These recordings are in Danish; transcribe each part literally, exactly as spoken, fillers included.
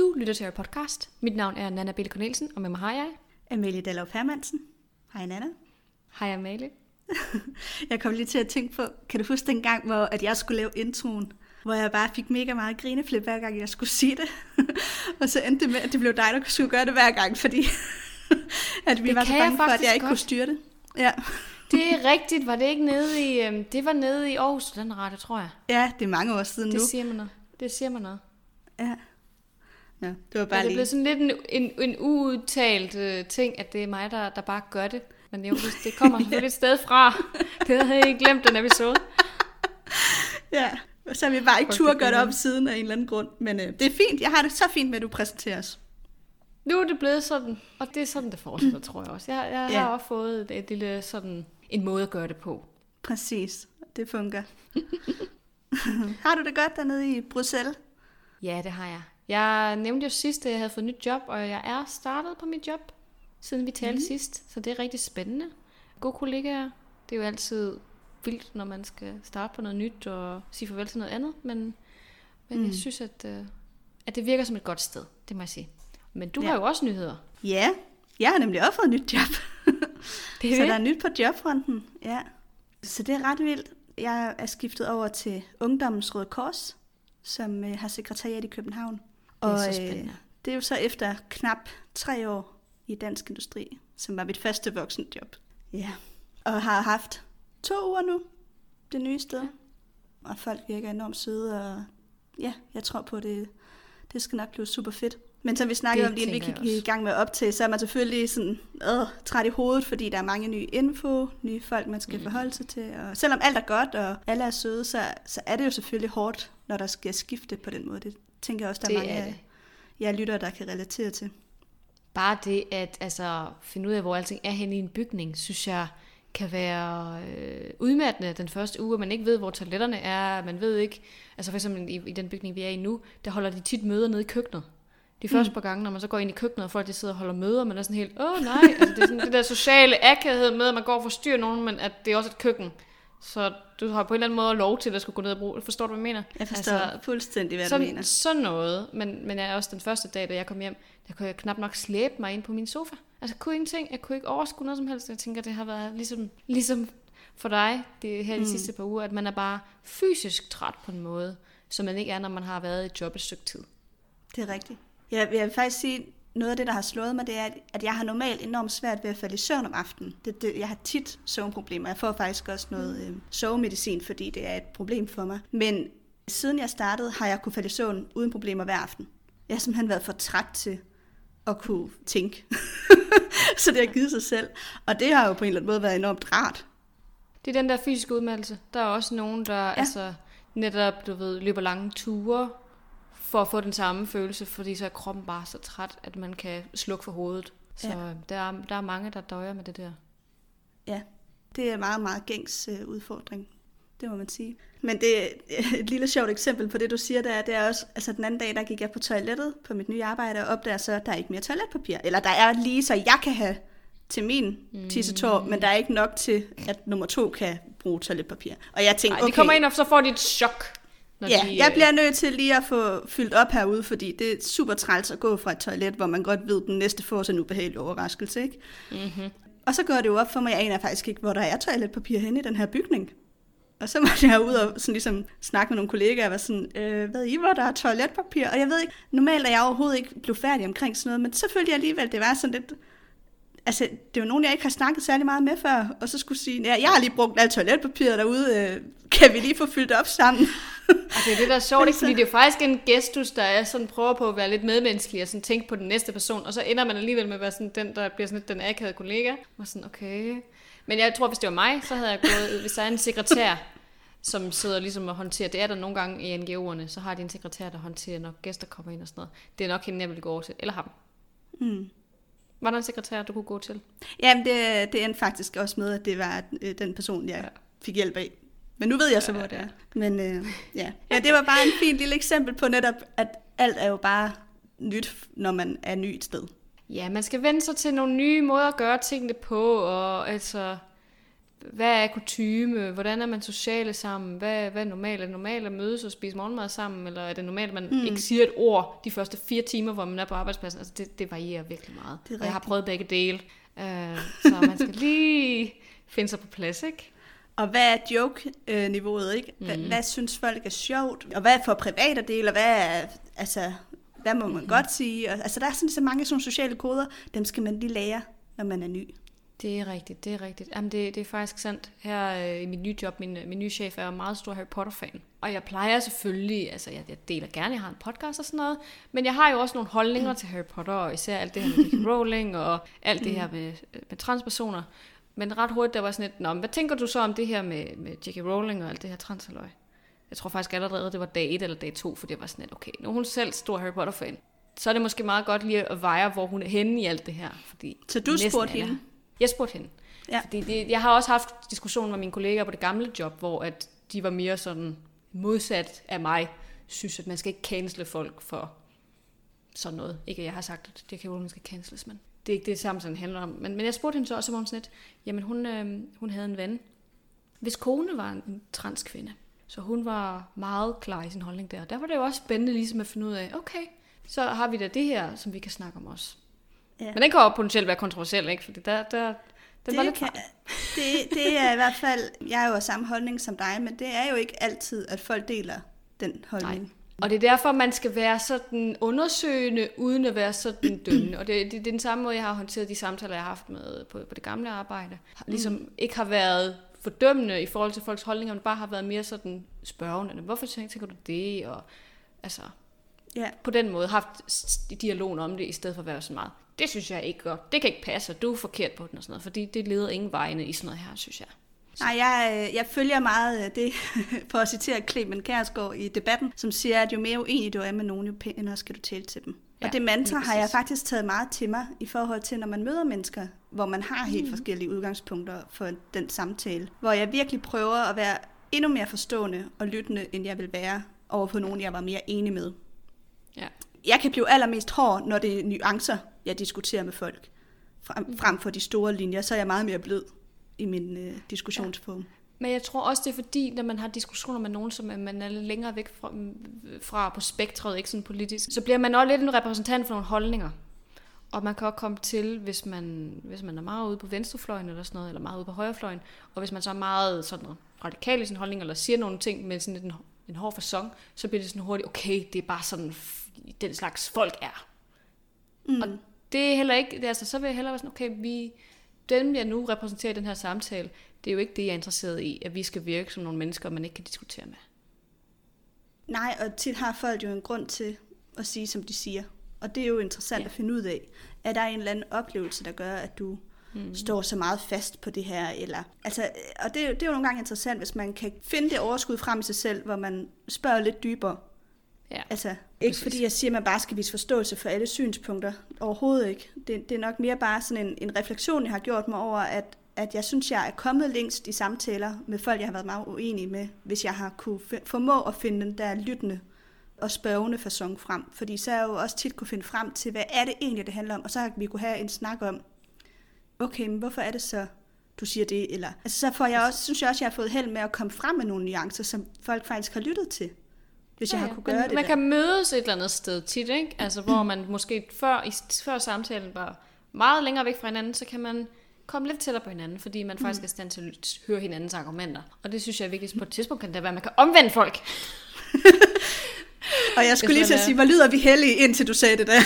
Du lytter til podcast. Mit navn er Nanna Bille Cornelsen, og med mig har jeg... Amalie Dallov Hermansen. Hej Nanna. Hej Amalie. Jeg kom lige til at tænke på, kan du huske den gang, hvor at jeg skulle lave introen, hvor jeg bare fik mega meget grineflip hver gang, jeg skulle sige det. Og så endte det med, at det blev dig, der skulle gøre det hver gang, fordi at vi det var så bange for, at jeg ikke godt. kunne styre det. Ja. Det er rigtigt. Var det ikke nede i... Øhm, det var nede i Aarhus, den radio, tror jeg. Ja, det er mange år siden det nu. Siger man noget. Det siger man noget. Ja. Ja, det var bare ja, det lige... blev sådan lidt en, en, en uudtalt uh, ting, at det er mig, der, der bare gør det. Men jo, det kommer selvfølgelig et sted fra. Det havde jeg ikke glemt, den episode. Ja, og så har vi bare ikke tur at gøre det op siden af en eller anden grund. Men øh, det er fint. Jeg har det så fint med, at du præsenterer os. Nu er det blevet sådan, og det er sådan, det fortsætter, tror jeg også. Jeg, jeg ja. har også fået et, et lille sådan, en måde at gøre det på. Præcis, det fungerer. Har du det godt dernede i Bruxelles? Ja, det har jeg. Jeg nævnte jo sidst, at jeg havde fået nyt job, og jeg er startet på mit job, siden vi talte mm. sidst. Så det er rigtig spændende. Gode kollegaer. Det er jo altid vildt, når man skal starte på noget nyt og sige farvel til noget andet. Men, men mm. jeg synes, at, at det virker som et godt sted, det må jeg sige. Men du ja. har jo også nyheder. Ja, jeg har nemlig også fået et nyt job. Det er så det? der er nyt på jobfronten. Ja. Så det er ret vildt. Jeg er skiftet over til Ungdommens Røde Kors, som øh, har sekretariat i København. Det er og, så spændende. Øh, det er jo så efter knap tre år i dansk industri, som var mit første voksenjob. Ja. Og har haft to uger nu, det nye sted. Ja. Og folk virker enormt søde, og ja, jeg tror på, det, det skal nok blive super fedt. Men som vi snakkede det om, lige inden vi gik i gang med at optage, så er man selvfølgelig sådan øh, træt i hovedet, fordi der er mange nye info, nye folk, man skal mm. forholde sig til. Og selvom alt er godt, og alle er søde, så, så er det jo selvfølgelig hårdt, når der skal skifte på den måde. Det tænker jeg også, der er det mange er af jer lyttere, der kan relatere til. Bare det at altså, finde ud af, hvor alting er henne i en bygning, synes jeg kan være øh, udmattende den første uge, at man ikke ved, hvor toiletterne er. Man ved ikke, altså for eksempel i, i den bygning, vi er i nu, der holder de tit møder nede i køkkenet. De første mm. par gange, når man så går ind i køkkenet, og folk de sidder og holder møder, man er sådan helt, åh nej, altså, det er sådan det der sociale akavethed med, at man går og forstyrrer nogen, men at det er også et køkken. Så du har på en eller anden måde lov til at skulle gå ned og bruge. Forstår du, hvad jeg mener? Jeg forstår altså, fuldstændig, hvad sådan, du mener. Sådan noget, men, men jeg er også den første dag, da jeg kom hjem, der kunne jeg knap nok slæbe mig ind på min sofa. Altså jeg kunne ingenting, jeg kunne ikke overskue noget som helst. Jeg tænker, det har været ligesom, ligesom for dig det her de mm. sidste par uger, at man er bare fysisk træt på en måde, som man ikke er, når man har været i et job et stykke tid. Det er rigtigt. Jeg, jeg vil faktisk sige, noget af det, der har slået mig, det er, at jeg har normalt enormt svært ved at falde i søvn om aftenen. Det, det, jeg har tit søvnproblemer. Jeg får faktisk også noget øh, sovemedicin, fordi det er et problem for mig. Men siden jeg startede, har jeg kunne falde i søvn uden problemer hver aften. Jeg har simpelthen været for træt til at kunne tænke. Så det har givet sig selv. Og det har jo på en eller anden måde været enormt rart. Det er den der fysiske udmattelse. Der er også nogen, der ja. altså, netop du ved, løber lange ture for at få den samme følelse, fordi så er kroppen bare så træt, at man kan slukke for hovedet. Så ja. der, er, der er mange, der døjer med det der. Ja, det er en meget, meget gængs uh, udfordring. Det må man sige. Men det er et lille sjovt eksempel på det, du siger der. Det er også, altså den anden dag, der gik jeg på toilettet på mit nye arbejde, og opdager så, at der er ikke mere toiletpapir. Eller der er lige, så jeg kan have til min mm. tissetår, men der er ikke nok til, at nummer to kan bruge toiletpapir. Og jeg tænkte, Ej, de okay, kommer ind, og så får de et chok. Ja, de, jeg bliver nødt til lige at få fyldt op herude, fordi det er super træls at gå fra et toilet, hvor man godt ved, at den næste får sådan en ubehagelig overraskelse, ikke? Mm-hmm. Og så går det jo op for mig, jeg aner faktisk ikke, hvor der er toiletpapir henne i den her bygning. Og så måtte jeg ud og sådan ligesom snakke med nogle kollegaer, og var sådan, øh, ved I, hvor der er toiletpapir? Og jeg ved ikke, normalt er jeg overhovedet ikke blevet færdig omkring sådan noget, men så følte jeg alligevel, det var sådan lidt... Altså, det er jo nogen, jeg ikke har snakket særlig meget med før, og så skulle sige, ja, jeg har lige brugt alt toiletpapiret derude, øh, kan vi lige få fyldt op sammen? Altså, det er det, der er sjovt, ikke? Fordi det er jo faktisk en gestus, der er sådan, prøver på at være lidt medmenneskelig, og sådan tænke på den næste person, og så ender man alligevel med at være sådan den, der bliver sådan lidt den akavede kollega, og sådan, okay. Men jeg tror, hvis det var mig, så havde jeg gået, hvis der er en sekretær, som sidder ligesom og håndterer, det er der nogle gange i N G O'erne, så har de en sekretær, der håndterer, når gæster kommer ind og sådan noget. Det er nok hende, jeg vil gå over til, eller ham. Mm. Var der en sekretær, du kunne gå til? Jamen, det, det endte faktisk også med, at det var den person, jeg fik hjælp af. Men nu ved jeg så, hvor det er. Men øh, ja. ja, det var bare en fin lille eksempel på netop, at alt er jo bare nyt, når man er ny et sted. Ja, man skal vende sig til nogle nye måder at gøre tingene på, og altså... hvad er kutyme, hvordan er man sociale sammen, hvad, hvad er normalt? Er det normalt at mødes og spise morgenmad sammen, eller er det normalt, at man mm. ikke siger et ord de første fire timer, hvor man er på arbejdspladsen? Altså det, det varierer virkelig meget. Og jeg har prøvet begge dele, øh, så man skal lige finde sig på plads, ikke? Og hvad er joke-niveauet, ikke? Hvad, mm. hvad synes folk er sjovt? Og hvad er for private del, og hvad er, altså, hvad må man mm. godt sige? Og, altså, der er sådan så mange sådan sociale koder, dem skal man lige lære, når man er ny. Det er rigtigt, det er rigtigt. Jamen, det, det er faktisk sandt. Her øh, i mit nye job, min, min nye chef er meget stor Harry Potter-fan. Og jeg plejer selvfølgelig, altså jeg, jeg deler gerne, jeg har en podcast og sådan noget, men jeg har jo også nogle holdninger mm. til Harry Potter, og især alt det her med J K Rowling, og alt det her med, med transpersoner. Men ret hurtigt, der var sådan et, nå, hvad tænker du så om det her med, med J K Rowling og alt det her transhalløj? Jeg tror faktisk allerede, det var dag et eller dag to, for det var sådan et, okay, nu er hun selv stor Harry Potter-fan, så er det måske meget godt lige at veje, hvor hun er henne i alt det her. Fordi så du spurgte hende? Jeg spurgte hende. Ja. Fordi det, jeg har også haft diskussioner med mine kolleger på det gamle job, hvor at de var mere sådan modsat af mig, synes, at man skal ikke cancele folk for sådan noget. Ikke at jeg har sagt, at det kan jo, man skal canceles, men det er ikke det samme, sådan handler om. Men, men jeg spurgte hende så også, om sådan lidt, jamen hun, øh, hun havde en ven, hvis kone var en transkvinde, så hun var meget klar i sin holdning der. Der var det jo også spændende ligesom at finde ud af, okay, så har vi da det her, som vi kan snakke om også. Ja. Men den kan jo potentielt være kontroversiel, ikke? Fordi der, der, den var lidt kan, det, det er i hvert fald, jeg er jo af samme holdning som dig, men det er jo ikke altid, at folk deler den holdning. Nej. Og det er derfor, man skal være sådan undersøgende, uden at være sådan dømmende. Og det, det, det er den samme måde, jeg har håndteret de samtaler, jeg har haft med på, på det gamle arbejde. Ligesom mm. ikke har været fordømmende i forhold til folks holdninger, men bare har været mere sådan spørgende. Hvorfor tænker du det? Og altså, yeah. på den måde haft dialogen om det, i stedet for at være sådan meget, det synes jeg ikke godt, det kan ikke passe, og du er forkert på den og sådan noget, fordi det leder ingen vegne i sådan noget her, synes jeg. Så. Nej, jeg, jeg følger meget det, for at citere Clement Kjærsgaard i Debatten, som siger, at jo mere uenig du er med nogen, jo pænere skal du tale til dem. Ja, og det mantra har jeg faktisk taget meget til mig, i forhold til, når man møder mennesker, hvor man har helt mm. forskellige udgangspunkter for den samtale. Hvor jeg virkelig prøver at være endnu mere forstående og lyttende, end jeg vil være over på nogen, jeg var mere enig med. Ja. Jeg kan blive allermest hård, når det er nuancer, jeg diskuterer med folk. Frem, frem for de store linjer, så er jeg meget mere blød i min øh, diskussionsform. Ja. Men jeg tror også, det er fordi, når man har diskussioner med nogen, som man er lidt længere væk fra, fra på spektret, ikke sådan politisk, så bliver man også lidt en repræsentant for nogle holdninger. Og man kan også komme til, hvis man, hvis man er meget ude på venstrefløjen eller sådan noget, eller meget ude på højrefløjen, og hvis man så er meget sådan radikal i sin holdning, eller siger nogle ting med sådan en, en hård facon, så bliver det sådan hurtigt, okay, det er bare sådan, den slags folk er. Mm. Og det er heller ikke, det er altså, så vil jeg hellere være sådan, okay, vi, dem jeg nu repræsenterer i den her samtale, det er jo ikke det, jeg er interesseret i, at vi skal virke som nogle mennesker, man ikke kan diskutere med. Nej, og tit har folk jo en grund til at sige, som de siger. Og det er jo interessant ja. at finde ud af. Er der en eller anden oplevelse, der gør, at du mm. står så meget fast på det her? Eller, altså, og det, det er jo nogle gange interessant, hvis man kan finde det overskud frem i sig selv, hvor man spørger lidt dybere. Ja. Altså, ikke Præcis. Fordi jeg siger, at man bare skal vise forståelse for alle synspunkter. Overhovedet ikke. Det, det er nok mere bare sådan en, en refleksion, jeg har gjort mig over, at at jeg synes, jeg er kommet længst i samtaler med folk, jeg har været meget uenig med, hvis jeg har kunne formå at finde den der lyttende og spørgende facon frem. Fordi så har jeg jo også tit kunne finde frem til, hvad er det egentlig, det handler om, og så har vi kunne have en snak om, okay, men hvorfor er det så, du siger det? Eller, altså så får jeg også, synes jeg også, jeg har fået held med at komme frem med nogle nuancer, som folk faktisk har lyttet til, hvis ja, jeg har kunne gøre man, det. Man der. kan mødes et eller andet sted tit, ikke? Altså hvor man måske før, i, før samtalen var meget længere væk fra hinanden, så kan man komme lidt tættere på hinanden, fordi man faktisk er i stand til at høre hinandens argumenter. Og det synes jeg er vigtigt. På et tidspunkt kan det være, at man kan omvende folk. Og jeg skulle lige til at sige, hvor lyder vi heldige, indtil du sagde det der.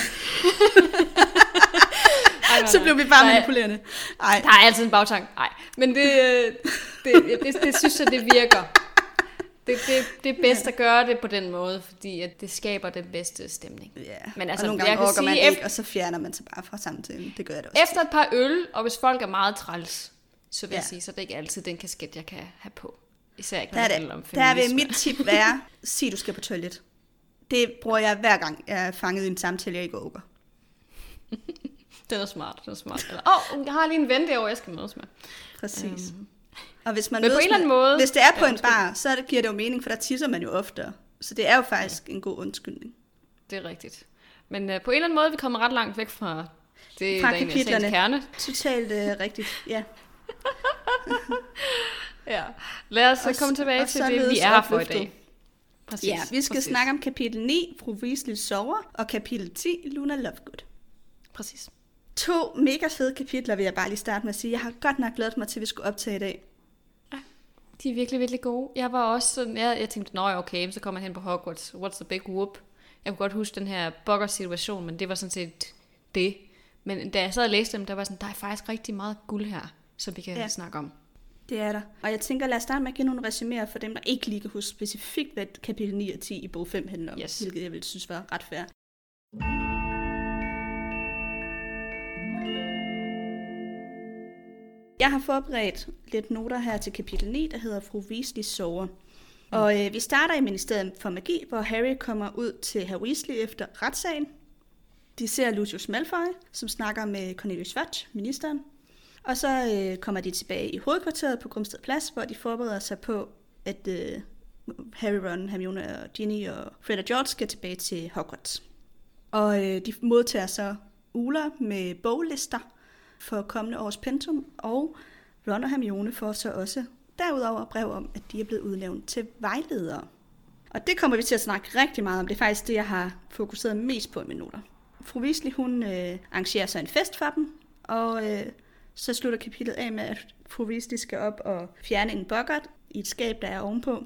Ej, så blev vi bare manipulerende. Ej. Der er altid en bagtank. Nej, men det, det, det, det, det synes jeg, det virker. Det, det, det er bedst at gøre det på den måde, fordi at det skaber den bedste stemning. Ja, men altså, og nogle gange orker man ikke, og så fjerner man sig bare fra samtalen. Det gør jeg da også. Efter et par øl, og hvis folk er meget træls, så vil ja. jeg sige, så det er ikke altid den kasket, jeg kan have på. Især ikke, når det handler om feminisme. Der vil mit tip være, sig du skal på toilet. Det bruger jeg hver gang, jeg er fanget i en samtale, jeg ikke orker. Den er smart, den er smart. Åh, oh, jeg har lige en ven derovre, jeg skal mødes med. Præcis. Um. Og hvis man Men på en eller anden med, måde... Hvis det er på ja, en bar, så giver det jo mening, for der tisser man jo oftere. Så det er jo faktisk en god undskyldning. Det er rigtigt. Men uh, på en eller anden måde, vi kommer ret langt væk fra det, fra der egentlig er sagens kerne. Totalt uh, rigtigt, ja. Ja. Lad os så komme tilbage til det, vi er her for i dag. Præcis, ja, vi skal præcis. snakke om kapitel ni, Fru Weasley sover, og kapitel ti, Luna Lovegood. Præcis. To mega fede kapitler, vil jeg bare lige starte med at sige. Jeg har godt nok glædet mig til, at vi skulle optage i dag. Ja, de er virkelig, virkelig gode. Jeg var også sådan, jeg, jeg tænkte, nå okay, så kommer man hen på Hogwarts. What's the big whoop? Jeg kunne godt huske den her Bogger-situation, men det var sådan set det. Men da jeg sad og læste dem, der var sådan, der er faktisk rigtig meget guld her, som vi kan ja. snakke om. Det er der. Og jeg tænker, lad os starte med at give nogle resuméer for dem, der ikke lige kan huske specifikt, hvad kapitel ni og ti i bog fem handler om, yes. hvilket jeg vil synes var ret fair. Jeg har forberedt lidt noter her til kapitel ni, der hedder Fru Weasley sover. Mm. Og øh, vi starter i Ministeriet for Magi, hvor Harry kommer ud til Herr Weasley efter retssagen. De ser Lucius Malfoy, som snakker med Cornelius Fudge, ministeren. Og så øh, kommer de tilbage i hovedkvarteret på Grumsted Plads, hvor de forbereder sig på, at øh, Harry, Ron, Hermione og Ginny og Fred og George skal tilbage til Hogwarts. Og øh, de modtager så uler med boglister for kommende års pensum, og Ron og Hermione får så også derudover brev om, at de er blevet udnævnt til vejledere. Og det kommer vi til at snakke rigtig meget om. Det er faktisk det, jeg har fokuseret mest på i mine noter. Fru Weasley, hun øh, arrangerer så en fest for dem, og øh, så slutter kapitlet af med, at Fru Weasley skal op og fjerne en boggart i et skab, der er ovenpå.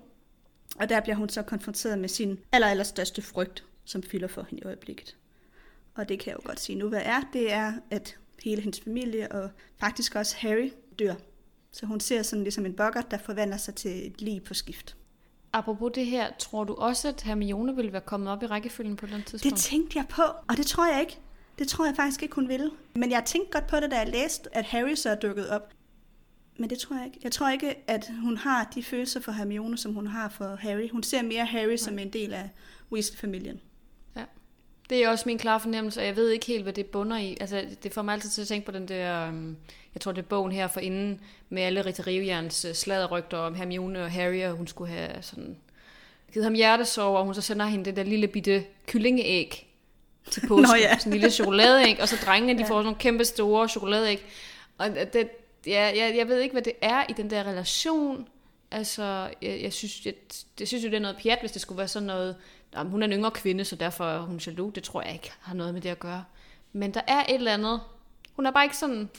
Og der bliver hun så konfronteret med sin aller, aller største frygt, som fylder for hende i øjeblikket. Og det kan jeg jo godt sige nu, hvad er. Det er, at hele hendes familie og faktisk også Harry dør. Så hun ser sådan ligesom en boggart, der forvandler sig til et lig på skift. Apropos det her, tror du også, at Hermione ville være kommet op i rækkefølgen på den tidspunkt? Det tænkte jeg på, og det tror jeg ikke. Det tror jeg faktisk ikke, hun ville. Men jeg tænkte godt på det, da jeg læste, at Harry så er dukket op. Men det tror jeg ikke. Jeg tror ikke, at hun har de følelser for Hermione, som hun har for Harry. Hun ser mere Harry som en del af Weasley-familien. Ja, det er også min klare fornemmelse, og jeg ved ikke helt, hvad det bunder i. Altså, det får mig altid til at tænke på den der, jeg tror det er bogen her for inden, med alle Rita Rivjerns sladderrygter om Hermione og Harry, og hun skulle have sådan givet ham hjertesorg, og hun så sender hende det der lille bitte kyllingeæg til påsken. Nå, ja. Sådan en lille chokoladeæg, og så drengene, de ja. får sådan nogle kæmpe store chokoladeæg. Og det, ja, jeg, jeg ved ikke, hvad det er i den der relation. Altså, jeg, jeg, synes, jeg, jeg synes jo, det er noget pjat, hvis det skulle være sådan noget, jamen, hun er en yngre kvinde, så derfor er hun jaloux. Det tror jeg ikke har noget med det at gøre. Men der er et eller andet. Hun er bare ikke sådan.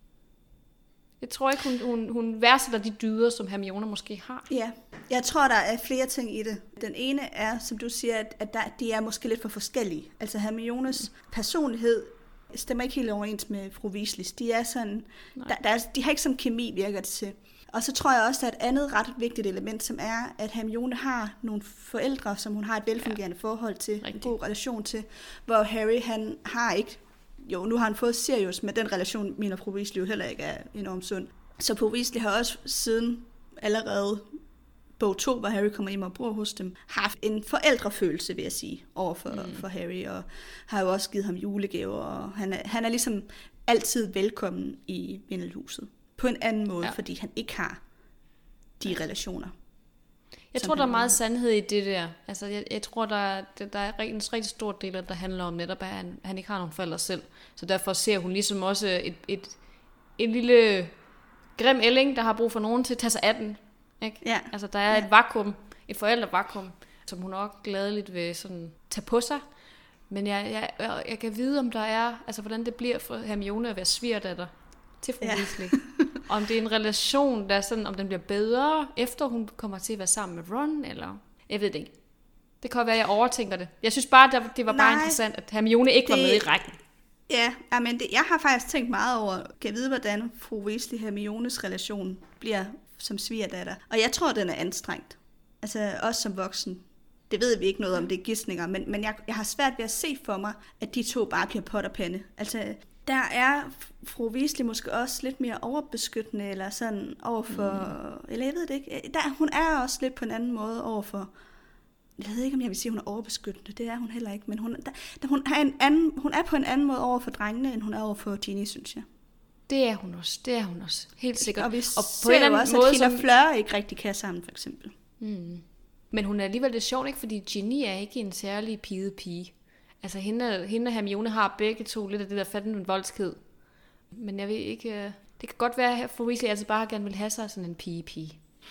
Jeg tror ikke, hun, hun, hun værdsætter de dyder, som Hermione måske har. Ja, jeg tror, der er flere ting i det. Den ene er, som du siger, at, at der, de er måske lidt for forskellige. Altså Hermiones personlighed stemmer ikke helt overens med Fru Weasleys. De er sådan, der, der er, de har ikke sådan kemi, virker det til. Og så tror jeg også, der er et andet ret vigtigt element, som er, at Hermione har nogle forældre, som hun har et velfungerende ja. forhold til, Rigtig. en god relation til, hvor Harry, han har ikke, jo, nu har han fået Sirius, men den relation, min og Fru Weasley jo heller ikke er enormt sund. Så Fru Weasley har også siden allerede bog to, hvor Harry kommer hjem og bor hos dem, haft en forældrefølelse, vil jeg sige, over for, mm. for Harry, og har jo også givet ham julegaver, og han er, han er ligesom altid velkommen i Vindelhuset. På en anden måde, ja. fordi han ikke har de relationer. Jeg tror, der er meget sandhed i det der. Altså, jeg, jeg tror, der er, der er en rigtig stor del af, der handler om netop, at han, han ikke har nogen forældre selv. Så derfor ser hun ligesom også et, et, en lille grim ælling, der har brug for nogen til at tage sig af den. Ikke? Ja. Altså, der er ja. et vakuum, et forældrevakuum, som hun også gladeligt vil sådan tage på sig. Men jeg, jeg, jeg kan vide, om der er, altså hvordan det bliver for Hermione at være svigerdatter til Fru Weasley. Ja. Om det er en relation, der er sådan, om den bliver bedre, efter hun kommer til at være sammen med Ron, eller jeg ved det ikke. Det kan være, at jeg overtænker det. Jeg synes bare, at det var bare Nej, interessant, at Hermione ikke det, var med i rækken. Ja, men det, jeg har faktisk tænkt meget over, kan jeg vide, hvordan Fru Weasley Hermiones relation bliver som svigerdatter. Og jeg tror, den er anstrengt. Altså også som voksen. Det ved vi ikke noget om, det er gidsninger, men, men jeg, jeg har svært ved at se for mig, at de to bare bliver pot og pande. Altså, der er Fru Weasley måske også lidt mere overbeskyttende, eller sådan overfor, mm. eller jeg ved det ikke. Der, hun er også lidt på en anden måde overfor, jeg ved ikke, om jeg vil sige, at hun er overbeskyttende, det er hun heller ikke, men hun, der, der, hun, er en anden, hun er på en anden måde overfor drengene, end hun er overfor Ginny, synes jeg. Det er hun også, det er hun også, helt sikkert. Og vi og på ser en jo også, måde, at Hila og Fleur ikke rigtig kan sammen, for eksempel. Mm. Men hun er alligevel lidt sjovt, ikke? Fordi Ginny er ikke en særlig piget pige. Altså hende, hende og Hermione har begge to lidt af det der fatten med voldsked. Men jeg ved ikke, det kan godt være, at Fru Weasley altså bare gerne vil have sig sådan en pige-pige.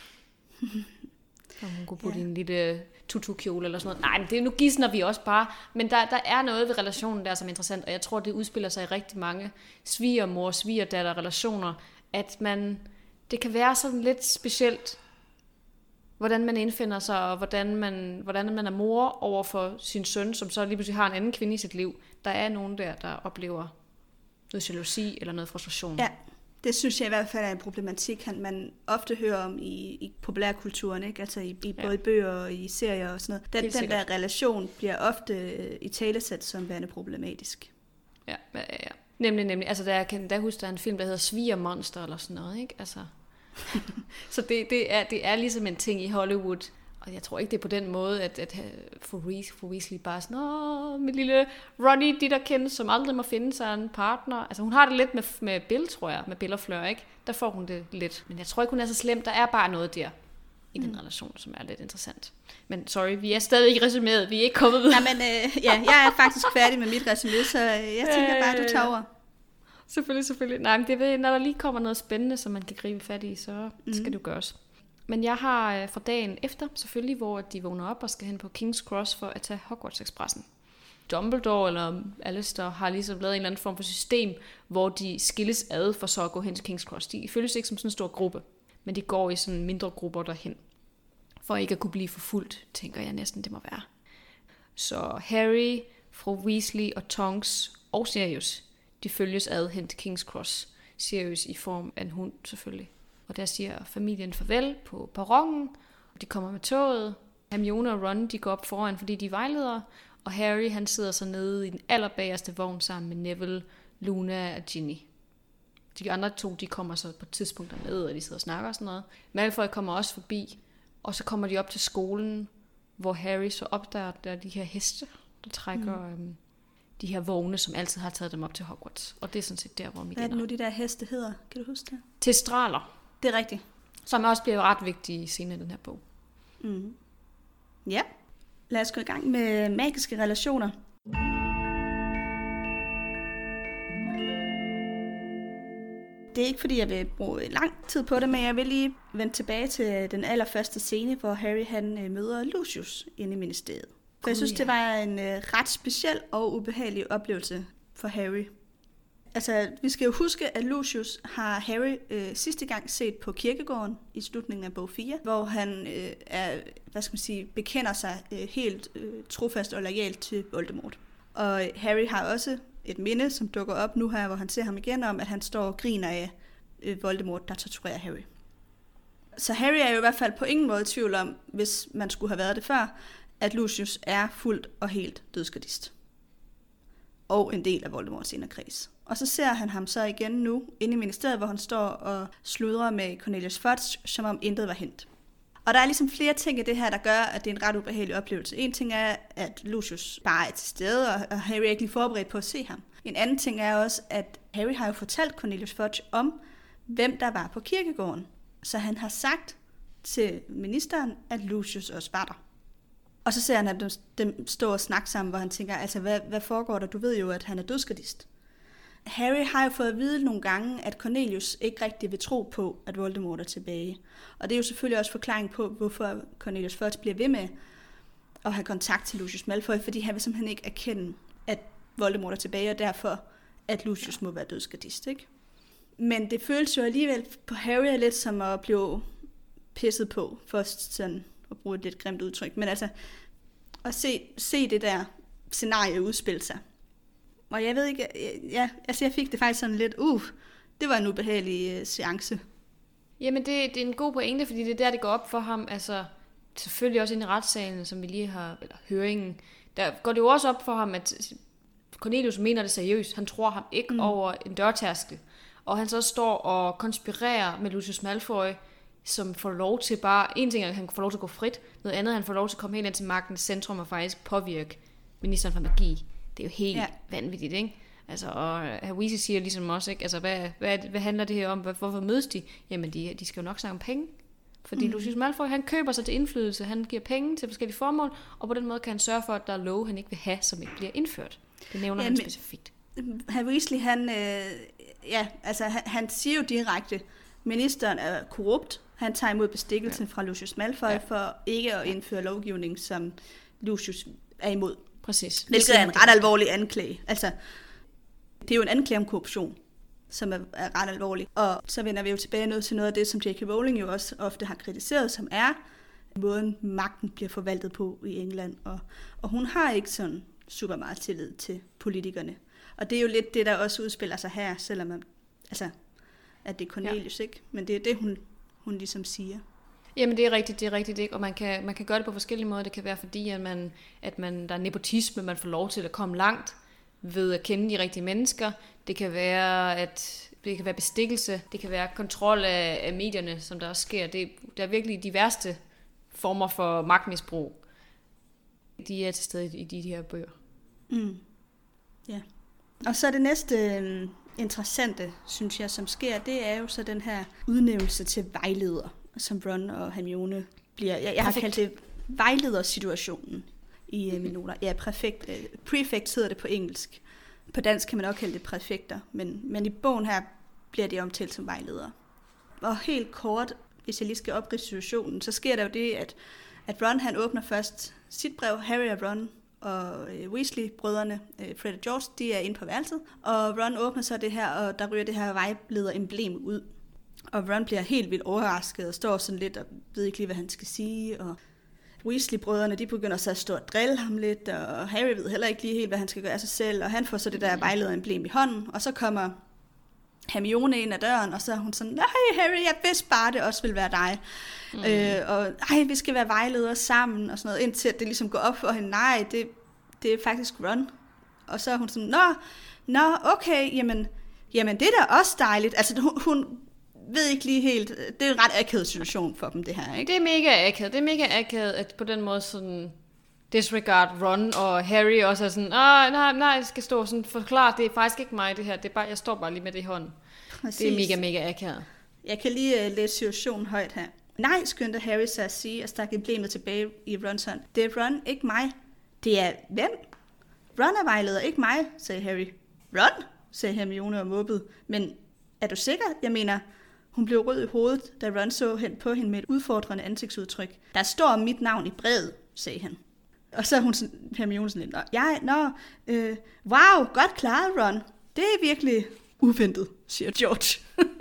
Og hun kunne putte ja. en lille tutu-kjole eller sådan noget. Nej, men det, nu gidsner vi også bare. Men der, der er noget ved relationen der, som er interessant, og jeg tror, det udspiller sig i rigtig mange svigermor, svigerdatter relationer, at man, det kan være sådan lidt specielt, hvordan man indfinder sig, og hvordan man, hvordan man er mor over for sin søn, som så lige pludselig har en anden kvinde i sit liv. Der er nogen der, der oplever noget jalousi eller noget frustration. Ja, det synes jeg i hvert fald er en problematik, man ofte hører om i, i populærkulturen, ikke? Altså i, i både ja. bøger og i serier og sådan noget. Den, den der relation bliver ofte i talesat som værende problematisk. Ja, ja, ja. Nemlig, nemlig. Altså, der kan der huske, der er en film, der hedder Svigermonster eller sådan noget, ikke? Altså... Så det, det, er, det er ligesom en ting i Hollywood, og jeg tror ikke, det er på den måde, at, at fru Weasley bare sådan, åh, mit lille Ronny, de der kendes, som aldrig må finde sig en partner. Altså hun har det lidt med, med Bill, tror jeg, med Bill og Fleur, ikke? Der får hun det lidt. Men jeg tror ikke, hun er så slem. Der er bare noget der i den mm. relation, som er lidt interessant. Men sorry, vi er stadig i resuméet. Vi er ikke kommet videre. Nej, men øh, ja, jeg er faktisk færdig med mit resumé, så jeg tænker bare, at du tager over. Selvfølgelig, selvfølgelig. Nej, men det ved, når der lige kommer noget spændende, som man kan gribe fat i, så mm. skal det gøres. Men jeg har fra dagen efter, selvfølgelig, hvor de vågner op og skal hen på King's Cross for at tage Hogwarts-ekspressen. Dumbledore eller Alistair har ligesom lavet en eller anden form for system, hvor de skilles ad for så at gå hen til King's Cross. De føles ikke som sådan en stor gruppe, men de går i sådan mindre grupper derhen. For ikke at kunne blive forfulgt, tænker jeg næsten, det må være. Så Harry, fru Weasley og Tonks og Sirius, de følges ad hen til King's Cross. Sirius i form af en hund selvfølgelig. Og der siger familien farvel på perronen. De kommer med toget. Hermione og Ron, de går op foran, fordi de er vejledere. Og Harry, han sidder så nede i den allerbagerste vogn sammen med Neville, Luna og Ginny. De andre to, de kommer så på et tidspunkt dernede, og de sidder og snakker og sådan noget. Malfoy kommer også forbi. Og så kommer de op til skolen, hvor Harry så opdager, at der er de her heste, der trækker... Mm. Øhm, de her vogne, som altid har taget dem op til Hogwarts. Og det er sådan set der, hvor vi Hvad er det nu, de der heste hedder? Kan du huske det? Testraler. Det er rigtigt. Som også bliver ret vigtige senere i den her bog. Mm. Ja. Lad os gå i gang med magiske relationer. Det er ikke, fordi jeg vil bruge lang tid på det, men jeg vil lige vende tilbage til den allerførste scene, hvor Harry han møder Lucius inde i ministeriet. For jeg synes, det var en øh, ret speciel og ubehagelig oplevelse for Harry. Altså, vi skal jo huske, at Lucius har Harry øh, sidste gang set på kirkegården i slutningen af bog fire, hvor han øh, er, hvad skal man sige, bekender sig øh, helt øh, trofast og loyalt til Voldemort. Og Harry har også et minde, som dukker op nu her, hvor han ser ham igen om, at han står og griner af øh, Voldemort, der torturerer Harry. Så Harry er jo i hvert fald på ingen måde i tvivl om, hvis man skulle have været det før, at Lucius er fuldt og helt dødsgardist. Og en del af Voldemorts inderkreds. Og så ser han ham så igen nu, inde i ministeriet, hvor han står og sludrer med Cornelius Fudge, som om intet var hent. Og der er ligesom flere ting i det her, der gør, at det er en ret ubehagelig oplevelse. En ting er, at Lucius bare er til stede, og Harry er ikke lige forberedt på at se ham. En anden ting er også, at Harry har jo fortalt Cornelius Fudge om, hvem der var på kirkegården. Så han har sagt til ministeren, at Lucius også var der. Og så ser han dem, dem stå og snakke sammen, hvor han tænker, altså hvad, hvad foregår der? Du ved jo, at han er dødsgardist. Harry har jo fået at vide nogle gange, at Cornelius ikke rigtig vil tro på, at Voldemort er tilbage. Og det er jo selvfølgelig også forklaring på, hvorfor Cornelius først bliver ved med at have kontakt til Lucius Malfoy, fordi han vil simpelthen ikke erkende, at Voldemort er tilbage, og derfor, at Lucius må være dødsgardist, ikke? Men det føles jo alligevel på Harry lidt som at blive pisset på, først sådan at bruge et lidt grimt udtryk, men altså at se, se det der scenarie udspille sig. Og jeg ved ikke, ja, altså jeg fik det faktisk sådan lidt, uh, det var en ubehagelig uh, seance. Jamen det, det er en god pointe, fordi det er der, det går op for ham, altså selvfølgelig også inde i retssalen, som vi lige har, eller høringen, der går det jo også op for ham, at Cornelius mener det seriøst, han tror ham ikke mm. over en dørtærskel, og han så står og konspirerer med Lucius Malfoy, som får lov til bare, en ting er, at han får lov til at gå frit, noget andet, han får lov til at komme helt ind til magtens centrum og faktisk påvirke ministeren for magi. Det er jo helt ja. vanvittigt, ikke? Altså, og herr Weasley siger ligesom også, ikke? Altså, hvad, hvad, hvad handler det her om? Hvorfor mødes de? Jamen, de, de skal jo nok snakke om penge. Fordi mm. Lucius Malfoy, han køber sig til indflydelse, han giver penge til forskellige formål, og på den måde kan han sørge for, at der er love, han ikke vil have, som ikke bliver indført. Det nævner ja, han specifikt. Herr Weasley, han, øh, ja, altså, han, han siger jo direkte, Ministeren er korrupt. Han tager imod bestikkelsen ja. fra Lucius Malfoy ja. for ikke at indføre lovgivning, som Lucius er imod. Præcis. Hvilket er en ret alvorlig anklage. Altså, det er jo en anklage om korruption, som er, er ret alvorlig. Og så vender vi jo tilbage noget til noget af det, som J K Rowling jo også ofte har kritiseret, som er måden magten bliver forvaltet på i England. Og, og hun har ikke sådan super meget tillid til politikerne. Og det er jo lidt det, der også udspiller sig her, selvom man, altså, at det er Cornelius, ja. ikke? Men det er det, hun, hun ligesom siger. Jamen det er rigtigt, det er rigtigt, ikke? Og man kan, man kan gøre det på forskellige måder. Det kan være fordi, at, man, at man, der er nepotisme, man får lov til at komme langt ved at kende de rigtige mennesker. Det kan være, at det kan være bestikkelse, det kan være kontrol af, af medierne, som der også sker. Det, der er virkelig de værste former for magtmisbrug. De er til stede i de, de her bøger. Mm. Ja. Og så det næste øh, interessante, synes jeg, som sker, det er jo så den her udnævnelse til vejleder, som Ron og Hermione bliver. Jeg, jeg har kaldt det vejledersituationen i øh, mine noter. Ja, præfekt. Øh, prefect hedder det på engelsk. På dansk kan man også kalde det præfekter, men, men i bogen her bliver det omtalt som vejledere. Og helt kort, hvis jeg lige skal opridse situationen, så sker der jo det, at, at Ron han åbner først sit brev. Harry og Ron og Weasley-brødrene, Fred og George, de er inde på værelset. Og Ron åbner så det her, og der ryger det her vejleder-emblem ud. Og Ron bliver helt vildt overrasket og står sådan lidt og ved ikke lige, hvad han skal sige. Og Weasley-brødrene, de begynder så at stå og drille ham lidt, og Harry ved heller ikke lige helt, hvad han skal gøre af sig selv. Og han får så det der vejleder-emblem i hånden, og så kommer Hermione ind ad døren, og så er hun sådan, nej Harry, jeg vidste bare, det også vil være dig. Mm. Øh, og ej, vi skal være vejledere sammen, og sådan noget, indtil at det ligesom går op for hende, nej, det, det er faktisk Ron. Og så er hun sådan, nå, nå, okay, jamen, jamen det er da også dejligt. Altså hun, hun ved ikke lige helt, det er en ret akavet situation for dem, det her, ikke? Det er mega akavet, det er mega akavet, at på den måde sådan disregard Ron og Harry også er sådan, nej, nej, nej, jeg skal stå sådan forklare, det er faktisk ikke mig det her, det er bare, jeg står bare lige med det i hånden. Præcis. Det er mega, mega akavet. Jeg kan lige uh, læse situationen højt her. Nej, skyndte Harry sig at sige, og stak emblemet tilbage i Rons hånd. Det er Ron, ikke mig. Det er hvem? Ron er vejleder, ikke mig, sagde Harry. Ron, sagde Hermione og mobbede. Men er du sikker? Jeg mener, hun blev rød i hovedet, da Ron så hen på hende med et udfordrende ansigtsudtryk. Der står mit navn i brevet, sagde han. Og så er hun sådan, Hermione sådan lidt, ja, nå, øh, wow, godt klaret, Ron. Det er virkelig uventet, siger George.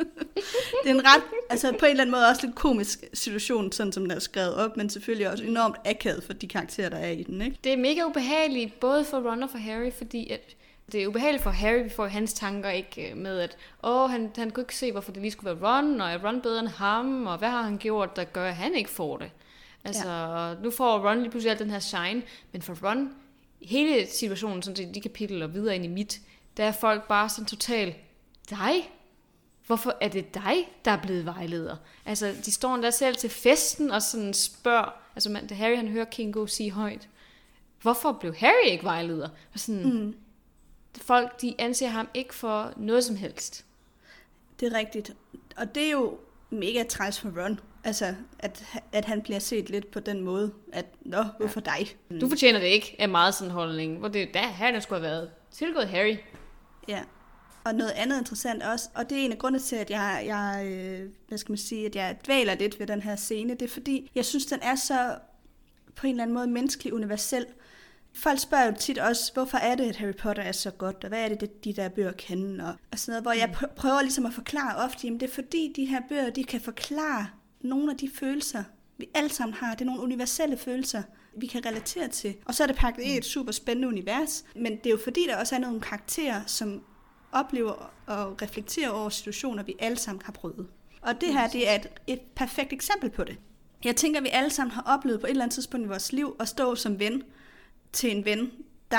Det er en ret, altså på en eller anden måde også lidt komisk situation, sådan som den er skrevet op, men selvfølgelig også enormt akavet for de karakterer, der er i den, ikke? Det er mega ubehageligt, både for Ron og for Harry, fordi at det er ubehageligt for Harry, vi får hans tanker ikke med, at åh, han, han kunne ikke se, hvorfor det lige skulle være Ron, og er Ron bedre end ham, og hvad har han gjort, der gør, at han ikke får det? Altså, ja. Nu får Ron lige pludselig alt den her shine, men for Ron, hele situationen, sådan set de kapitler og videre ind i mit, der er folk bare sådan totalt, dig? Hvorfor er det dig, der er blevet vejleder? Altså, de står der selv til festen og sådan spørger, altså man, da Harry han hører Kingo sige højt, hvorfor blev Harry ikke vejleder? Og sådan, mm. folk, de anser ham ikke for noget som helst. Det er rigtigt. Og det er jo mega træls for Ron. Altså, at, at han bliver set lidt på den måde, at, nå, hvorfor ja. dig? Du fortjener det ikke af meget sådan holdning, hvor det der Harry, der skulle have været tilgået Harry. Ja, og noget andet interessant også, og det er en af grundene til, at jeg, jeg øh, hvad skal man sige, at jeg dvæler lidt ved den her scene, det er fordi, jeg synes, den er så på en eller anden måde menneskelig universel. Folk spørger jo tit også, hvorfor er det, at Harry Potter er så godt, og hvad er det, de der bøger kan, og, og sådan noget, hvor jeg prøver ligesom at forklare ofte, jamen det er fordi, de her bøger, de kan forklare nogle af de følelser, vi alle sammen har. Det er nogle universelle følelser, vi kan relatere til. Og så er det pakket i et super spændende univers, men det er jo fordi, der også er nogle karakterer, som oplever og reflekterer over situationer, vi alle sammen har prøvet. Og det her, det er et, et perfekt eksempel på det. Jeg tænker, at vi alle sammen har oplevet på et eller andet tidspunkt i vores liv at stå som ven til en ven, der,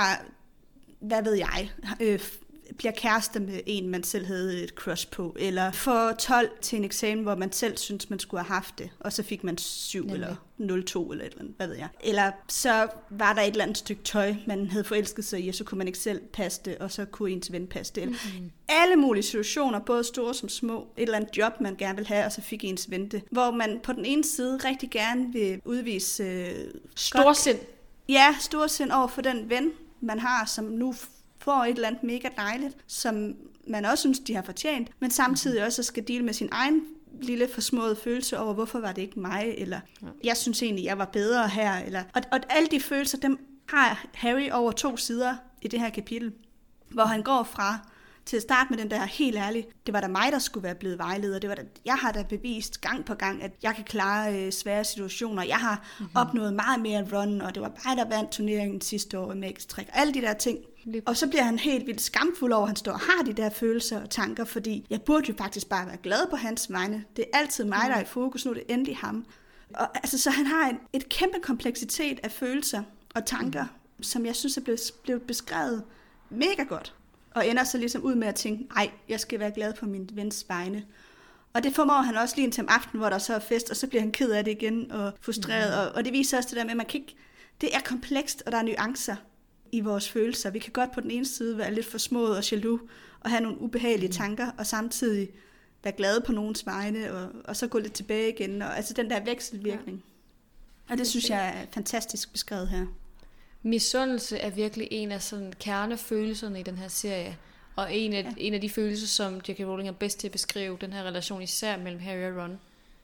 hvad ved jeg, øh, bliver kæreste med en, man selv havde et crush på, eller får tolv til en eksamen, hvor man selv synes, man skulle have haft det, og så fik man syv eller nul komma to eller et eller andet, hvad ved jeg. Eller så var der et eller andet stykke tøj, man havde forelsket sig i, og så kunne man ikke selv passe det, og så kunne ens ven passe det. Mm-hmm. Alle mulige situationer, både store som små, et eller andet job, man gerne vil have, og så fik ens ven det, hvor man på den ene side rigtig gerne vil udvise øh, storsind. Ja, storsind over for den ven, man har, som nu får et eller andet mega dejligt, som man også synes, de har fortjent, men samtidig også skal dele med sin egen lille forsmået følelse over, hvorfor var det ikke mig, eller ja. jeg synes egentlig, jeg var bedre her, eller, og, og alle de følelser, dem har Harry over to sider i det her kapitel, hvor han går fra til at starte med den der, helt ærligt, det var da mig, der skulle være blevet vejleder, det var da, jeg har da bevist gang på gang, at jeg kan klare øh, svære situationer, jeg har mm-hmm. opnået meget mere end Ron, og det var mig, der vandt turneringen sidste år i Magisk Trick, alle de der ting. Og så bliver han helt vildt skamfuld over, at han står og har de der følelser og tanker, fordi jeg burde jo faktisk bare være glad på hans vegne. Det er altid mig, der er i fokus, nu er det endelig ham. Og, altså, så han har en, et kæmpe kompleksitet af følelser og tanker, mm. som jeg synes er blevet, blevet beskrevet mega godt. Og ender så ligesom ud med at tænke, ej, jeg skal være glad på min vens vegne. Og det formår han også lige til om aftenen, hvor der så er fest, og så bliver han ked af det igen og frustreret. Mm. Og, og det viser også det der med, at man kan ikke, det er komplekst, og der er nuancer i vores følelser. Vi kan godt på den ene side være lidt for smået og jaloux, og have nogle ubehagelige mm. tanker, og samtidig være glade på nogens vegne, og, og så gå lidt tilbage igen. Og, altså den der vekselvirkning. Ja. Og det synes jeg er fantastisk beskrevet her. Misundelse er virkelig en af sådan kernefølelserne i den her serie, og en af, ja. en af de følelser, som J K Rowling er bedst til at beskrive, den her relation især mellem Harry og Ron.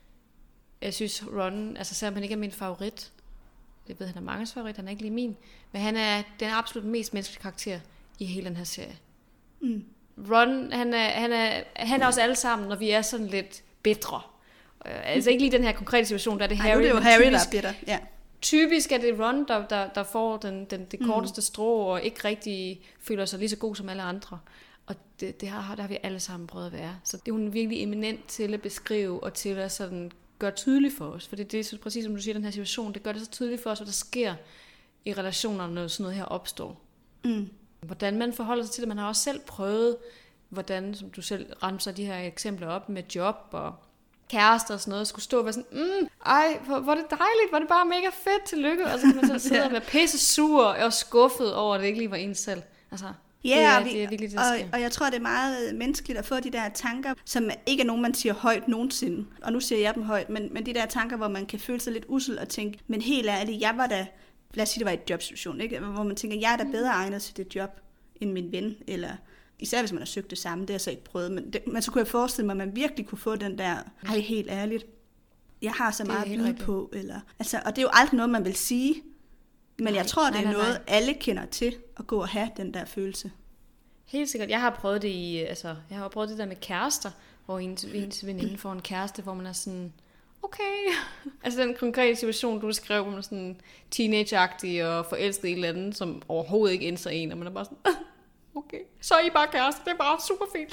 Jeg synes Ron, altså selvom han ikke er min favorit, jeg ved, han er manges favorit, han er ikke lige min, men han er den absolut mest menneskelige karakter i hele den her serie. Mm. Ron, han er, han, er, han er også alle sammen, når vi er sådan lidt bitre. Altså ikke lige den her konkrete situation, der er det Harry. Ej, nu er det jo Harry, typisk, der er bitter, ja. Typisk er det Ron, der, der, der får den, den, det korteste mm. strå, og ikke rigtig føler sig lige så god som alle andre. Og det, det har, der har vi alle sammen prøvet at være. Så det er hun virkelig eminent til at beskrive, og til at sådan gøre tydeligt for os. For det, det er så præcis som du siger, den her situation, det gør det så tydeligt for os, hvad der sker i relationerne, når sådan noget her opstår. Mm. Hvordan man forholder sig til det. Man har også selv prøvet, hvordan, som du selv ramser de her eksempler op med job og kærester og sådan noget, skulle stå og være sådan, mm, ej, hvor, hvor er det dejligt, hvor er det bare mega fedt, tillykke. Og så kan man så sidde og være pisse sur og skuffet over, at det ikke lige var en selv. Altså, ja, det er, vi, det er virkelig det, og, og jeg tror, det er meget menneskeligt at få de der tanker, som ikke er nogen, man siger højt nogensinde. Og nu siger jeg dem højt, men, men de der tanker, hvor man kan føle sig lidt ussel og tænke, men helt ærligt, jeg var da, lad os sige, det var et jobsituation, ikke? Hvor man tænker, jeg er da bedre egnet til det job, end min ven, eller især hvis man har søgt det samme, det har jeg så ikke prøvet, men, det, men så kunne jeg forestille mig, at man virkelig kunne få den der, ej, helt ærligt, jeg har så meget at byde på, eller, altså, og det er jo aldrig noget, man vil sige, men nej, jeg tror, det nej, er nej, noget, nej. alle kender til, at gå og have den der følelse. Helt sikkert. Jeg har prøvet det i, altså, jeg har prøvet det der med kærester, hvor ens, ens veninde får en kæreste, hvor man er sådan, okay. Altså den konkrete situation, du skrev, hvor man er sådan teenage-agtig og forelsket i et eller andet, som overhovedet ikke indser en, og man er bare sådan, okay, så er I bare kærester, det er bare super fint.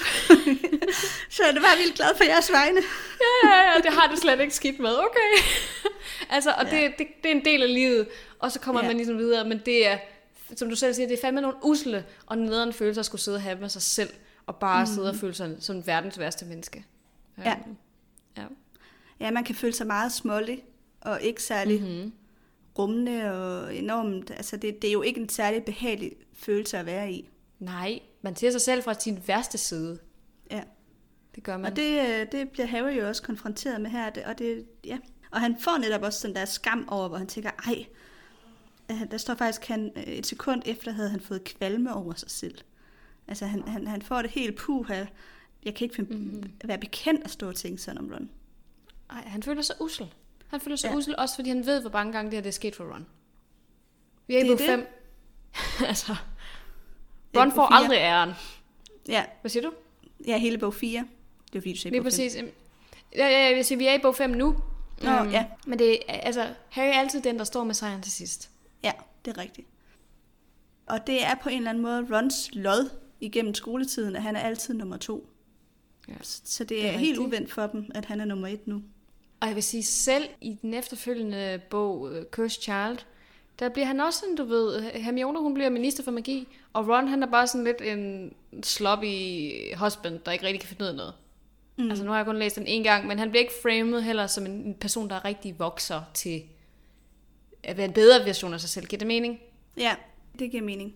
Så er det bare vildt glad for jeres vegne. ja, ja, ja, det har det slet ikke skidt med, okay. altså, og ja. det, det, det er en del af livet, og så kommer ja. man ligesom videre, men det er, som du selv siger, det er fandme nogle usle og nederen følelser at skulle sidde og have med sig selv, og bare mm. sidde og føle sig som verdens værste menneske. Ja. Ja. Ja, man kan føle sig meget smålig, og ikke særlig mm-hmm. rummende og enormt. Altså, det, det er jo ikke en særlig behagelig følelse at være i. Nej, man ser sig selv fra sin værste side. Ja. Det gør man. Og det, det bliver Harry jo også konfronteret med her, og det, ja. Og han får netop også sådan der skam over, hvor han tænker, ej, der står faktisk, han et sekund efter havde han fået kvalme over sig selv. Altså han, han, han får det helt puha. Jeg kan ikke finde, mm-hmm. være bekendt at stå og tænke sådan om Ron. Ej, han føler sig usel. Han føler sig ja. usel, også fordi han ved, hvor mange gange det her det er sket for Ron. Vi er i bog fem. altså, Ron får fire. Aldrig æren. Ja. Hvad siger du? Ja, hele bog fire. Det er fordi, du siger bog fem. Præcis. Ja, ja, jeg vil sige, vi er i bog fem nu. Nå, um, ja. Men det er, altså, Harry er altid den, der står med sejren til sidst. Ja, det er rigtigt. Og det er på en eller anden måde Rons lod igennem skoletiden, at han er altid nummer to. Ja, så det er, det er helt uvendt for dem, at han er nummer et nu. Og jeg vil sige, selv i den efterfølgende bog, Cursed Child, der bliver han også sådan, du ved, Hermione, hun bliver minister for magi, og Ron, han er bare sådan lidt en sloppy husband, der ikke rigtig kan finde ud af noget. Mm. Altså nu har jeg kun læst den en gang, men han bliver ikke framed heller som en person, der rigtig vokser til at være en bedre version af sig selv. Giver det mening? Ja, det giver mening.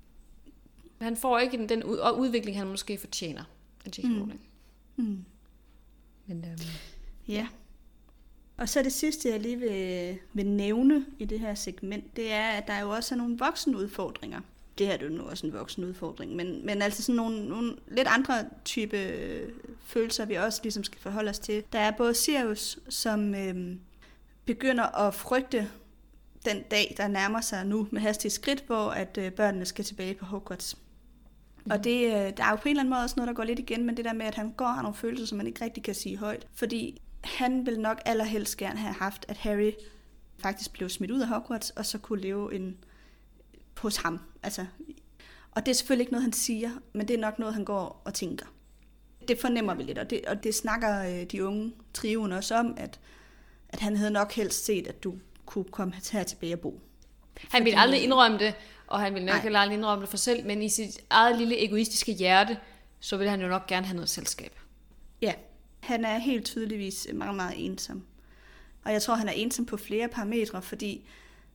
Han får ikke den, den udvikling, han måske fortjener af J K Rowling. Mm. Mm. Men, øhm, ja. Og så det sidste, jeg lige vil, vil nævne i det her segment, det er, at der jo også er nogle voksenudfordringer. Det her er jo nu også en voksenudfordring, men, men altså sådan nogle, nogle lidt andre type følelser, vi også ligesom skal forholde os til. Der er både Sirius, som øhm, begynder at frygte den dag, der nærmer sig nu med hastige skridt, hvor at øh, børnene skal tilbage på Hogwarts. Mm. Og det, øh, der er jo på en eller anden måde også noget, der går lidt igen, men det der med, at han går og har nogle følelser, som man ikke rigtig kan sige højt. Fordi han vil nok allerhelst gerne have haft, at Harry faktisk blev smidt ud af Hogwarts, og så kunne leve en, hos ham. Altså, og det er selvfølgelig ikke noget, han siger, men det er nok noget, han går og tænker. Det fornemmer vi lidt, og det, og det snakker øh, de unge trioen også om, at, at han havde nok helst set, at du kunne komme her tilbage og bo. Han ville aldrig indrømme det, og han ville nok heller aldrig indrømme det for selv, men i sit eget lille egoistiske hjerte, så ville han jo nok gerne have noget selskab. Ja, han er helt tydeligvis meget, meget ensom. Og jeg tror, han er ensom på flere parametre, fordi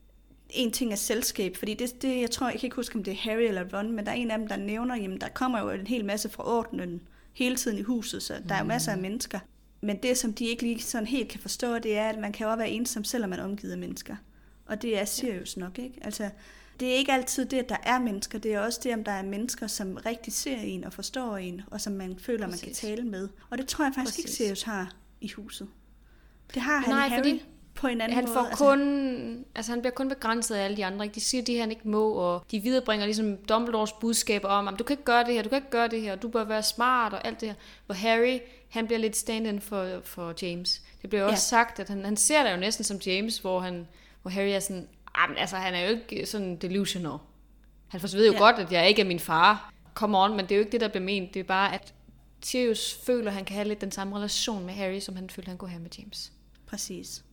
en ting er selskab, fordi det, det jeg tror, jeg kan ikke huske, om det er Harry eller Ron, men der er en af dem, der nævner, jamen der kommer jo en hel masse fra ordenen hele tiden i huset, så der er jo masser af mennesker. Men det, som de ikke lige sådan helt kan forstå, det er, at man kan også være ensom, selvom man er omgivet af mennesker. Og det er Sirius nok, ikke? Altså, det er ikke altid det, at der er mennesker, det er også det, om der er mennesker, som rigtig ser en og forstår en, og som man føler, Præcis. man kan tale med. Og det tror jeg faktisk Præcis. ikke, Sirius har i huset. Det har han Nej, i Harry fordi på en anden han måde. Får kun, altså han bliver kun begrænset af alle de andre. Ikke? De siger, de han ikke må, og de viderebringer ligesom Dumbledores budskaber om, at du kan ikke gøre det her, du kan ikke gøre det her, du bør være smart og alt det her. Hvor Harry, han bliver lidt stand-in for, for James. Det bliver også ja. sagt, at han, han ser det jo næsten som James, hvor, han, hvor Harry er sådan, altså han er jo ikke sådan delusional. Han ved jo ja. godt, at jeg ikke er min far. Come on, men det er jo ikke det, der bliver ment. Det er bare, at Sirius føler, at han kan have lidt den samme relation med Harry, som han føler, han kunne have med James. Præcis.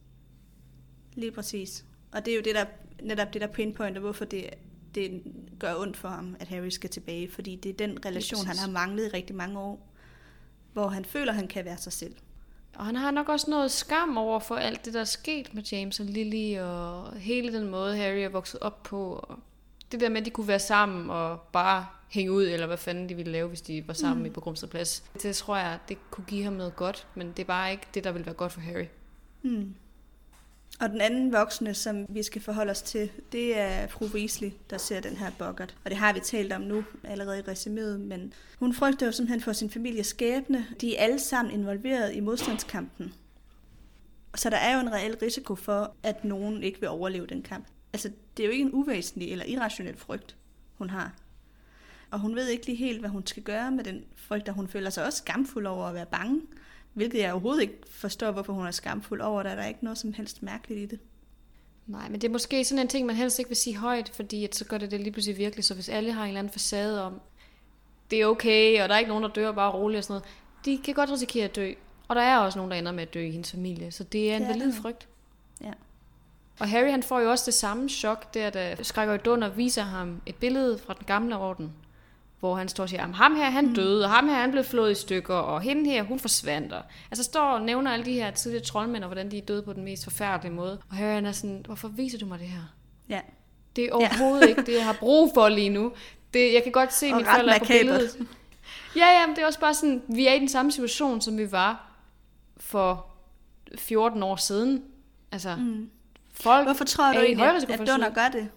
Lige præcis. Og det er jo det der, netop det der pinpointer, hvorfor det, det gør ondt for ham, at Harry skal tilbage. Fordi det er den relation, han har manglet i rigtig mange år, hvor han føler, han kan være sig selv. Og han har nok også noget skam over for alt det, der er sket med James og Lily, og hele den måde, Harry er vokset op på. Og det der med, at de kunne være sammen og bare hænge ud, eller hvad fanden de ville lave, hvis de var sammen mm. på Grumsted Plads. Det tror jeg, det kunne give ham noget godt, men det er bare ikke det, der vil være godt for Harry. Mm. Og den anden voksne, som vi skal forholde os til, det er fru Weasley, der ser den her Boggart. Og det har vi talt om nu, allerede i resuméet, men hun frygter jo simpelthen for sin families skæbne. De er alle sammen involveret i modstandskampen. Så der er jo en reel risiko for, at nogen ikke vil overleve den kamp. Altså, det er jo ikke en uvæsentlig eller irrationel frygt, hun har. Og hun ved ikke lige helt, hvad hun skal gøre med den frygt, og hun føler sig også skamfuld over at være bange. Hvilket jeg overhovedet ikke forstår, hvorfor hun er skamfuld over, der er der ikke noget som helst mærkeligt i det. Nej, men det er måske sådan en ting, man helst ikke vil sige højt, fordi at så gør det det lige pludselig virkelig. Så hvis alle har en eller anden facade om, det er okay, og der er ikke nogen, der dør bare roligt og sådan noget, de kan godt risikere at dø. Og der er også nogen, der ender med at dø i hendes familie, så det er en valid frygt. Ja. Og Harry, han får jo også det samme chok, der da Skrækker i Dunder viser ham et billede fra den gamle orden, hvor han står og siger, at ham her, han døde, og ham her, han blev flået i stykker, og hende her, hun forsvandt. Altså står og nævner alle de her tidligere troldmænd, og hvordan de er døde på den mest forfærdelige måde. Og Harry er sådan, hvorfor viser du mig det her? Ja. Det er overhovedet ja. ikke det, jeg har brug for lige nu. Det, jeg kan godt se, at mine forældre er på billedet. Ja, ja, men det er også bare sådan, vi er i den samme situation, som vi var for fjorten år siden. Altså, mm. folk hvorfor tror du egentlig, at, at Dunder gør det?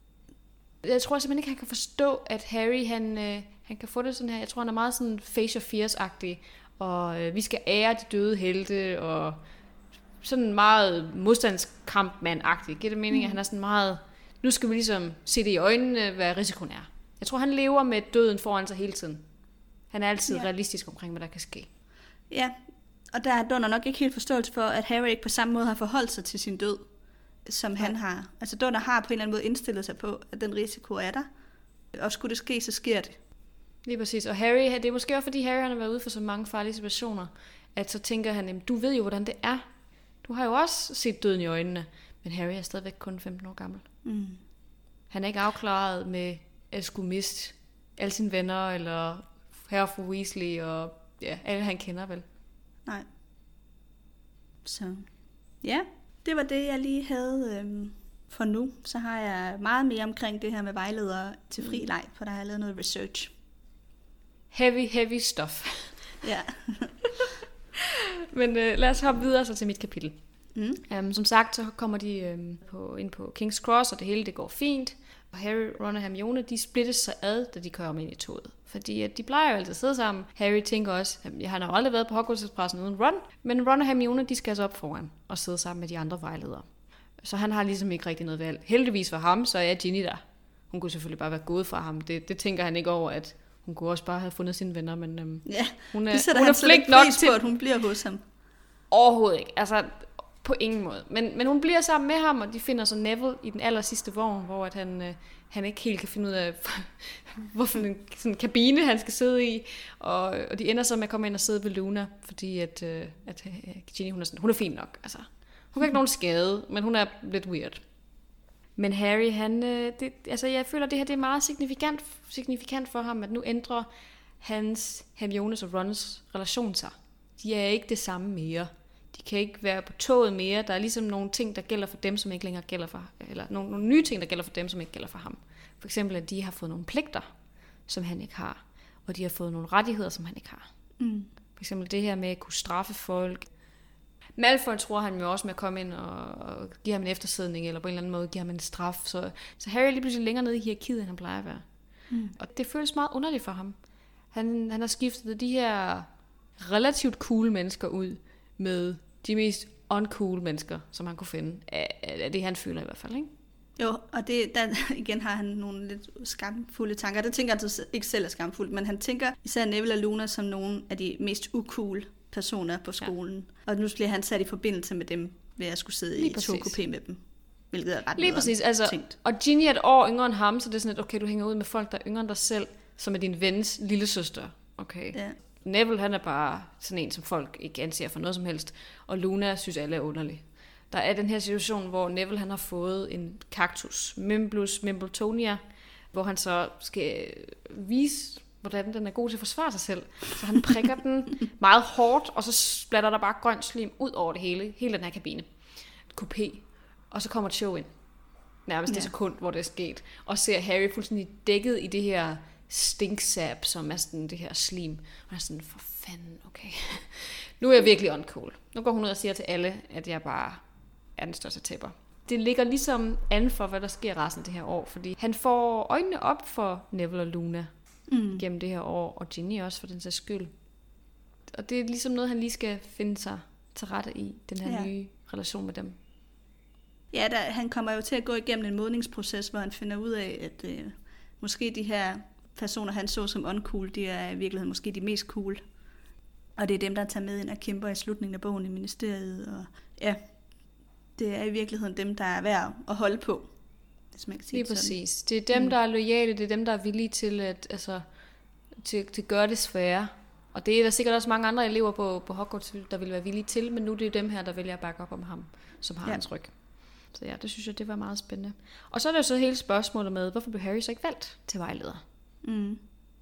Jeg tror simpelthen ikke, han kan forstå, at Harry, han, øh, han kan få det sådan her. Jeg tror, han er meget sådan Face of Fears-agtig. Og øh, vi skal ære de døde helte, og sådan meget modstandskampmand-agtig. Giver det mening, mm. at han er sådan meget, nu skal vi ligesom se det i øjnene, hvad risikoen er. Jeg tror, han lever med døden foran sig hele tiden. Han er altid ja. realistisk omkring, hvad der kan ske. Ja, og der er Dunder nok ikke helt forståelse for, at Harry ikke på samme måde har forholdt sig til sin død, som ja. han har. Altså Dunder har på en eller anden måde indstillet sig på, at den risiko er der. Og skulle det ske, så sker det. Lige præcis. Og Harry, det er måske også fordi Harry han har været ude for så mange farlige situationer, at så tænker han, jamen, du ved jo, hvordan det er. Du har jo også set døden i øjnene. Men Harry er stadigvæk kun femten år gammel. Mm. Han er ikke afklaret med at skulle miste alle sine venner, eller herre fru Weasley, og ja, alle han kender vel. Nej. Så, ja. Det var det, jeg lige havde øhm, for nu. Så har jeg meget mere omkring det her med vejledere til fri leg, for der har jeg lavet noget research. Heavy, heavy stuff. Ja. Men øh, lad os hoppe videre så til mit kapitel. Mm. Um, som sagt, så kommer de um, på, ind på King's Cross, og det hele det går fint. Harry, Ron og Hermione, de splittes sig ad, da de kommer ind i toget. Fordi at de plejer jo altid at sidde sammen. Harry tænker også, at han har aldrig været på Hogwarts-Expressen uden Ron. Men Ron og Hermione, de skal så op foran og sidde sammen med de andre vejledere. Så han har ligesom ikke rigtig noget valg. Heldigvis for ham, så er Ginny der. Hun kunne selvfølgelig bare være gået fra ham. Det, det tænker han ikke over, at hun kunne også bare have fundet sine venner. Men øhm, ja, hun er, det sætter hun han er flink nok til, at hun bliver hos ham. Overhovedet ikke. Altså, på ingen måde. Men, men hun bliver sammen med ham, og de finder så Neville i den aller sidste vogn, hvor at han, øh, han ikke helt kan finde ud af, hvorfor en sådan kabine han skal sidde i. Og, og de ender så med at komme ind og sidde ved Luna, fordi at, øh, at Ginny, hun er, sådan, hun er fin nok. Altså, hun har ikke nogen skade, men hun er lidt weird. Men Harry, han, øh, det, altså jeg føler, at det her det er meget signifikant, signifikant for ham, at nu ændrer hans, Hermiones og Rons relation sig. De er ikke det samme mere. De kan ikke være på toget mere. Der er ligesom nogle ting, der gælder for dem, som ikke længere gælder for, eller nogle, nogle nye ting, der gælder for dem, som ikke gælder for ham. For eksempel, at de har fået nogle pligter, som han ikke har, og de har fået nogle rettigheder, som han ikke har. Mm. For eksempel det her med at kunne straffe folk. Malfoy tror han jo også med at komme ind og, og give ham en eftersidning, eller på en eller anden måde give ham en straf. Så, så Harry er lige pludselig længere nede i hierarkiet, end han plejer at være. Mm. Og det føles meget underligt for ham. Han, han har skiftet de her relativt cool mennesker ud med de mest uncool mennesker, som han kunne finde. Er det, han føler i hvert fald, ikke? Jo, og det, der, igen har han nogle lidt skamfulde tanker. Det tænker han ikke selv er skamfuldt, men han tænker især Neville og Luna som nogle af de mest ucool personer på skolen. Ja. Og nu bliver han sat i forbindelse med dem, ved at skulle sidde lige i togkupé med dem. Hvilket er ret lige præcis, altså, tænkt. Og Ginny er et år yngre end ham, så det er sådan, at okay, du hænger ud med folk, der er yngre end dig selv, som er din vens lille søster. Okay. Ja. Neville, han er bare sådan en, som folk ikke anser for noget som helst. Og Luna synes alle er underlig. Der er den her situation, hvor Neville han har fået en kaktus, Mimblus Mimbletonia, hvor han så skal vise, hvordan den er god til at forsvare sig selv. Så han prikker den meget hårdt, og så splatter der bare grønt slim ud over det hele, hele den her kabine. Kupé. Og så kommer Cho ind. Nærmest ja. Det sekund, hvor det er sket. Og ser Harry fuldstændig dækket i det her stinksap, som er sådan det her slim. Og han er sådan, for fanden, okay. Nu er jeg virkelig uncool. Nu går hun ud og siger til alle, at jeg bare er den største tæpper. Det ligger ligesom an for, hvad der sker resten af det her år, fordi han får øjnene op for Neville og Luna mm. gennem det her år, og Ginny også for den sags skyld. Og det er ligesom noget, han lige skal finde sig til rette i, den her ja. nye relation med dem. Ja, der, han kommer jo til at gå igennem en modningsproces, hvor han finder ud af, at øh, måske de her personer, han så som uncool, de er i virkeligheden måske de mest cool. Og det er dem, der tager med ind og kæmper i slutningen af bogen i ministeriet. Og ja, det er i virkeligheden dem, der er værd at holde på, hvis man kan sige det sådan. Præcis. Det er dem, mm. der er loyale, det er dem, der er villige til at, altså, til, til at gøre det svære. Og det er der sikkert også mange andre elever på, på Hogwarts, der vil være villige til, men nu er det dem her, der vælger at bakke op om ham, som har ja. hans ryg. Så ja, det synes jeg, det var meget spændende. Og så er der jo så hele spørgsmålet med, hvorfor blev Harry så ikke valgt til vejleder? Mm.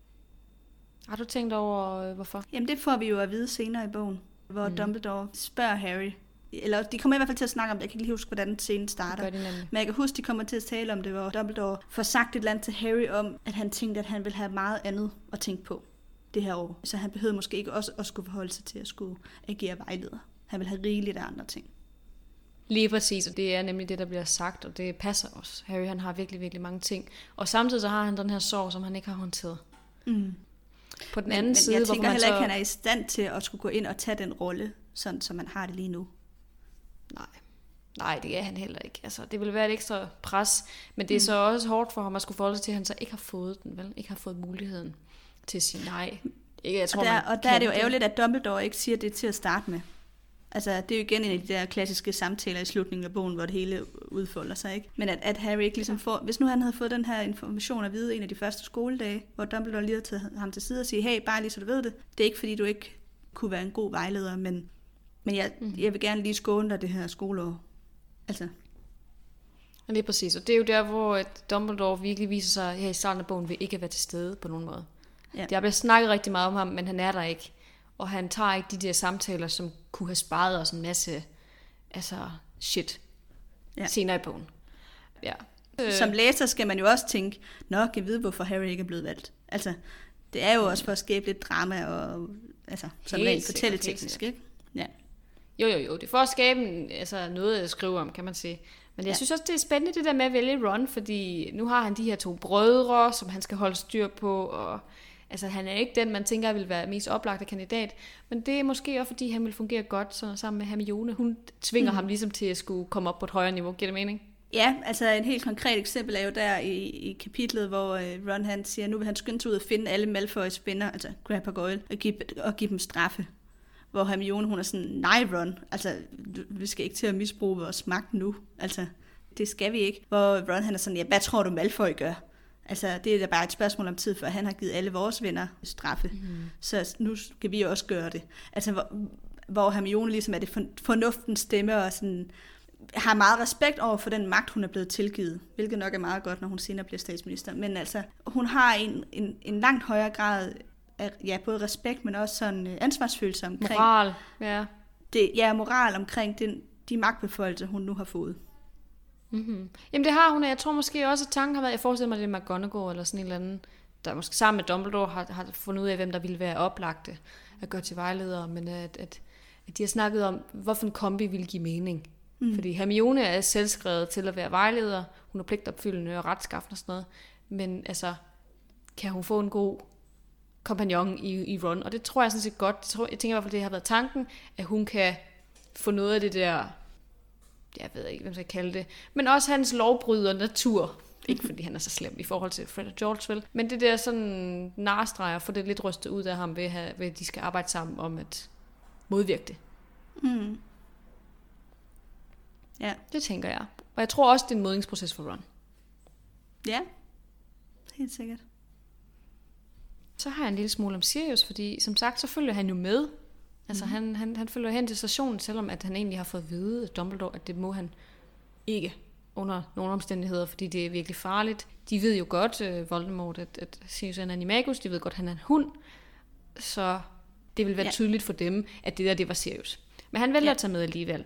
Har du tænkt over, hvorfor? Jamen det får vi jo at vide senere i bogen, hvor mm. Dumbledore spørger Harry. Eller de kommer i hvert fald til at snakke om det. Jeg kan ikke lige huske, hvordan scenen starter. Men jeg kan huske, de kommer til at tale om det, hvor Dumbledore får sagt et eller andet til Harry om, at han tænkte, at han ville have meget andet at tænke på det her år. Så han behøvede måske ikke også at skulle forholde sig til at skulle agere vejleder. Han ville have rigeligt af andre ting. Lige præcis, og det er nemlig det, der bliver sagt, og det passer også. Harry, han har virkelig, virkelig mange ting. Og samtidig så har han den her sorg, som han ikke har håndteret. Mm. På den anden men, side, men jeg tænker heller så... ikke, han er i stand til at skulle gå ind og tage den rolle, sådan som man har det lige nu. Nej, Nej det er han heller ikke. Altså, det vil være et ekstra pres, men det er mm. så også hårdt for ham at skulle forholde sig til, at han så ikke har fået den, vel? Ikke har fået muligheden til at sige nej. Ikke, jeg tror, og der, og der er det jo ærgerligt, at Dumbledore ikke siger det til at starte med. Altså, det er jo igen en af de der klassiske samtaler i slutningen af bogen, hvor det hele udfolder sig, ikke? Men at, at Harry ikke ligesom får... Hvis nu han havde fået den her information at vide en af de første skoledage, hvor Dumbledore lige havde taget ham til side og sige, hey, bare lige så du ved det. Det er ikke, fordi du ikke kunne være en god vejleder, men, men jeg, mm. jeg vil gerne lige skåne dig det her skoleår. Altså... Ja, det er præcis. Og det er jo der, hvor Dumbledore virkelig viser sig her i starten af bogen, vil ikke være til stede på nogen måde. Ja. Der bliver snakket rigtig meget om ham, men han er der ikke. Og han tager ikke de der samtaler, som kunne have sparet os en masse altså shit ja. senere i bogen. Ja. Som læser skal man jo også tænke, nå, kan vide, hvorfor Harry ikke er blevet valgt. Altså, det er jo også for at skabe lidt drama og altså, sådan rent fortælleteknisk, ikke? Ja. Jo, jo, jo. Det er for at skabe en, altså, noget at skrive om, kan man sige. Men jeg ja. synes også, det er spændende det der med at vælge Ron, fordi nu har han de her to brødre, som han skal holde styr på, og altså, han er ikke den, man tænker vil være mest oplagte kandidat, men det er måske også, fordi han vil fungere godt så, sammen med Hermione. Hun tvinger mm. ham ligesom til at skulle komme op på et højere niveau. Giver det mening? Ja, altså et helt konkret eksempel er jo der i, i kapitlet, hvor uh, Ron han siger, nu vil han skynde sig ud og finde alle Malfoys venner, altså Crabbe og Goyle, og give, og give dem straffe. Hvor Hermione, hun er sådan, nej Ron, altså vi skal ikke til at misbruge vores magt nu, altså det skal vi ikke. Hvor Ron han er sådan, ja, hvad tror du Malfoy gør? Altså, det er da bare et spørgsmål om tid, for han har givet alle vores venner straffe. Mm. Så nu skal vi også gøre det. Altså, hvor, hvor Hermione ligesom er det fornuftens stemme, og sådan, har meget respekt over for den magt, hun er blevet tilgivet. Hvilket nok er meget godt, når hun senere bliver statsminister. Men altså, hun har en, en, en langt højere grad af ja, både respekt, men også sådan ansvarsfølelse omkring... Moral, ja. Det, ja, moral omkring den, de magtbeføjelser, hun nu har fået. Mm-hmm. Jamen det har hun, og jeg tror måske også, at tanken har været, jeg forestiller mig, at det er McGonagall eller sådan en eller anden, der måske sammen med Dumbledore har, har fundet ud af, hvem der ville være oplagte at gøre til vejledere, men at, at, at de har snakket om, hvorfor en kombi ville give mening. Mm. Fordi Hermione er selvskrevet til at være vejleder, hun er pligtopfyldende og retskaffen og sådan noget, men altså, kan hun få en god kompagnon i, i Ron, og det tror jeg sådan set godt, jeg, tror, jeg tænker i hvert fald, det har været tanken, at hun kan få noget af det der, jeg ved ikke, hvem skal kalde det, men også hans lovbryder natur. Ikke fordi han er så slem i forhold til Fred og George, vel? Men det der sådan narstreger, for det lidt rystet ud af ham ved, at, ved, at de skal arbejde sammen om at modvirke det. Mm. Ja. Det tænker jeg. Og jeg tror også, det er en modningsproces for Ron. Ja, helt sikkert. Så har jeg en lille smule om Sirius, fordi som sagt, så følger han jo med. Altså, mm. han, han, han følger hen til stationen, selvom at han egentlig har fået at vide af Dumbledore, at det må han ikke under nogle omstændigheder, fordi det er virkelig farligt. De ved jo godt, uh, Voldemort, at, at Sirius er en animagus, de ved godt, at han er en hund, så det vil være ja. tydeligt for dem, at det der, det var Sirius. Men han vælger ja. at tage med alligevel.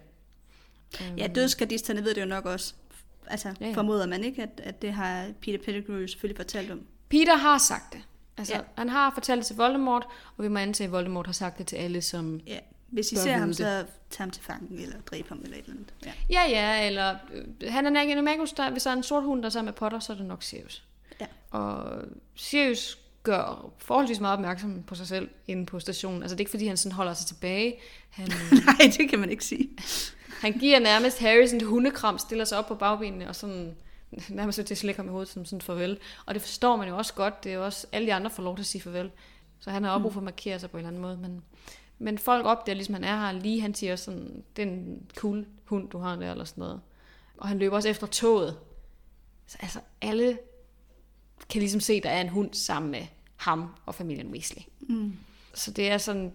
Ja, dødsgardisterne ved det jo nok også. Altså, ja, ja. formoder man ikke, at, at det har Peter Pettigrew selvfølgelig fortalt om. Peter har sagt det. Altså, ja. han har fortalt det til Voldemort, og vi må antage, at Voldemort har sagt det til alle, som ja. Hvis I ser ham, det. så tager ham til fangen, eller dræb ham, eller et eller andet. Ja, ja, ja eller øh, han er en animagus, der, hvis der er en sort hund, der er sammen med Potter, så er det nok Sirius. Ja. Og Sirius gør forholdsvis meget opmærksom på sig selv inde på stationen. Altså, det er ikke, fordi han sådan holder sig tilbage. Han, Nej, det kan man ikke sige. Han giver nærmest Harry sådan et hundekram, stiller sig op på bagbenene, og sådan nærmest til at slikke ham i hovedet som sådan farvel. Og det forstår man jo også godt. Det er jo også, alle de andre får lov til at sige farvel. Så han har også brug for at markere sig på en eller anden måde. Men, men folk opdager, ligesom han er her lige, han siger sådan, det er en cool hund, du har der, eller sådan noget. Og han løber også efter toget. Så altså, alle kan ligesom se, der er en hund sammen med ham og familien Weasley. Mm. Så det er sådan,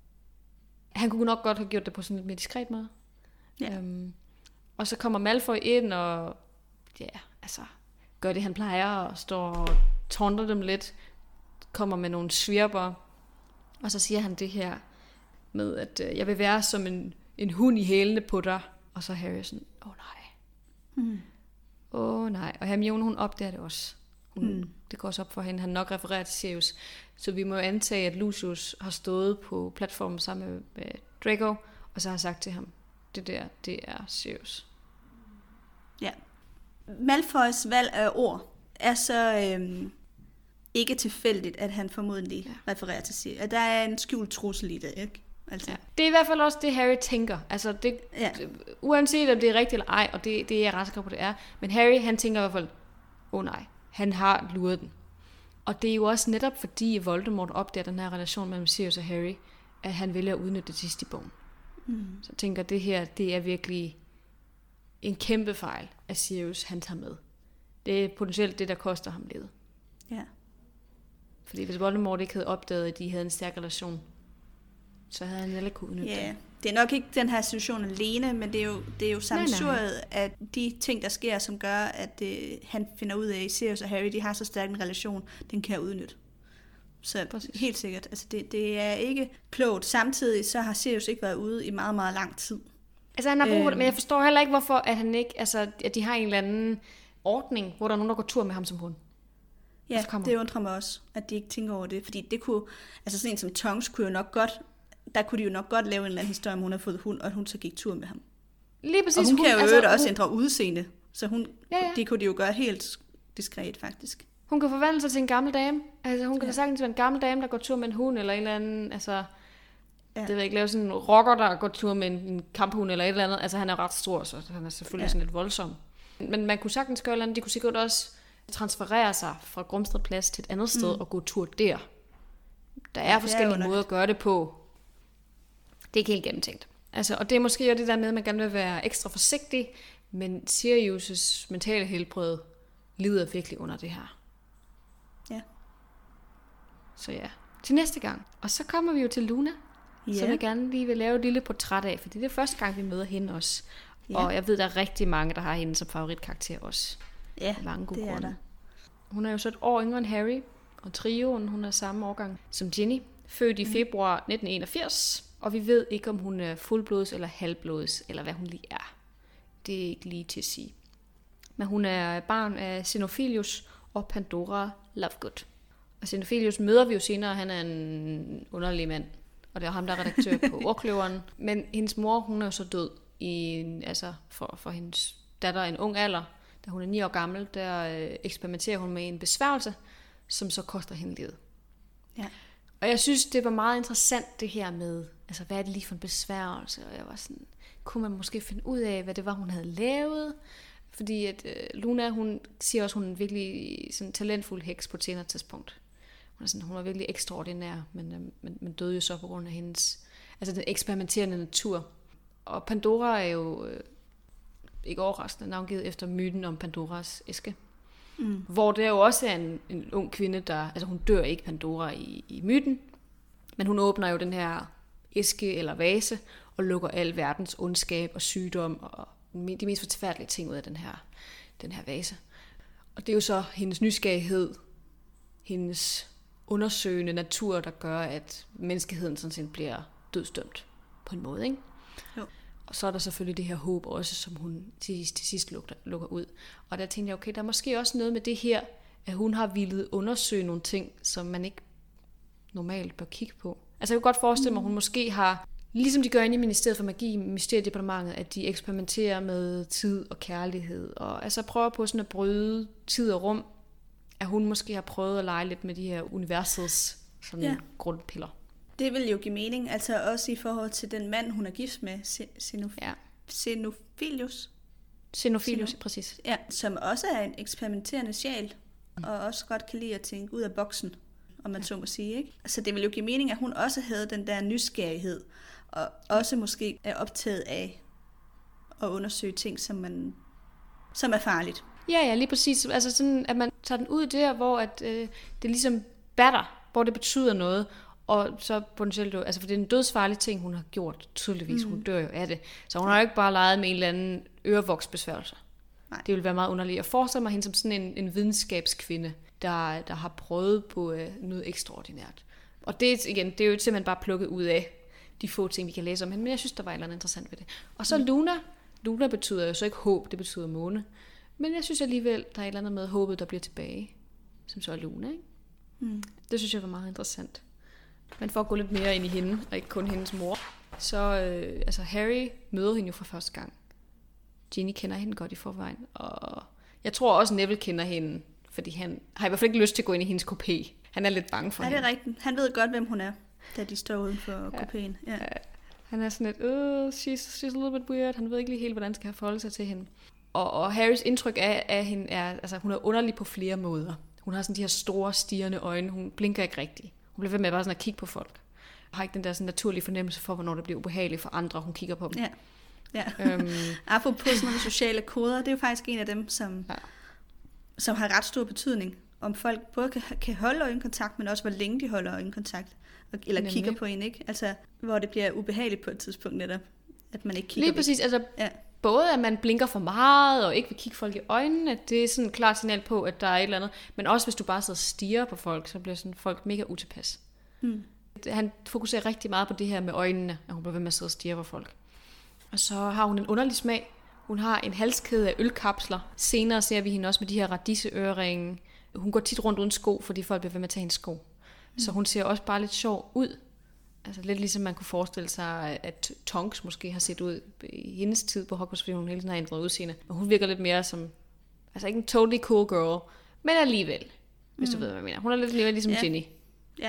han kunne nok godt have gjort det på sådan lidt mere diskret måde. Ja. Øhm, og så kommer Malfoy ind og ja, altså gør det han plejer og står og tårner dem lidt, kommer med nogle svirper, og så siger han det her med at øh, jeg vil være som en, en hund i hælene på dig, og så Harry sådan, åh oh, nej mm. åh oh, nej, og Hermione hun opdager det også. Hun, mm. det går også op for hende, han nok refererer til Sirius, så vi må jo antage at Lucius har stået på platformen sammen med, med Draco, og så har sagt til ham, det der, det er Sirius. Ja. Malfoys valg af ord er så øhm, ikke tilfældigt, at han formodentlig ja. refererer til Sirius. At der er en skjult trussel i det, ikke? Altså. Ja. Det er i hvert fald også det, Harry tænker. Altså, det, ja. det, uanset om det er rigtigt eller ej, og det, det er jeg ret sikker på, det er. Men Harry, han tænker i hvert fald, åh oh, nej, han har luret den. Og det er jo også netop fordi Voldemort opdager den her relation mellem Sirius og Harry, at han vælger at udnytte det sidste i bogen. Mm. Så jeg tænker, det her, det er virkelig en kæmpe fejl, at Sirius han tager med. Det er potentielt det, der koster ham livet. Ja. Fordi hvis Voldemort ikke havde opdaget, at de havde en stærk relation, så havde han heller kunne udnytte yeah. det. Det er nok ikke den her situation alene, men det er jo, det er jo samsuriet af de ting, der sker, som gør, at det, han finder ud af, at Sirius og Harry, de har så stærk en relation, den kan jeg udnytte. Så præcis. Helt sikkert. Altså det, det er ikke klogt. Samtidig så har Sirius ikke været ude i meget, meget lang tid. Altså han har brug for det, øhm. men jeg forstår heller ikke, hvorfor at han ikke, altså, at de har en eller anden ordning, hvor der er nogen, der går tur med ham som hund. Ja, det undrer mig også, at de ikke tænker over det. Fordi det kunne, altså sådan en som Tonks kunne jo nok godt, der kunne de jo nok godt lave en eller anden historie, om hun har fået hund, og at hun så gik tur med ham. Lige præcis. Og hun, hun kan jo altså, også hun, ændre udseende, så hun, ja, ja. det kunne de jo gøre helt diskret faktisk. Hun kan forvandle sig til en gammel dame. Altså hun kan Ja. da sagtens være en gammel dame, der går tur med en hund, eller en eller anden, altså, Ja. det ved jeg ikke, lave sådan en rocker, der går tur med en, en kamphund, eller et eller andet. Altså han er ret stor, så han er selvfølgelig ja. sådan lidt voldsom. Men man kunne sagtens gøre et eller andet. De kunne sikkert også transferere sig fra Grumstad Plads til et andet sted mm. og gå tur der. Der er ja, forskellige er måder at gøre det på. Det er ikke helt gennemtænkt. Altså, og det er måske jo det der med, at man gerne vil være ekstra forsigtig, men Sirius' mentale helbred lider virkelig under det her. Ja. Så ja, til næste gang. Og så kommer vi jo til Luna, ja. som jeg gerne lige vil lave et lille portræt af, fordi det er første gang, vi møder hende også. Ja. Og jeg ved, der er rigtig mange, der har hende som favoritkarakter også. Ja, mange gode det er grunde. der. Hun er jo så et år yngre end Harry, og trioen, hun er samme årgang som Ginny, født i februar nitten enogfirs, og vi ved ikke, om hun er fuldblods eller halvblods, eller hvad hun lige er. Det er ikke lige til at sige. Men hun er barn af Xenophilius og Pandora Lovegood. Og Xenophilius møder vi jo senere, han er en underlig mand, og det er ham, der er redaktør på Ordkløveren. Men hendes mor, hun er jo så død i en, altså for, for hendes datter en ung alder. Da hun er ni år gammel, der øh, eksperimenterer hun med en besværgelse, som så koster hende livet. Ja. Og jeg synes, det var meget interessant det her med, altså hvad er det lige for en besværgelse? Og jeg var sådan, kunne man måske finde ud af, hvad det var, hun havde lavet? Fordi at øh, Luna, hun siger også, hun er en virkelig sådan talentfuld heks på et senere tidspunkt. Hun, er sådan, hun var virkelig ekstraordinær, men, øh, men, men døde jo så på grund af hendes, altså den eksperimenterende natur. Og Pandora er jo øh, ikke overraskende navngivet efter myten om Pandoras æske. Mm. Hvor det jo også er en, en ung kvinde, der, altså hun dør ikke Pandora i, i myten, men hun åbner jo den her æske eller vase, og lukker al verdens ondskab og sygdom, og de mest forfærdelige ting ud af den her, den her vase. Og det er jo så hendes nysgerrighed, hendes undersøgende natur, der gør, at menneskeheden sådan set bliver dødsdømt på en måde, ikke? Jo. Og så er der selvfølgelig det her håb også, som hun til, til sidst lukker, lukker ud. Og der tænkte jeg, okay, der er måske også noget med det her, at hun har villet undersøge nogle ting, som man ikke normalt bør kigge på. Altså jeg kunne godt forestille mig, at hun måske har, ligesom de gør inde i Ministeriet for Magi, Ministeriedepartementet, at de eksperimenterer med tid og kærlighed, og altså prøver på sådan at bryde tid og rum, at hun måske har prøvet at lege lidt med de her universets sådan ja. grundpiller. Det vil jo give mening, altså også i forhold til den mand, hun er gift med, Xenof- ja. Xenophilius. Xenophilius, Xenof- præcis. Ja, som også er en eksperimenterende sjæl, mm. og også godt kan lide at tænke ud af boksen, om man ja. så må sige, ikke? Så det vil jo give mening, at hun også havde den der nysgerrighed, og også måske er optaget af at undersøge ting, som, man, som er farligt. Ja, ja, lige præcis. Altså sådan, at man tager den ud der, hvor at, øh, det ligesom batter, hvor det betyder noget, og så potentielt, altså for det er en dødsfarlig ting, hun har gjort, tydeligvis, mm. hun dør jo af det. Så hun har jo ikke bare leget med en eller anden ørevoksbesværgelse. Nej. Det vil være meget underligt at forestille mig hende som sådan en, en videnskabskvinde, der, der har prøvet på øh, noget ekstraordinært. Og det, igen, det er jo simpelthen bare plukket ud af de få ting, vi kan læse om hende, men jeg synes, der var et eller andet interessant ved det. Og så mm. Luna. Luna betyder jo så ikke håb, det betyder måne. Men jeg synes alligevel, der er et eller andet med håbet, der bliver tilbage, som så er Luna, ikke? Mm. Det synes jeg var meget interessant. Men for at gå lidt mere ind i hende, og ikke kun hendes mor, så øh, altså Harry møder hende jo for første gang. Ginny kender hende godt i forvejen, og jeg tror også Neville kender hende, fordi han har i hvert fald ikke lyst til at gå ind i hendes kupé. Han er lidt bange for hende. Ja, det er rigtigt. Han ved godt, hvem hun er, da de står uden for ja. kupéen. Ja. Ja. Han er sådan lidt, oh, she's, she's a little bit weird. Han ved ikke lige helt, hvordan han skal forholde sig til hende. Og, og Harrys indtryk af, af hende er, altså hun er underlig på flere måder. Hun har sådan de her store, stirrende øjne. Hun blinker ikke rigtigt. Hun bliver ved med bare sådan at kigge på folk. Hun har ikke den der sådan naturlige fornemmelse for, hvornår det bliver ubehageligt for andre, hun kigger på dem. Ja. Ja. Øhm. Apropos sådan nogle sociale koder, det er jo faktisk en af dem, som, ja. som har ret stor betydning. Om folk både kan, kan holde øjenkontakt, men også hvor længe de holder øjenkontakt. Eller Nemlig. kigger på en, ikke? Altså, hvor det bliver ubehageligt på et tidspunkt netop, at man ikke kigger. Lige præcis, altså ja. både at man blinker for meget, og ikke vil kigge folk i øjnene, at det er sådan et klart signal på, at der er et eller andet. Men også hvis du bare sidder og stiger på folk, så bliver sådan folk mega utilpas. Hmm. Han fokuserer rigtig meget på det her med øjnene, at hun bliver ved med at sidde og stirre på folk. Og så har hun en underlig smag. Hun har en halskæde af ølkapsler. Senere ser vi hende også med de her radisseøreringe. Hun går tit rundt uden sko, fordi folk bliver ved med at tage hendes sko. Mm. Så hun ser også bare lidt sjov ud. Altså lidt ligesom man kunne forestille sig, at Tonks måske har set ud i hendes tid på Hogwarts, fordi hun hele tiden har ændret udseende. Og hun virker lidt mere som, altså ikke en totally cool girl, men alligevel, hvis mm. du ved, hvad jeg mener. Hun er lidt mere ligesom ja. Ginny. Ja.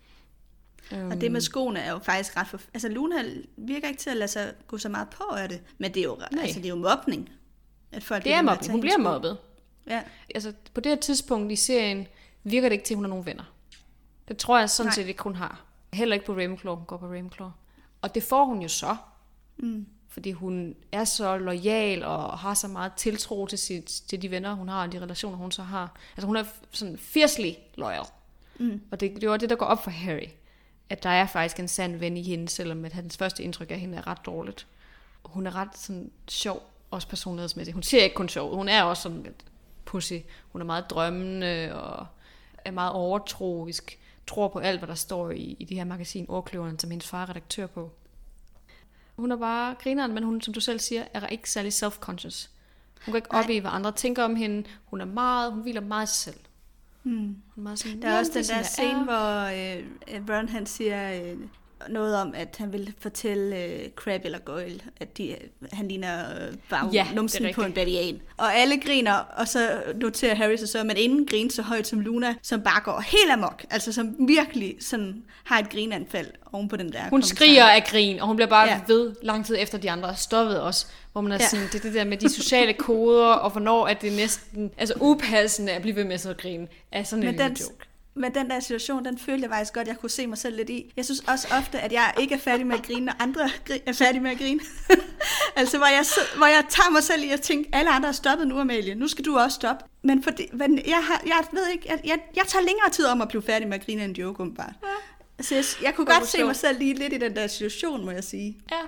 Um. Og det med skoene er jo faktisk ret for... Altså Luna virker ikke til at lade sig gå så meget på af det, men det er jo, altså, det er jo mobning. At folk det er mobning. Hun bliver sko. mobbet. Ja. Altså på det her tidspunkt i serien virker det ikke til, at hun har nogen venner. Det tror jeg sådan Nej. set ikke, hun har. Heller ikke på Ravenclaw. Hun går på Ravenclaw. Og det får hun jo så. Mm. Fordi hun er så loyal og har så meget tiltro til, sit, til de venner, hun har, og de relationer, hun så har. Altså hun er sådan fiercely loyal. Mm. Og det, det var det, der går op for Harry. At der er faktisk en sand ven i hende, selvom at hans første indtryk af hende er ret dårligt. Hun er ret sådan sjov, også personlighedsmæssigt. Hun ser ikke kun sjov, hun er også sådan lidt pussy. Hun er meget drømmende og er meget overtroisk. Tror på alt, hvad der står i, i det her magasin Ordkløveren, som hendes far er redaktør på. Hun er bare grineren, men hun, som du selv siger, er ikke særlig self-conscious. Hun går ikke op i, hvad andre tænker om hende. Hun er meget, hun hviler meget sig selv. Hmm. Hun er meget sådan, der er også den der scene, hvor øh, Ron han siger øh, noget om, at han vil fortælle øh, Crabbe eller Goyle, at de, han ligner øh, bare ja, numsen på en bavian. Og alle griner, og så noterer Harry sig så, men ingen griner så højt som Luna, som bare går helt amok, altså som virkelig sådan, har et grinanfald oven på den der. Hun skriger af grin, og hun bliver bare ja. ved lang tid efter de andre er stoppet også, hvor man er ja. sådan, det er det der med de sociale koder, og hvornår er det næsten altså upassende at blive ved med så at grine, er sådan en lille joke. Men den der situation, den følte jeg faktisk godt, jeg kunne se mig selv lidt i. Jeg synes også ofte, at jeg ikke er færdig med at grine, når andre er færdige med at grine. altså, hvor jeg, hvor jeg tager mig selv i at tænke, alle andre er stoppet nu, Amalie. Nu skal du også stoppe. Men, for det, men jeg, har, jeg ved ikke, jeg, jeg, jeg tager længere tid om at blive færdig med at grine end joke, umiddelbart. Ja. Altså, jeg, jeg kunne godt se mig selv lige lidt i den der situation, må jeg sige. Ja.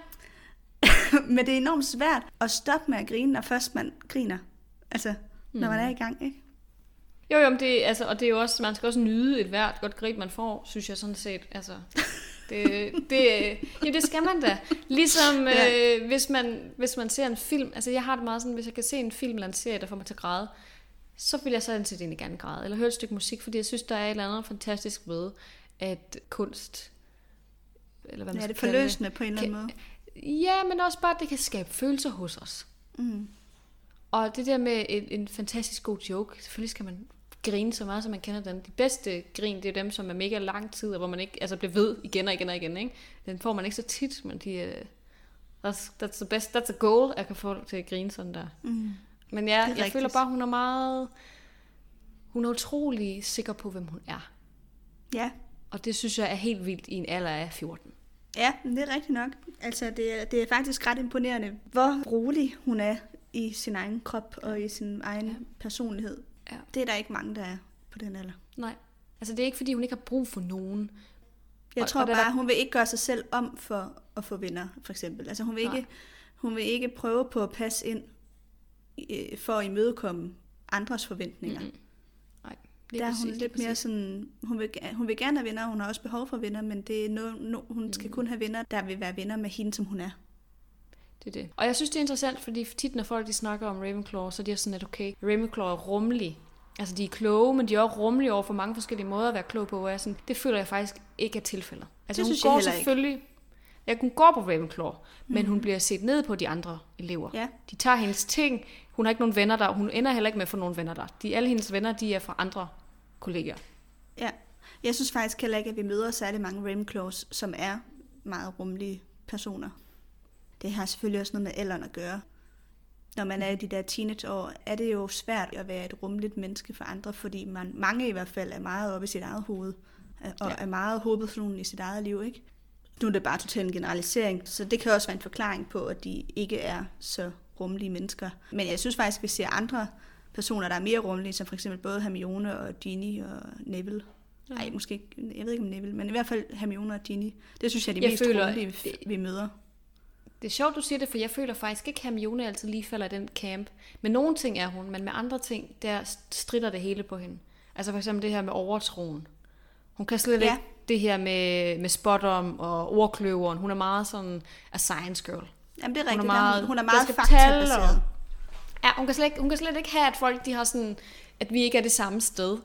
Men det er enormt svært at stoppe med at grine, når først man griner. Altså, når mm. man er i gang, ikke? Jo, jo, men det, altså, og det er jo også, man skal også nyde et hvert godt grib, man får, synes jeg sådan set. Altså, det, det, ja, det skal man da. Ligesom ja. øh, hvis, man, hvis man ser en film, altså jeg har det meget sådan, hvis jeg kan se en film eller en serie, der får mig til at græde, så vil jeg sådan set egentlig gerne græde, eller høre et stykke musik, fordi jeg synes, der er et eller andet fantastisk ved, at kunst, eller hvad man ja, skal det er forløsende på en eller anden måde. Ja, men også bare, at det kan skabe følelser hos os. Mm. Og det der med en, en fantastisk god joke, selvfølgelig skal man grine så meget, som man kender den. De bedste grin, det er dem, som er mega lang tid, og hvor man ikke altså bliver ved igen og igen og igen. Ikke? Den får man ikke så tit, men de, uh, that's, that's the best, that's a goal, jeg kan få til at grine sådan der. Mm. Men ja, jeg rigtigt. føler bare, hun er meget, hun er utrolig sikker på, hvem hun er. Ja. Og det synes jeg er helt vildt i en alder af fjorten. Ja, det er rigtigt nok. Altså, det er, det er faktisk ret imponerende, hvor rolig hun er i sin egen krop og i sin egen ja. personlighed. Ja. Det er der ikke mange, der er på den alder. Nej, altså det er ikke, fordi hun ikke har brug for nogen. Jeg og, tror og bare, der... hun vil ikke gøre sig selv om for at få venner, for eksempel. Altså hun vil, ikke, hun vil ikke prøve på at passe ind for at imødekomme andres forventninger. Mm-hmm. Nej, der er hun præcis, lidt mere sådan, hun vil, hun vil gerne have venner, hun har også behov for venner, men det er no, no, hun skal mm. kun have venner, der vil være venner med hende, som hun er. Det er det. Og jeg synes, det er interessant, fordi tit, når folk de snakker om Ravenclaw, så er de sådan, at okay, Ravenclaw er rummelig. Altså, de er kloge, men de er også rummelige over for mange forskellige måder at være klog på. Og jeg sådan, det føler jeg faktisk ikke er tilfældet. Altså, det hun synes går jeg selvfølgelig... Ikke. Jeg kunne gå på Ravenclaw, mm. men hun bliver set ned på de andre elever. Ja. De tager hendes ting. Hun har ikke nogen venner der. Hun ender heller ikke med at få nogen venner der. De, alle hendes venner, de er fra andre kolleger. Ja. Jeg synes faktisk heller ikke, at vi møder særlig mange Ravenclaws, som er meget rummelige personer. Det har selvfølgelig også noget med alderen at gøre. Når man er i de der teenageår, er det jo svært at være et rummeligt menneske for andre, fordi man, mange i hvert fald er meget oppe i sit eget hoved, og ja. er meget hovedpersonen i sit eget liv, ikke? Nu er det bare totalt en generalisering, så det kan også være en forklaring på, at de ikke er så rummelige mennesker. Men jeg synes faktisk, at vi ser andre personer, der er mere rummelige, som for eksempel både Hermione og Ginny og Neville. Nej, ja. måske ikke, jeg ved ikke om Neville, men i hvert fald Hermione og Ginny. Det synes jeg er de jeg mest føler, rummelige, vi, vi møder. Det er sjovt, du siger det, for jeg føler faktisk ikke, at Hermione altid lige falder i den camp. Med nogle ting er hun, men med andre ting, der stritter det hele på hende. Altså for eksempel det her med overtroen. Hun kan slet ja. ikke det her med, med spot-om og ordkløveren. Hun er meget sådan a science girl. Jamen det er rigtigt, hun er meget, hun er meget faktabaseret. Ja, hun kan, slet ikke, hun kan slet ikke have, at folk de har sådan, at vi ikke er det samme sted.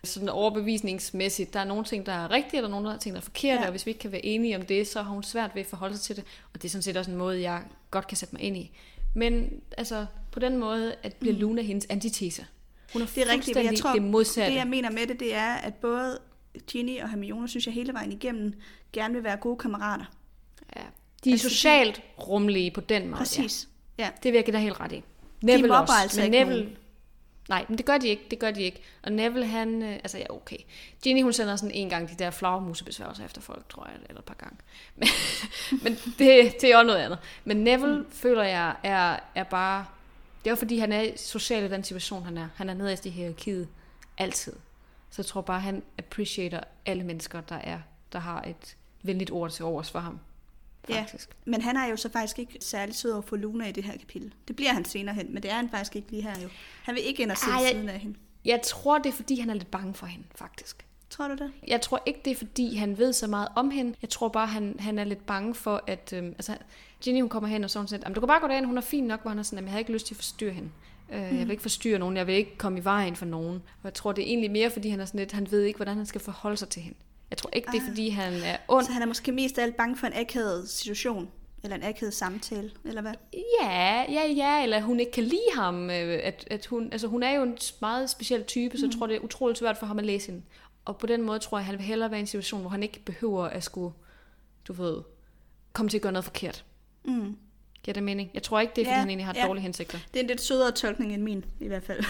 sådan overbevisningsmæssigt. Der er nogle ting, der er rigtige, og der er nogle ting, der er forkerte, ja. Og hvis vi ikke kan være enige om det, så har hun svært ved at forholde sig til det. Og det er sådan set også en måde, jeg godt kan sætte mig ind i. Men altså, på den måde, at bliver Luna hendes antitese. Hun er, det er rigtigt, men jeg tror, det modsatte. Det jeg mener med det, det er, at både Ginny og Hermione, synes jeg hele vejen igennem, gerne vil være gode kammerater. Ja. De er altså, socialt rummelige på den måde. Præcis. Ja. Det vil jeg give dig helt ret i. Neville de mobber også, altså men ikke Neville, nogen. Nej, men det gør de ikke, det gør de ikke. Og Neville, han, øh, altså ja, okay. Ginny, hun sender sådan en gang de der flagermusebesværgelser efter folk, tror jeg, eller et par gange. Men, men det, det er også noget andet. Men Neville, mm. føler jeg, er, er bare, det er jo fordi, han er social i den situation, han er. Han er nederst i hierarkiet altid. Så jeg tror bare, han appreciater alle mennesker, der er, der har et venligt ord til overs for ham. Faktisk. Ja, men han er jo så faktisk ikke særlig sød over for Luna i det her kapitel. Det bliver han senere hen, men det er han faktisk ikke lige her jo. Han vil ikke ind og sidde Ej, siden af hende. Jeg tror, det er fordi, han er lidt bange for hende, faktisk. Tror du det? Jeg tror ikke, det er fordi, han ved så meget om hende. Jeg tror bare, han, han er lidt bange for, at... Øhm, altså, Ginny, hun kommer hen og sådan set, du kan bare gå derind, hun er fin nok, hvor han er sådan, jeg har ikke lyst til at forstyrre hende. Øh, mm. Jeg vil ikke forstyrre nogen, jeg vil ikke komme i vejen for nogen. Og jeg tror, det er egentlig mere, fordi han er sådan lidt, han ved ikke, hvordan han skal forholde sig til hende. Jeg tror ikke, det er, fordi han er ond. Så han er måske mest af alt bange for en akavet situation? Eller en akavet samtale, eller hvad? Ja, ja, ja, eller hun ikke kan lide ham. At, at hun, altså hun er jo en meget speciel type, så jeg tror, det er utroligt svært for ham at læse hende. Og på den måde tror jeg, han vil hellere være i en situation, hvor han ikke behøver at skulle, du ved, komme til at gøre noget forkert. Mm. Giver det mening? Jeg tror ikke, det er, fordi ja, han egentlig har ja. dårlige hensigter. Det er en lidt sødere tolkning end min, i hvert fald.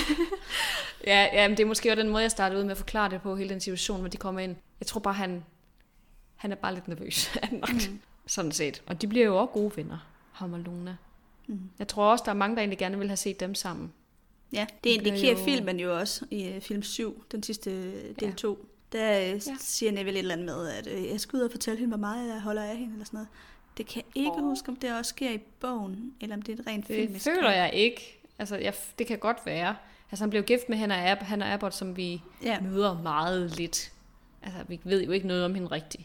ja, ja, men det er måske også den måde, jeg startede ud med at forklare det på, hele den situation, hvor de kommer ind. Jeg tror bare, han, han er bare lidt nervøs. mm. Sådan set. Og de bliver jo også gode venner, ham og Luna. Mm. Jeg tror også, der er mange, der egentlig gerne vil have set dem sammen. Ja, det indikerer jo... filmen jo også i uh, film syv, den sidste del to. Ja. Der uh, ja. siger Neville et eller andet med, at uh, jeg skal ud og fortælle hende, hvor meget jeg holder af hende, eller sådan noget. Det kan jeg ikke oh. huske, om det også sker i bogen, eller om det er et rent film. Det føler jeg ikke. Altså, jeg, det kan godt være. Altså, han blev gift med Hannah Ab- Hannah Abbott, som vi ja. møder meget lidt. Altså, vi ved jo ikke noget om hende rigtigt.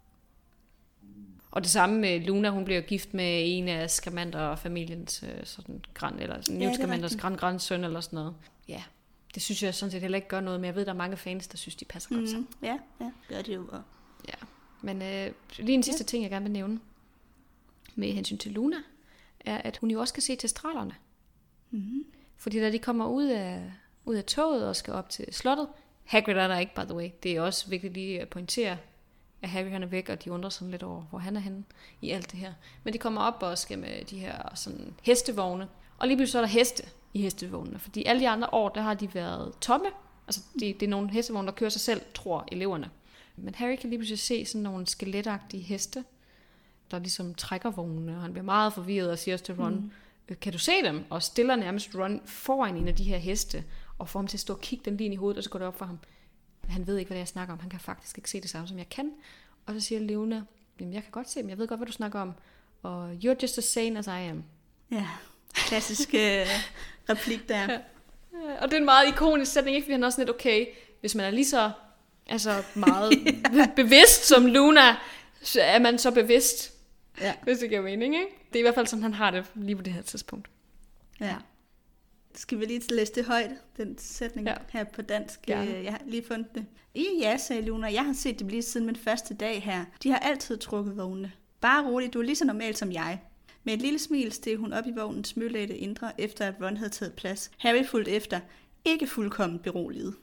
Og det samme med Luna, hun bliver gift med en af Scamander-familiens sådan grand, eller sådan, ja, Newt Scamanders grand-grandsøn eller sådan noget. Ja, det synes jeg sådan set heller ikke gør noget, men jeg ved, der er mange fans, der synes, de passer mm, godt sammen. Ja, ja, gør det jo. Ja, men øh, lige en sidste ja. ting, jeg gerne vil nævne med hensyn til Luna, er, at hun jo også skal se testralerne. Mm-hmm. Fordi da de kommer ud af, ud af toget og skal op til slottet, Hagrid er der ikke, by the way, det er også vigtigt lige at pointere, at Harry han er væk, og de undrer sådan lidt over, hvor han er henne i alt det her. Men de kommer op og skal med de her sådan hestevogne, og lige pludselig så er der heste i hestevognene, fordi alle de andre år, der har de været tomme. Altså det, det er nogle hestevogne, der kører sig selv, tror eleverne. Men Harry kan lige pludselig se sådan nogle skeletagtige heste, der ligesom trækker vognene, og han bliver meget forvirret og siger også til Ron, mm. kan du se dem? Og stiller nærmest Ron foran en af de her heste, og får ham til at stå og kigge den lige ind i hovedet, og så går det op for ham. Han ved ikke, hvad det er, jeg snakker om. Han kan faktisk ikke se det samme, som jeg kan. Og så siger Luna, jamen jeg kan godt se dem, jeg ved godt, hvad du snakker om. Og you're just as sane as I am. Ja, klassisk øh, replik der. Ja. Og det er en meget ikonisk sætning, ikke? Fordi han er også lidt, okay, hvis man er lige så altså meget ja. bevidst som Luna, så er man så bevidst. Ja. Hvis det giver mening, ikke? Det er i hvert fald sådan, han har det lige på det her tidspunkt. Ja. Skal vi lige læse det højt, den sætning ja. her på dansk? Ja. Jeg har lige fundet det. I ja, sagde Luna, jeg har set dem lige siden min første dag her. De har altid trukket vogne. Bare roligt, du er lige så normal som jeg. Med et lille smil steg hun op i vognens smølagte indre, efter at Ron havde taget plads. Harry fulgte efter. Ikke fuldkommen beroliget.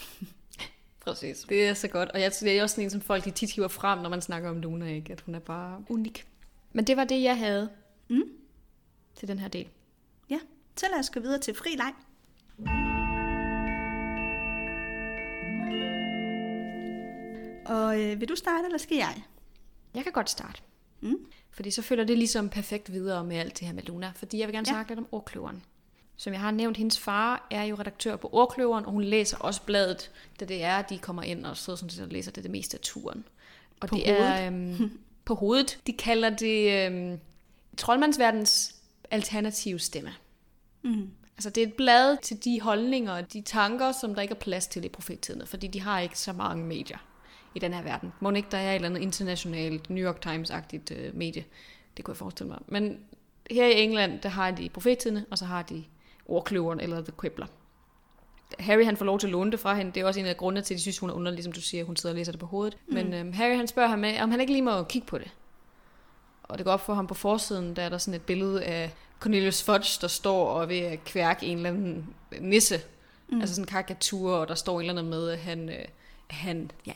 Præcis. Det er så godt. Og jeg synes, det er også sådan en, som folk de tit hiver frem, når man snakker om Luna, ikke? At hun er bare unik. Men det var det, jeg havde mm. til den her del. Ja, så lad os gå videre til fri leg. Og øh, vil du starte, eller skal jeg? Jeg kan godt starte. Mm. Fordi så følger det ligesom perfekt videre med alt det her med Luna. Fordi jeg vil gerne ja. snakke lidt om Ordkløveren. Som jeg har nævnt, hendes far er jo redaktør på Ordkløveren, og hun læser også bladet, da det er, de kommer ind og sidder sådan set og læser det, det meste af turen. Og på det hovedet? er øhm, på hovedet. De kalder det øhm, troldmandsverdens alternative stemme. Mm. Altså det er et blad til de holdninger og de tanker, som der ikke er plads til i profettiderne, fordi de har ikke så mange medier i den her verden. Må ikke der er et eller andet internationalt New York Times-agtigt øh, medie. Det kunne jeg forestille mig. Men her i England, der har de profettiderne, og så har de Ordkløveren eller The Quibbler. Harry han får lov til at låne det fra hende. Det er også en af grundene til, at de synes, hun er underlig, som du siger, hun sidder og læser det på hovedet. Mm. Men øhm, Harry han spørger ham, med, om han ikke lige må kigge på det. Og det går op for ham på forsiden, der er der sådan et billede af Cornelius Fudge, der står og er ved at kværke en eller anden nisse. Mm. Altså sådan en karikatur, og der står et eller andet med, at han, øh, han ja,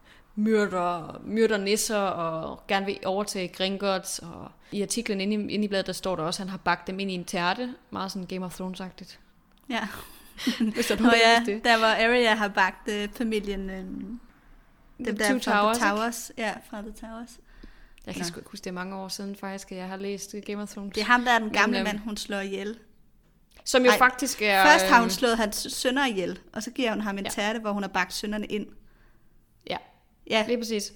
myrder, myrder nisser og gerne vil overtage Gringotts. Og i artiklen inde i, inde i bladet, der står der også, at han har bagt dem ind i en tærte. Meget sådan Game of Thrones-agtigt. Ja. Hvis der, Nå ja, det. Der hvor Arya har bagt uh, familien uh, dem The der Two fra Towers, The Towers. Ja, fra The Towers. Jeg kan sgu ikke huske, det er mange år siden faktisk, at jeg har læst Game of Thrones. Det er ham, der er den gamle Men, mand, hun slår ihjel. Som jo Ej, faktisk er... Først har hun slået hans sønner ihjel, og så giver hun ham en ja. tærte, hvor hun har bagt sønnerne ind. Ja, ja. Lige præcis.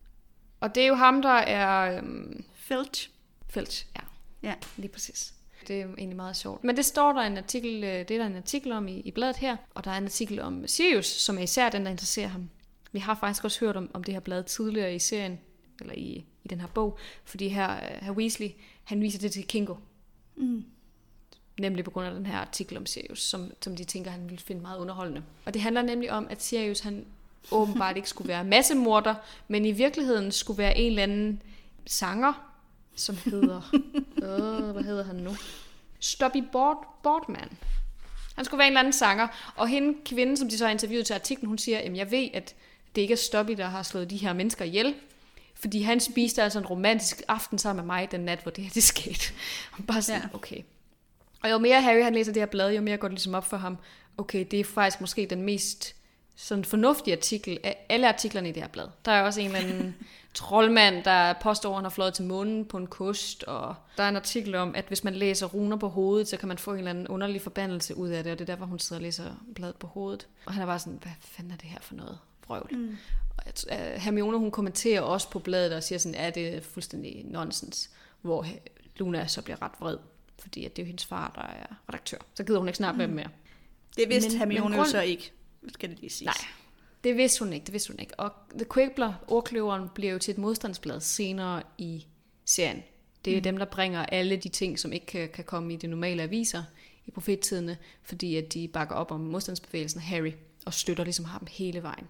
Og det er jo ham, der er... Øhm, Filch. Filch, ja. Ja. Lige præcis. Det er egentlig meget sjovt. Men det står der en artikel, det er der en artikel om i, i bladet her, og der er en artikel om Sirius, som er især den, der interesserer ham. Vi har faktisk også hørt om, om det her blad tidligere i serien, eller i, i den her bog, fordi her, her Weasley, han viser det til Kingo. Mm. Nemlig på grund af den her artikel om Sirius, som, som de tænker, han ville finde meget underholdende. Og det handler nemlig om, at Sirius, han åbenbart ikke skulle være massemorder, men i virkeligheden skulle være en eller anden sanger, som hedder... øh, hvad hedder han nu? Stubby Board, Boardman. Han skulle være en eller anden sanger. Og hende kvinde, som de så har interviewet til artiklen, hun siger, at jeg ved, at det ikke er Stubby, der har slået de her mennesker ihjel. Fordi han spiste altså en romantisk aften sammen med mig den nat, hvor det her det skete. Og bare sådan, ja. Okay. Og jo mere Harry han læser det her blad, jo mere går det ligesom op for ham. Okay, det er faktisk måske den mest sådan fornuftige artikel af alle artiklerne i det her blad. Der er også en eller anden troldmand, der påstår, at han har fløjet til månen på en kost, og der er en artikel om, at hvis man læser runer på hovedet, så kan man få en eller anden underlig forbandelse ud af det, og det er derfor, hun sidder og læser bladet på hovedet. Og han er bare sådan, hvad fanden er det her for noget vrøvl? Mm. Og Hermione, hun kommenterer også på bladet og siger sådan, at det er fuldstændig nonsens, hvor Luna så bliver ret vred, fordi at det er jo hendes far, der er redaktør. Så gider hun ikke snakke mm. med dem mere. Det vidste men, Hermione men grund... så ikke, skal det lige siges. Nej. Det vidste hun ikke, det vidste hun ikke. Og The Quibbler, ordkløveren, bliver jo til et modstandsblad senere i serien. Det er mm. dem, der bringer alle de ting, som ikke kan, kan komme i de normale aviser i profettidene, fordi at de bakker op om modstandsbevægelsen af Harry, og støtter ligesom ham hele vejen.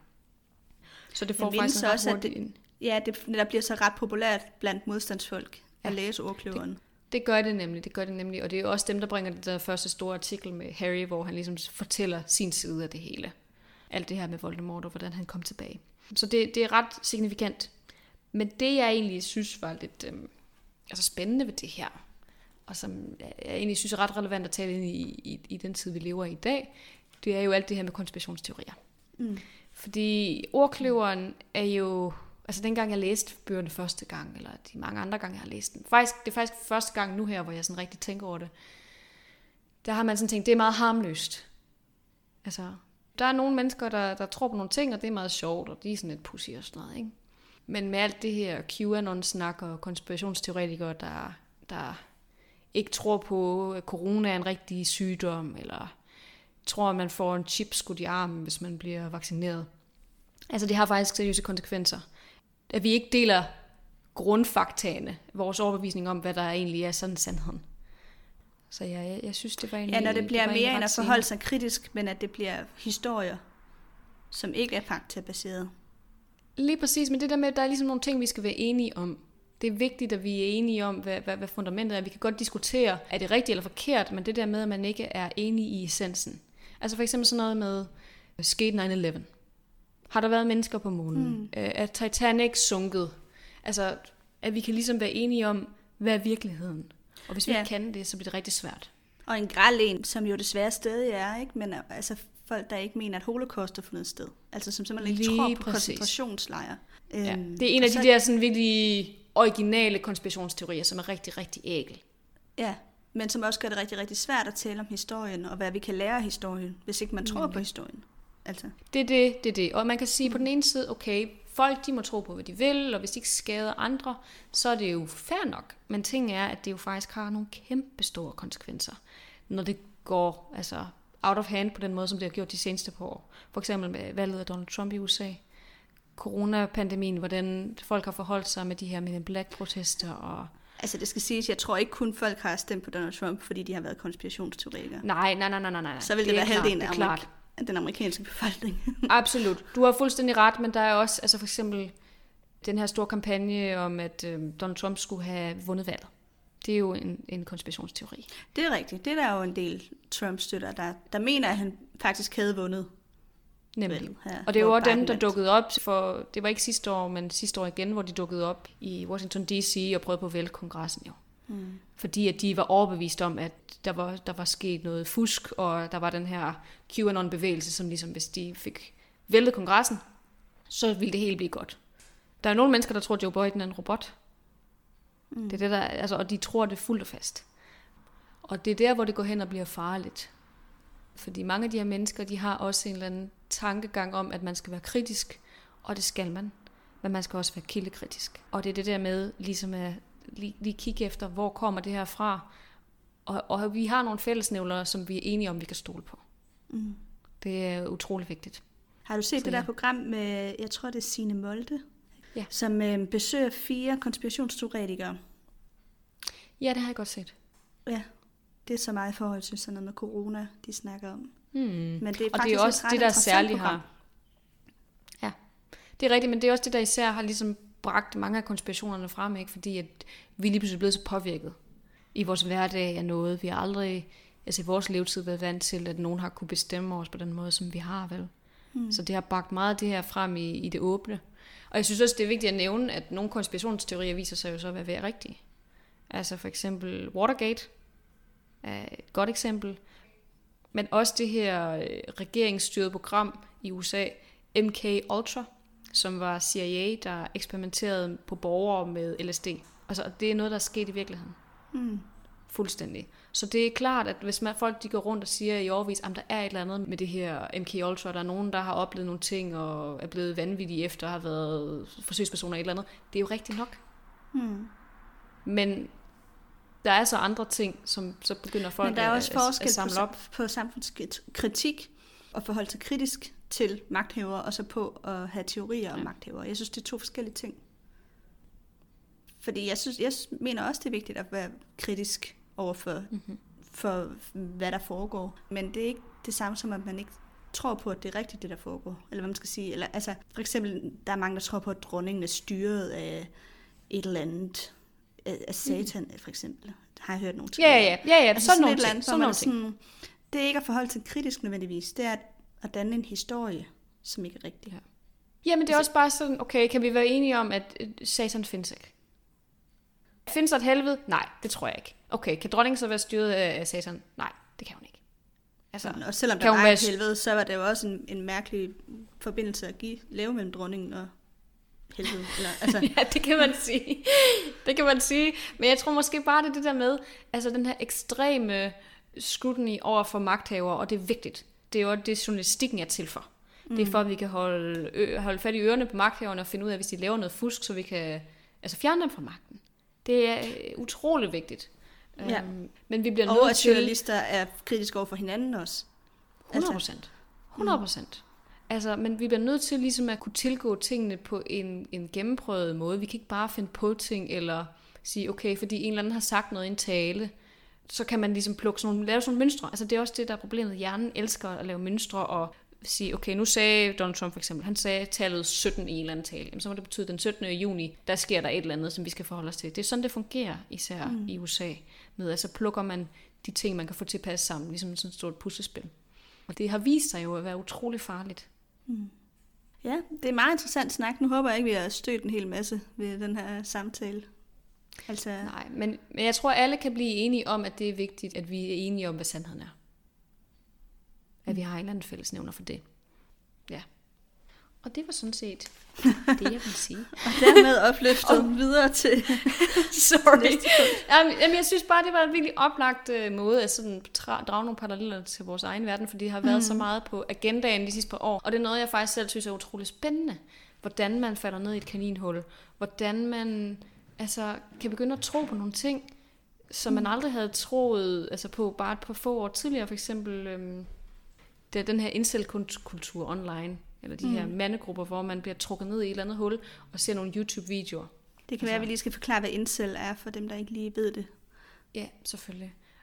Så det får jeg faktisk også, ret hurtigt at det, ja, det der bliver så ret populært blandt modstandsfolk at ja. læse ordkløveren. Det, det gør det nemlig, det gør det nemlig, og det er jo også dem, der bringer det der første store artikel med Harry, hvor han ligesom fortæller sin side af det hele. Alt det her med Voldemort og hvordan han kom tilbage. Så det, det er ret signifikant. Men det, jeg egentlig synes var lidt øhm, altså spændende ved det her, og som jeg egentlig synes er ret relevant at tale ind i, i, i den tid, vi lever i i dag, det er jo alt det her med konspirationsteorier. Mm. Fordi ordkløveren er jo... Altså dengang jeg læste bøgerne første gang, eller de mange andre gange, jeg har læst dem. Faktisk, det er faktisk første gang nu her, hvor jeg sådan rigtig tænker over det. Der har man sådan tænkt, det er meget harmløst. Altså... Der er nogle mennesker, der, der tror på nogle ting, og det er meget sjovt, og de er sådan lidt pussy og sådan noget, ikke? Men med alt det her QAnon-snak og konspirationsteoretikere, der, der ikke tror på, at corona er en rigtig sygdom, eller tror, at man får en chip skudt i armen, hvis man bliver vaccineret. Altså, det har faktisk seriøse konsekvenser. At vi ikke deler grundfaktaene, vores overbevisning om, hvad der egentlig er sådan sandheden. Så ja, jeg, jeg synes, det var egentlig... Ja, når det bliver det mere end at forholde sig kritisk, men at det bliver historier, som ikke er faktabaseret. Lige præcis, men det der med, at der er ligesom nogle ting, vi skal være enige om. Det er vigtigt, at vi er enige om, hvad, hvad, hvad fundamentet er. Vi kan godt diskutere, er det rigtigt eller forkert, men det der med, at man ikke er enige i essensen. Altså for eksempel sådan noget med, skete nine eleven? Har der været mennesker på månen? Mm. Er Titanic sunket? Altså, at vi kan ligesom være enige om, hvad er virkeligheden? Og hvis vi ja. ikke kan det, så bliver det rigtig svært. Og en græl en, som jo desværre stadig er, ikke? Men altså folk, der ikke mener, at holocaust er fundet sted. Altså som simpelthen ikke tror på koncentrationslejre. Ja. Øhm, det er en af de så... der sådan virkelig originale konspirationsteorier, som er rigtig, rigtig ækel. Ja, men som også gør det rigtig, rigtig svært at tale om historien, og hvad vi kan lære af historien, hvis ikke man tror mm. på historien. Altså. Det er det, det er det. Og man kan sige på den ene side, okay, folk de må tro på, hvad de vil, og hvis de ikke skader andre, så er det jo fair nok. Men ting er, at det jo faktisk har nogle kæmpe store konsekvenser, når det går altså out of hand på den måde, som det har gjort de seneste par år. For eksempel med valget af Donald Trump i U S A, coronapandemien, hvordan folk har forholdt sig med de her Men in Black-protester. Og altså det skal siges, jeg tror ikke kun folk har stemt på Donald Trump, fordi de har været konspirationsteoretikere. Nej, nej, nej, nej, nej. Så vil det, det være halvdelen af klart. den amerikanske befolkning. Absolut. Du har fuldstændig ret, men der er også altså for eksempel den her store kampagne om, at øh, Donald Trump skulle have vundet valget. Det er jo en, en konspirationsteori. Det er rigtigt. Det er der jo en del Trump-støtter, der, der mener, at han faktisk havde vundet. Nemlig. Her, og det er jo også dem, der dukkede op, for det var ikke sidste år, men sidste år igen, hvor de dukkede op i Washington D C og prøvede på at vælte kongressen jo. Mm. Fordi at de var overbevist om, at der var, der var sket noget fusk, og der var den her QAnon-bevægelse, som ligesom hvis de fik væltet kongressen, så ville det hele blive godt. Der er nogle mennesker, der tror, at Joe Biden er en robot. Mm. Det er det, der, altså, og de tror det fuldt og fast. Og det er der, hvor det går hen og bliver farligt. Fordi mange af de her mennesker, de har også en eller anden tankegang om, at man skal være kritisk, og det skal man. Men man skal også være kildekritisk. Og det er det der med ligesom at lige, lige kigge efter, hvor kommer det her fra. Og, og vi har nogle fællesnævlere, som vi er enige om, vi kan stole på. Mm. Det er utrolig vigtigt. Har du set Så, det der ja. program med, jeg tror det er Signe Molde, ja. som øh, besøger fire konspirationsteoretikere? Ja, det har jeg godt set. Ja, det er så meget i forhold til sådan noget med corona, de snakker om. Hmm. Men det er og det er også det, der særligt har. Ja, det er rigtigt, men det er også det, der især har ligesom bragt mange af konspirationerne frem, ikke? Fordi at vi lige pludselig er blevet så påvirket i vores hverdag af noget. Vi har aldrig, altså i vores levetid, været vant til, at nogen har kunne bestemme os på den måde, som vi har, vel? Hmm. Så det har bragt meget af det her frem i, i det åbne. Og jeg synes også, det er vigtigt at nævne, at nogle konspirationsteorier viser sig jo så at være rigtige. Altså for eksempel Watergate er et godt eksempel. Men også det her regeringsstyrede program i U S A, M K Ultra, som var C I A, der eksperimenterede på borgere med L S D. Altså, det er noget, der er sket i virkeligheden. Mm. Fuldstændig. Så det er klart, at hvis man, folk de går rundt og siger i årevis, at der er et eller andet med det her M K Ultra, der er nogen, der har oplevet nogle ting og er blevet vanvittige efter at have været forsøgspersoner eller et eller andet, det er jo rigtigt nok. Mm. Men der er så andre ting, som så begynder folk Men der er også at, forskel at samle op. på, på samfundskritik og forhold til kritisk til magthavere, og så på at have teorier ja. om magthavere. Jeg synes, det er to forskellige ting. Fordi jeg, synes, jeg mener også, det er vigtigt at være kritisk over for, mm-hmm. for, hvad der foregår. Men det er ikke det samme som, at man ikke tror på, at det er rigtigt, det der foregår. Eller hvad man skal sige. Eller, altså, for eksempel, der er mange, der tror på, at dronningen er styret af et eller andet, af Satan, mm. for eksempel. Har jeg hørt nogle ting. Ja, ja, ja, ja. Altså, sådan, sådan nogle et eller ting. andet, Sådan nogle ting. Sådan, det er ikke at forholde til kritisk nødvendigvis. Det er at, at danne en historie, som ikke er rigtig. Ja. Jamen, det er også bare sådan, okay, kan vi være enige om, at Satan findes ikke? Findes der et helvede? Nej, det tror jeg ikke. Okay, kan dronningen så være styret af Satan? Nej, det kan hun ikke. Altså, og selvom der var et helvede, så var det jo også en, en mærkelig forbindelse at give, lave mellem dronningen og helvede. Eller, altså. Ja, det kan man sige. Det kan man sige. Men jeg tror måske bare, det er det der med, altså den her ekstreme scrutiny over for magthavere, og det er vigtigt. Det er jo det, journalistikken er til for. Mm. Det er for, at vi kan holde, ø- holde fat i ørerne på magthaverne og finde ud af, hvis de laver noget fusk, så vi kan altså fjerne dem fra magten. Det er utrolig vigtigt. Ja. Um, men vi bliver og nødt at til... journalister er kritiske over for hinanden også. hundrede procent. hundrede procent. Mm. Altså, men vi bliver nødt til ligesom at kunne tilgå tingene på en, en gennemprøvet måde. Vi kan ikke bare finde på ting, eller sige, okay, fordi en eller anden har sagt noget i en tale, så kan man ligesom plukke sådan nogle, lave sådan nogle mønstre. Altså, det er også det, der er problemet. Hjernen elsker at lave mønstre og sige, okay, nu sagde Donald Trump for eksempel, han sagde tallet sytten i en eller anden tale. Jamen, så må det betyde, at den syttende juni, der sker der et eller andet, som vi skal forholde os til. Det er sådan, det fungerer, især mm. i U S A. Med, altså plukker man de ting, man kan få til at passe sammen, ligesom sådan et stort puslespil. Og det har vist sig jo at være utrolig farligt. Mm. Ja, det er meget interessant snak. Nu håber jeg ikke, vi har stødt en hel masse ved den her samtale. Altså... Nej, men, men jeg tror, alle kan blive enige om, at det er vigtigt, at vi er enige om, hvad sandheden er. At vi har en eller anden fællesnævner for det. Ja. Og det var sådan set det, jeg ville sige. Og dermed opløftet og... videre til... Sorry. Jamen, jeg synes bare, det var en virkelig oplagt uh, måde at sådan tra- drage nogle paralleller til vores egen verden, fordi det har været mm. så meget på agendaen de sidste par år. Og det er noget, jeg faktisk selv synes er utrolig spændende. Hvordan man falder ned i et kaninhul. Hvordan man altså, kan begynde at tro på nogle ting, som man aldrig havde troet altså på bare et par få år tidligere. For eksempel øhm, det er den her incel-kultur online. Eller de mm. her mandegrupper, hvor man bliver trukket ned i et eller andet hul og ser nogle YouTube-videoer. Det kan altså være, at vi lige skal forklare, hvad incel er, for dem, der ikke lige ved det. Ja, selvfølgelig.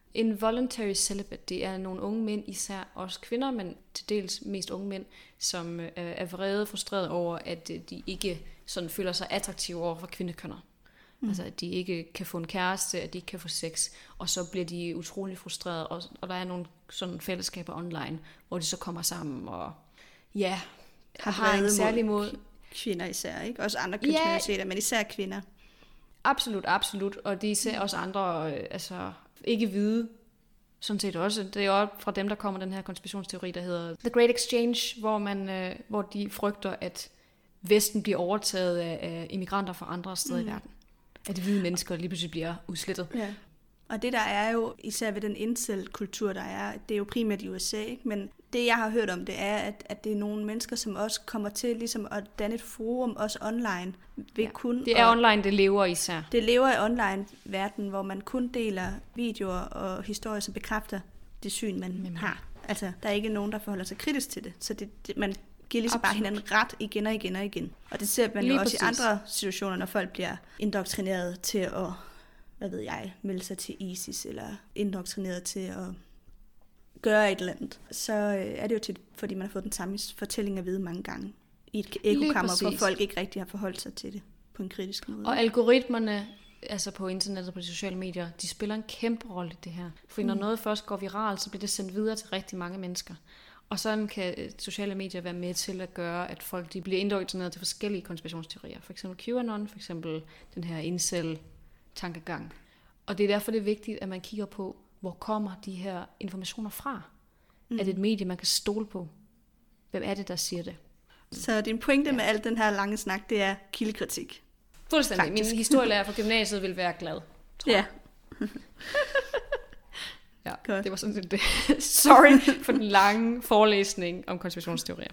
Involuntary celibate, det er nogle unge mænd, især også kvinder, men til dels mest unge mænd, som øh, er vrede, frustreret over, at øh, de ikke sådan føler sig attraktive over for kvindekønner. Mm. Altså at de ikke kan få en kæreste, at de ikke kan få sex, og så bliver de utrolig frustrerede, og, og der er nogle sådan fællesskaber online, hvor de så kommer sammen og ja, har, har en særlig måde. Kvinder især, ikke? Også andre kønsminoriteter, ja, men især kvinder. Absolut, absolut, og de ser også andre, øh, altså ikke hvide, sådan set også. Det er også fra dem, der kommer den her konspirationsteori, der hedder The Great Exchange, hvor, man, øh, hvor de frygter, at Vesten bliver overtaget af, af immigranter fra andre steder mm. i verden. At de hvide mennesker lige pludselig bliver udslettet. Ja. Og det der er jo, især ved den incel-kultur, der er, det er jo primært i U S A, ikke? Men det jeg har hørt om, det er, at, at det er nogle mennesker, som også kommer til ligesom at danne et forum, også online. Ved ja. kun det er at, online, det lever især. Det lever i online-verden, hvor man kun deler videoer og historier, som bekræfter det syn, man Jamen. har. Altså, der er ikke nogen, der forholder sig kritisk til det. Så det, det, man giver ligesom bare hinanden ret igen og igen og igen. Og det ser man Lige jo også præcis. i andre situationer, når folk bliver indoktrineret til at, hvad ved jeg, melde sig til ISIS, eller indoktrineret til at gøre et eller andet. Så er det jo tit, fordi man har fået den samme fortælling at vide mange gange. I et ekokammer, hvor folk ikke rigtig har forholdt sig til det på en kritisk måde. Og algoritmerne, altså på internettet og på de sociale medier, de spiller en kæmpe rolle i det her. Fordi når mm. noget først går viralt, så bliver det sendt videre til rigtig mange mennesker. Og sådan kan sociale medier være med til at gøre, at folk de bliver indoktrineret til forskellige konspirationsteorier. For eksempel QAnon, for eksempel den her incel-tankegang. Og det er derfor, det er vigtigt, at man kigger på, hvor kommer de her informationer fra? Mm. Er det et medie, man kan stole på? Hvem er det, der siger det? Så din pointe ja. med alt den her lange snak, det er kildekritik. Fuldstændig. Faktisk. Min historielærer fra gymnasiet vil være glad, tror jeg. Ja. Ja, godt. Det var sådan set det. Sorry for den lange forelæsning om konspirationsteorier.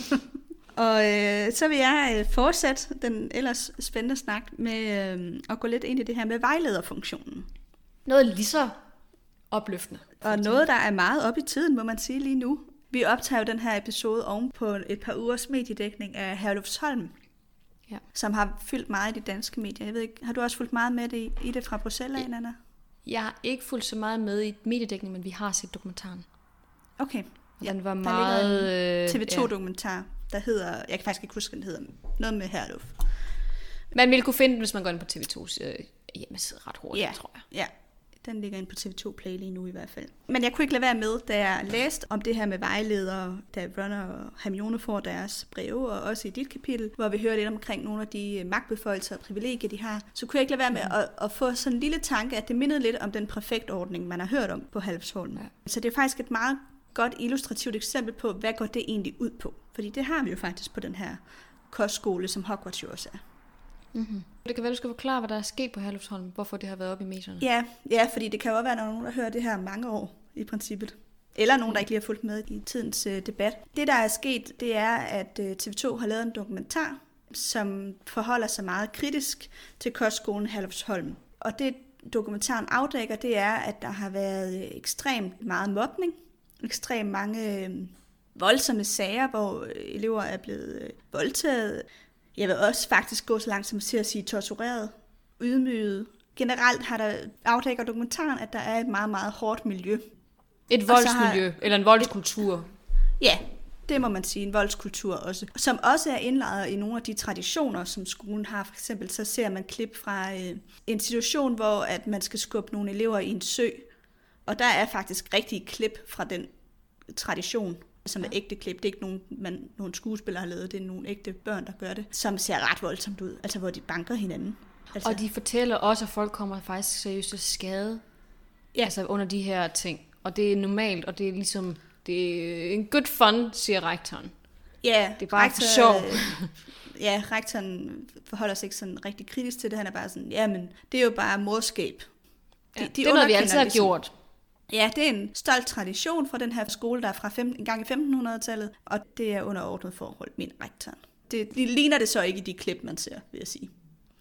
Og øh, så vil jeg øh, fortsætte den ellers spændende snak med øh, at gå lidt ind i det her med vejlederfunktionen. Noget lige så opløftende. Og noget, der er meget op i tiden, må man sige lige nu. Vi optager jo den her episode oven på et par ugers mediedækning af Herlufsholm, ja. som har fyldt meget i de danske medier. Jeg ved ikke, har du også fulgt meget med det, i det fra Bruxelles, ja. Anna? Jeg har ikke fulgt så meget med i mediedækningen, men vi har set dokumentaren. Okay. Ja, den var meget... T V to-dokumentar, der hedder... Jeg kan faktisk ikke huske, hvad den hedder. Noget med Herluf. Man ville kunne finde den, hvis man går ind på T V tos øh, hjemmeside ret hurtigt, ja. tror jeg. Ja, den ligger inde på T V to Play lige nu i hvert fald. Men jeg kunne ikke lade være med, da jeg læste om det her med vejledere, da Runner og Hermione får deres breve, og også i dit kapitel, hvor vi hører lidt omkring nogle af de magtbeføjelser og privilegier, de har, så kunne jeg ikke lade være med at, at få sådan en lille tanke, at det mindede lidt om den præfektordning, man har hørt om på Herlufsholm. Ja. Så det er faktisk et meget godt illustrativt eksempel på, hvad går det egentlig ud på? Fordi det har vi jo faktisk på den her kostskole, som Hogwarts jo også er. Mm-hmm. Det kan være, du skal forklare, hvad der er sket på Herlufsholm, hvorfor det har været oppe i medierne. Ja, ja, fordi det kan jo være, at der er nogen, der hører det her mange år i princippet. Eller nogen, der ikke lige har fulgt med i tidens uh, debat. Det, der er sket, det er, at uh, T V to har lavet en dokumentar, som forholder sig meget kritisk til kostskolen Herlufsholm. Og det, dokumentaren afdækker, det er, at der har været ekstremt meget mobning, ekstremt mange øh, voldsomme sager, hvor elever er blevet øh, voldtaget. Jeg vil også faktisk gå så langt som til at sige tortureret, ydmyget. Generelt har der afdækker dokumentaren, at der er et meget, meget hårdt miljø. Et voldsmiljø, har, eller en voldskultur. Ja, det må man sige, en voldskultur også. Som også er indlejret i nogle af de traditioner, som skolen har. For eksempel så ser man klip fra øh, en situation, hvor at man skal skubbe nogle elever i en sø. Og der er faktisk rigtige klip fra den tradition, som er ægte klip. Det er ikke nogen, man, nogen skuespillere har lavet, det er nogle ægte børn, der gør det, som ser ret voldsomt ud, altså hvor de banker hinanden. Altså. Og de fortæller også, at folk kommer faktisk seriøst til skade ja. altså under de her ting. Og det er normalt, og det er ligesom, det er en good fun, siger rektoren. Ja, det er bare rektor, for sjov. Ja, rektoren forholder sig ikke sådan rigtig kritisk til det. Han er bare sådan, ja, men det er jo bare morskab. De, ja, de det er noget, vi altid har ligesom gjort. Ja, det er en stolt tradition for den her skole, der er fra fem, en gang i femtenhundredetallet, og det er under ordnet forhold, min rektoren. Det, det ligner det så ikke i de klip, man ser, vil jeg sige.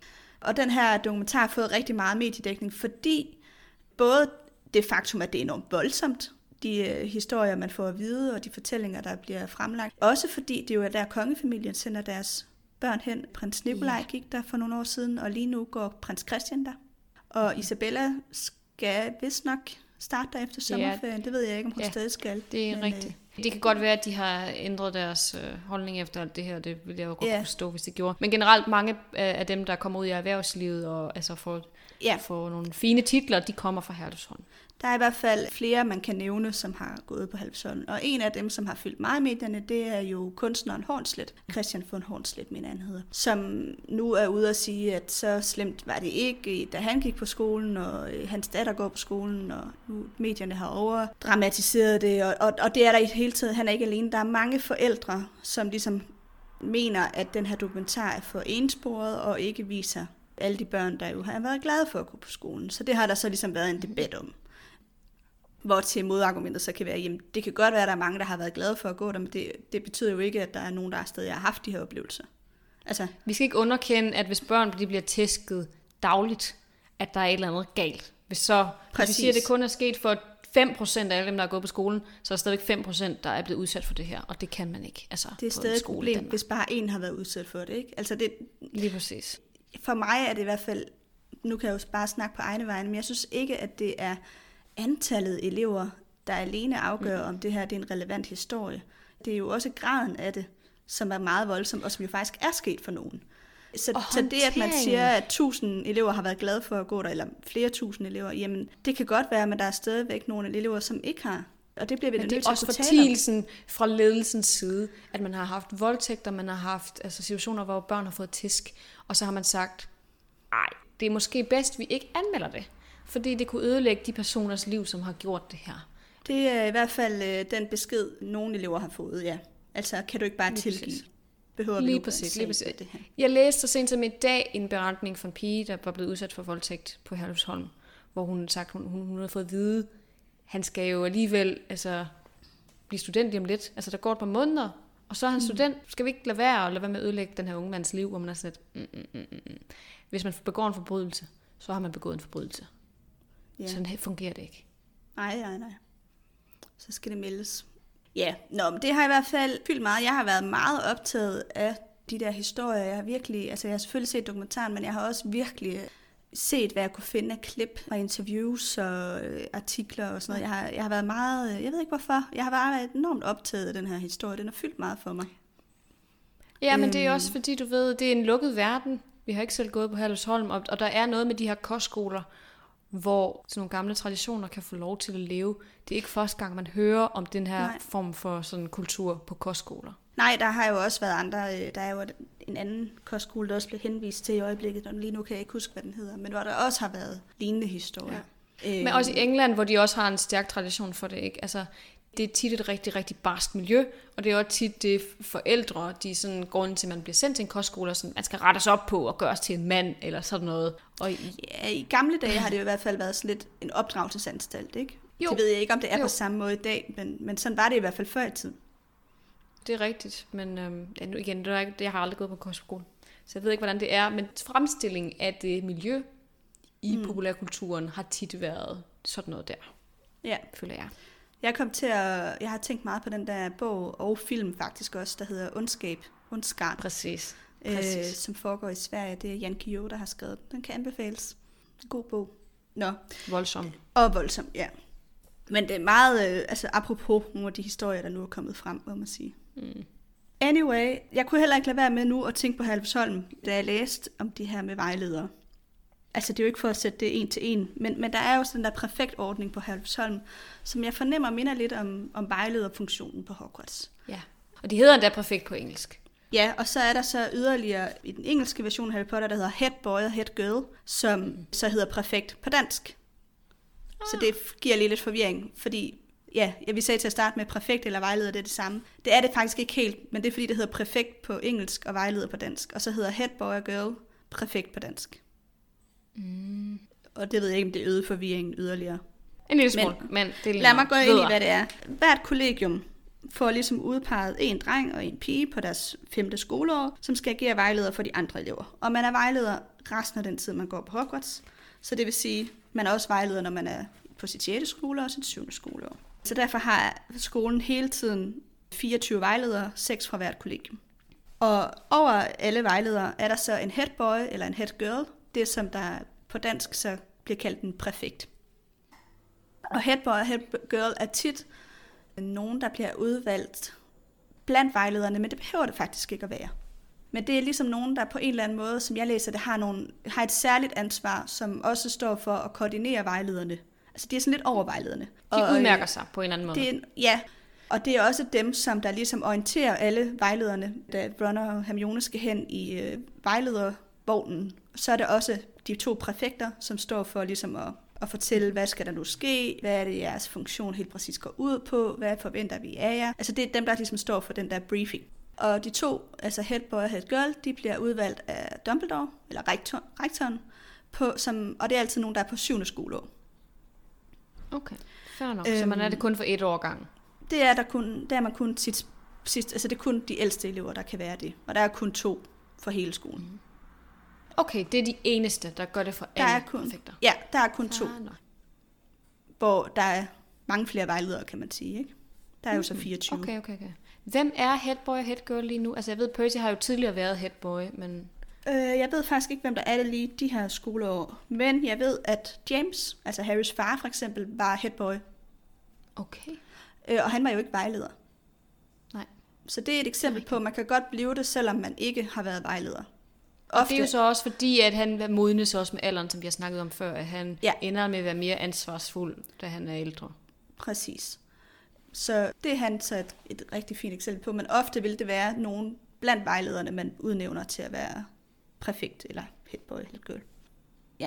Og den her dokumentar har fået rigtig meget mediedækning, fordi både det faktum, at det er enormt voldsomt, de uh, historier, man får at vide, og de fortællinger, der bliver fremlagt. Også fordi det jo er der, kongefamilien sender deres børn hen. Prins Nikolaj yeah. gik der for nogle år siden, og lige nu går prins Christian der. Og Isabella skal vist nok starte der efter sommerferien. Det ved jeg ikke, om hun ja, stadig skal. Det er men, rigtigt. Det kan godt være, at de har ændret deres øh, holdning efter alt det her. Det vil jeg jo godt yeah. forstå, hvis det gjorde. Men generelt mange af dem, der kommer ud i erhvervslivet og altså får, yeah. får nogle fine titler, de kommer fra Herlufsholm. Der er i hvert fald flere, man kan nævne, som har gået på Herlufsholm. Og en af dem, som har fyldt meget i medierne, det er jo kunstneren Hornslet. Christian von Hornslet, min han hedder. Som nu er ude at sige, at så slemt var det ikke, da han gik på skolen, og hans datter går på skolen, og nu medierne har overdramatiseret det. Og, og, og det er der i hele tiden. Han er ikke alene. Der er mange forældre, som ligesom mener, at den her dokumentar er for ensporet og ikke viser alle de børn, der jo har været glade for at gå på skolen. Så det har der så ligesom været en debat om. Hvor til modargumentet så kan være, jamen det kan godt være, at der er mange, der har været glade for at gå der, men det, det betyder jo ikke, at der er nogen, der stadig har haft de her oplevelser. Altså, vi skal ikke underkende, at hvis børn de bliver tæsket dagligt, at der er et eller andet galt. Hvis så hvis vi siger, at det kun er sket for fem procent af alle dem, der er gået på skolen, så er der stadigvæk fem procent, der er blevet udsat for det her, og det kan man ikke. Altså, det er stadig et problem, hvis bare en har været udsat for det, ikke? Altså det, lige præcis. For mig er det i hvert fald, nu kan jeg jo bare snakke på egne vegne, men jeg synes ikke, at det er antallet elever, der alene afgør, mm. om det her det er en relevant historie. Det er jo også graden af det, som er meget voldsomt, og som jo faktisk er sket for nogen. Så, så det, at man siger, at tusind elever har været glade for at gå der, eller flere tusind elever, jamen det kan godt være, men der er stadigvæk nogle elever, som ikke har. Og det bliver vi nødt til at også fortielsen fra ledelsens side, at man har haft voldtægter, man har haft altså situationer, hvor børn har fået tisk, og så har man sagt, nej, det er måske bedst, vi ikke anmelder det. Fordi det kunne ødelægge de personers liv, som har gjort det her. Det er i hvert fald øh, den besked, nogle elever har fået, ja. Altså, kan du ikke bare lige tilgive? Præcis. Behøver lige vi præcis, lige præcis. Det her? Jeg læste så sent som i dag en beretning fra en pige, der var blevet udsat for voldtægt på Herlufsholm, hvor hun sagt, hun, hun, hun havde fået at vide, han skal jo alligevel altså, blive student lige om lidt. Altså, der går et par måneder, og så er han mm. student. Skal vi ikke lade være, og lade være med at ødelægge den her unge mands liv, hvor man er sådan lidt, mm, mm, mm, mm. Hvis man begår en forbrydelse, så har man begået en forbrydelse. Ja. Sådan fungerer det ikke. Nej, nej, nej. Så skal det meldes. Ja, nå, men det har i hvert fald fyldt meget. Jeg har været meget optaget af de der historier. Jeg har virkelig, altså jeg har selvfølgelig set dokumentaren, men jeg har også virkelig set, hvad jeg kunne finde af klip og interviews og artikler og sådan noget. Jeg har, jeg har været meget, jeg ved ikke hvorfor, jeg har bare været enormt optaget af den her historie. Den har fyldt meget for mig. Ja, men det er også fordi, du ved, det er en lukket verden. Vi har ikke selv gået på Herlufsholm, og, og der er noget med de her kostskoler, hvor sådan nogle gamle traditioner kan få lov til at leve. Det er ikke første gang, man hører om den her Nej. form for sådan kultur på kostskoler. Nej, der har jo også været andre. Der er jo en anden kostskole, der også blev henvist til i øjeblikket, og lige nu kan jeg ikke huske, hvad den hedder, men hvor der også har været lignende historier. Ja. Men også i England, hvor de også har en stærk tradition for det, ikke? Altså, det er tit et rigtig, rigtig barskt miljø, og det er også tit det forældre, de sådan går ind til, at man bliver sendt til en kostskole, og sådan, man skal rettes op på og gøres til en mand, eller sådan noget. Og i, ja, i gamle dage har det jo i hvert fald været sådan lidt en opdragelsesanstalt, ikke? Jo. Det ved jeg ikke, om det er jo. På samme måde i dag, men, men sådan var det i hvert fald før i tiden. Det er rigtigt, men øhm, igen, det er ikke, jeg har aldrig gået på kostskole, så jeg ved ikke, hvordan det er, men fremstilling af det miljø i mm. populærkulturen har tit været sådan noget der, ja. Føler jeg. Jeg kom til at, jeg har tænkt meget på den der bog og film faktisk også, der hedder Ondskab, Ondskab. Præcis. Præcis. Øh, som foregår i Sverige. Det er Jan Guillou, der har skrevet den. Den kan anbefales. God bog. Nå. Voldsom. Og voldsom, ja. Men det er meget, øh, altså apropos nogle af de historier, der nu er kommet frem, må man sige. Mm. Anyway, jeg kunne heller ikke lade være med nu at tænke på Herlufsholm, da jeg læste om de her med vejledere. Altså det er jo ikke for at sætte det en til en, men, men der er jo sådan den der præfektordning på Herlufsholm, som jeg fornemmer minder lidt om, om vejlederfunktionen på Hogwarts. Ja, og de hedder endda præfekt på engelsk. Ja, og så er der så yderligere i den engelske version af Harry Potter, der hedder Head Boy og Head Girl, som mm. så hedder præfekt på dansk. Ah. Så det giver lige lidt forvirring, fordi ja, vi sagde til at starte med præfekt eller vejleder, det er det samme. Det er det faktisk ikke helt, men det er fordi, det hedder præfekt på engelsk og vejleder på dansk, og så hedder Head Boy og Girl præfekt på dansk. Mm. Og det ved jeg ikke, om det øgede forvirringen yderligere. En lille smule, men, men det er lad mig gå ind i, hvad det er. Hvert kollegium får ligesom udpeget en dreng og en pige på deres femte skoleår, som skal agere vejleder for de andre elever. Og man er vejleder resten af den tid, man går på Hogwarts. Så det vil sige, man er også vejleder, når man er på sit sjette skoleår og sit syvende skoleår. Så derfor har skolen hele tiden fireogtyve vejledere, seks fra hvert kollegium. Og over alle vejledere er der så en headboy eller en headgirl, det som der på dansk så bliver kaldt en præfekt. Og headboy og headgirl er tit nogen, der bliver udvalgt blandt vejlederne, men det behøver det faktisk ikke at være. Men det er ligesom nogen, der på en eller anden måde, som jeg læser det, har, nogle, har et særligt ansvar, som også står for at koordinere vejlederne. Altså de er sådan lidt over vejlederne. De og, udmærker sig på en eller anden måde. Det er, ja, og det er også dem, som der ligesom orienterer alle vejlederne, da Ron og Hermione skal hen i øh, vejledervognen. Så er det også de to præfekter, som står for ligesom at, at fortælle, hvad skal der nu ske, hvad er det jeres funktion helt præcis går ud på, hvad forventer vi af jer. Altså det er dem, der ligesom står for den der briefing. Og de to, altså headboy og headgirl, de bliver udvalgt af Dumbledore, eller rektor, rektoren, på, som, og det er altid nogen, der er på syvende skoleår. Okay, fair nok. Øhm, så man er det kun for et år gang? Det er, der kun, der er man kun sit, sidst, altså det er kun de ældste elever, der kan være det. Og der er kun to for hele skolen. Mm. Okay, det er de eneste, der gør det for der alle kun, præfekter? Ja, der er kun fair to. Nok. Hvor der er mange flere vejledere, kan man sige, ikke? Der er jo så fireogtyve. Okay, okay, okay. Hvem er headboy og headgirl lige nu? Altså jeg ved, Percy har jo tidligere været headboy, men... Øh, jeg ved faktisk ikke, hvem der er det lige de her skoleår. Men jeg ved, at James, altså Harrys far for eksempel, var headboy. Okay. Øh, og han var jo ikke vejleder. Nej. Så det er et eksempel på, at man kan godt blive det, selvom man ikke har været vejleder. Og Ofte. Det er jo så også fordi, at han modnes også med alderen, som vi har snakket om før, at han ja. ender med at være mere ansvarsfuld, da han er ældre. Præcis. Så det er han så et, et rigtig fint eksempel på, men ofte vil det være nogen blandt vejlederne, man udnævner til at være præfekt eller headboy eller girl. Ja.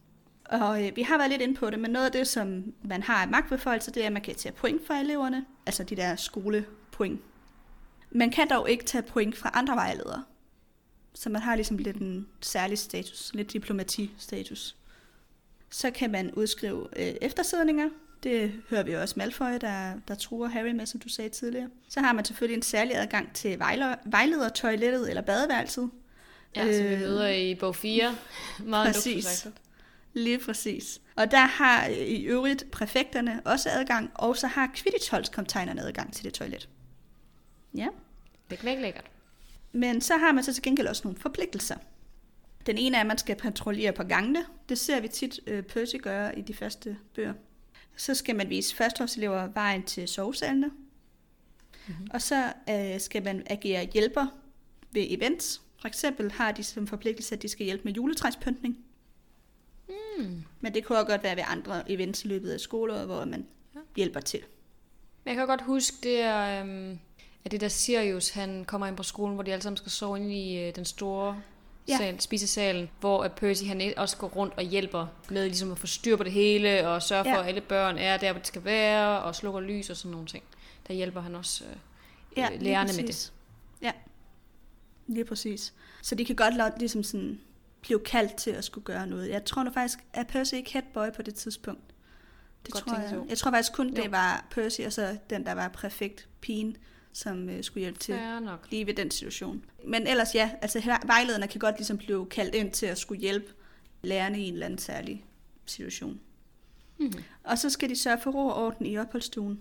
Og øh, vi har været lidt inde på det, men noget af det, som man har af magtbeføjelse, det er, at man kan tage point fra eleverne, altså de der skolepoint. Man kan dog ikke tage point fra andre vejledere, så man har ligesom lidt en særlig status, lidt diplomati-status. Så kan man udskrive øh, eftersidninger. Det hører vi også Malfoy, der, der truer Harry med, som du sagde tidligere. Så har man selvfølgelig en særlig adgang til vejleder, vejledertoilettet eller badeværelset. Ja, som vi møder i bog fire. Meget præcis. Lige præcis. Og der har i øvrigt præfekterne også adgang, og så har Quidditch-holdskaptajnerne adgang til det toilet. Ja. Det er lækkert. Men så har man så til gengæld også nogle forpligtelser. Den ene er, at man skal patruljere på gangene. Det ser vi tit uh, Percy gøre i de første bøger. Så skal man vise førsteårselever vejen til sovesalene. Mm-hmm. Og så uh, skal man agere hjælper ved events. For eksempel har de som forpligtelse, at de skal hjælpe med juletræspyntning. Mm. Men det kunne også godt være ved andre events i løbet af skoleåret, hvor man ja. hjælper til. Jeg kan godt huske, det er, øhm, at det der Sirius, han kommer ind på skolen, hvor de alle sammen skal sove inde i øh, den store ja. sal, spisesalen, hvor at Percy han også går rundt og hjælper med ligesom at få styr på det hele, og sørge for, ja. at alle børn er der, hvor de skal være, og slukker lys og sådan nogle ting. Der hjælper han også øh, ja, lærerne med det. Ja, lige præcis. Så de kan godt ligesom sådan blive kaldt til at skulle gøre noget. Jeg tror nu faktisk, at Percy ikke headboy på det tidspunkt. Det godt tror jeg. Så. Jeg tror faktisk kun, jo. det var Percy, og så den, der var præfekt pigen, som uh, skulle hjælpe til lige ved den situation. Men ellers ja, altså vejlederne kan godt ligesom blive kaldt ind til at skulle hjælpe lærerne i en eller anden særlig situation. Mm-hmm. Og så skal de sørge for ro og orden i opholdsstuen.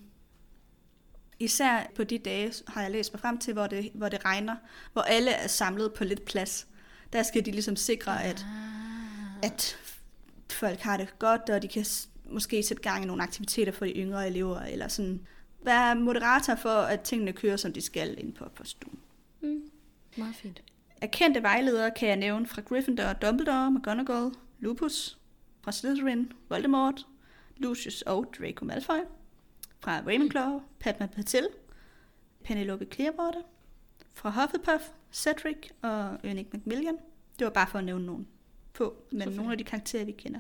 Især på de dage, har jeg læst mig frem til, hvor det, hvor det regner, hvor alle er samlet på lidt plads. Der skal de ligesom sikre, at, at folk har det godt, og de kan måske sætte gang i nogle aktiviteter for de yngre elever, eller sådan være moderator for, at tingene kører, som de skal inde på opholdsstuen. Mm. Meget fint. Erkendte vejledere kan jeg nævne fra Gryffindor, Dumbledore, McGonagall, Lupus, fra Slytherin, Voldemort, Lucius og Draco Malfoy, fra Ravenclaw, Padma Patil, Penelope Clearwater, fra Hufflepuff, Cedric og Ernest Macmillan. Det var bare for at nævne nogen få, men nogle af de karakterer, vi kender.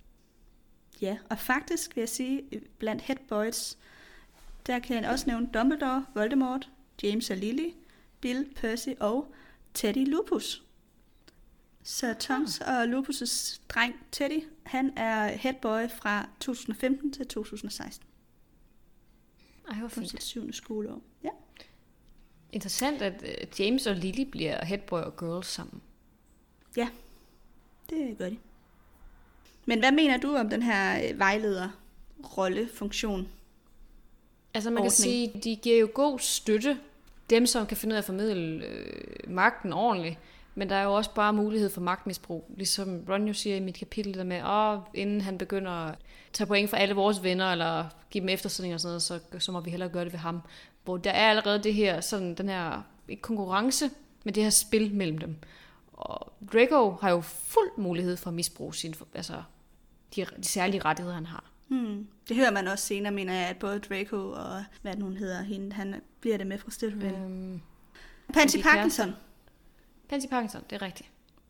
Ja, og faktisk vil jeg sige, blandt headboys, der kan jeg også nævne Dumbledore, Voldemort, James og Lily, Bill, Percy og Teddy Lupus. Så Tonks og Lupus' dreng Teddy, han er headboy fra to tusind og femten til to tusind og seksten. Ej, hvor fint. syvende skoleår. Ja. Interessant, at James og Lily bliver headboy og girls sammen. Ja, det gør de. Men hvad mener du om den her vejleder-rolle-funktion? Altså man kan sige, de giver jo god støtte, dem som kan finde ud af at formidle øh, magten ordentligt, Men der er jo også bare mulighed for magtmisbrug. Ligesom Ron jo siger i mit kapitel, der med, åh, inden han begynder at tage point for alle vores venner, eller give dem efterstilling og sådan noget, så, så må vi hellere gøre det ved ham. Hvor der er allerede det her, sådan den her, ikke konkurrence, men det her spil mellem dem. Og Draco har jo fuld mulighed for at misbruge sin, altså, de, de særlige rettigheder, han har. Hmm. Det hører man også senere, mener jeg, at både Draco og, hvad hun hedder, hende, han bliver det med fra Slytherin. Øhm, Pansy Parkinson. Pansy Parkinson, det er rigtigt.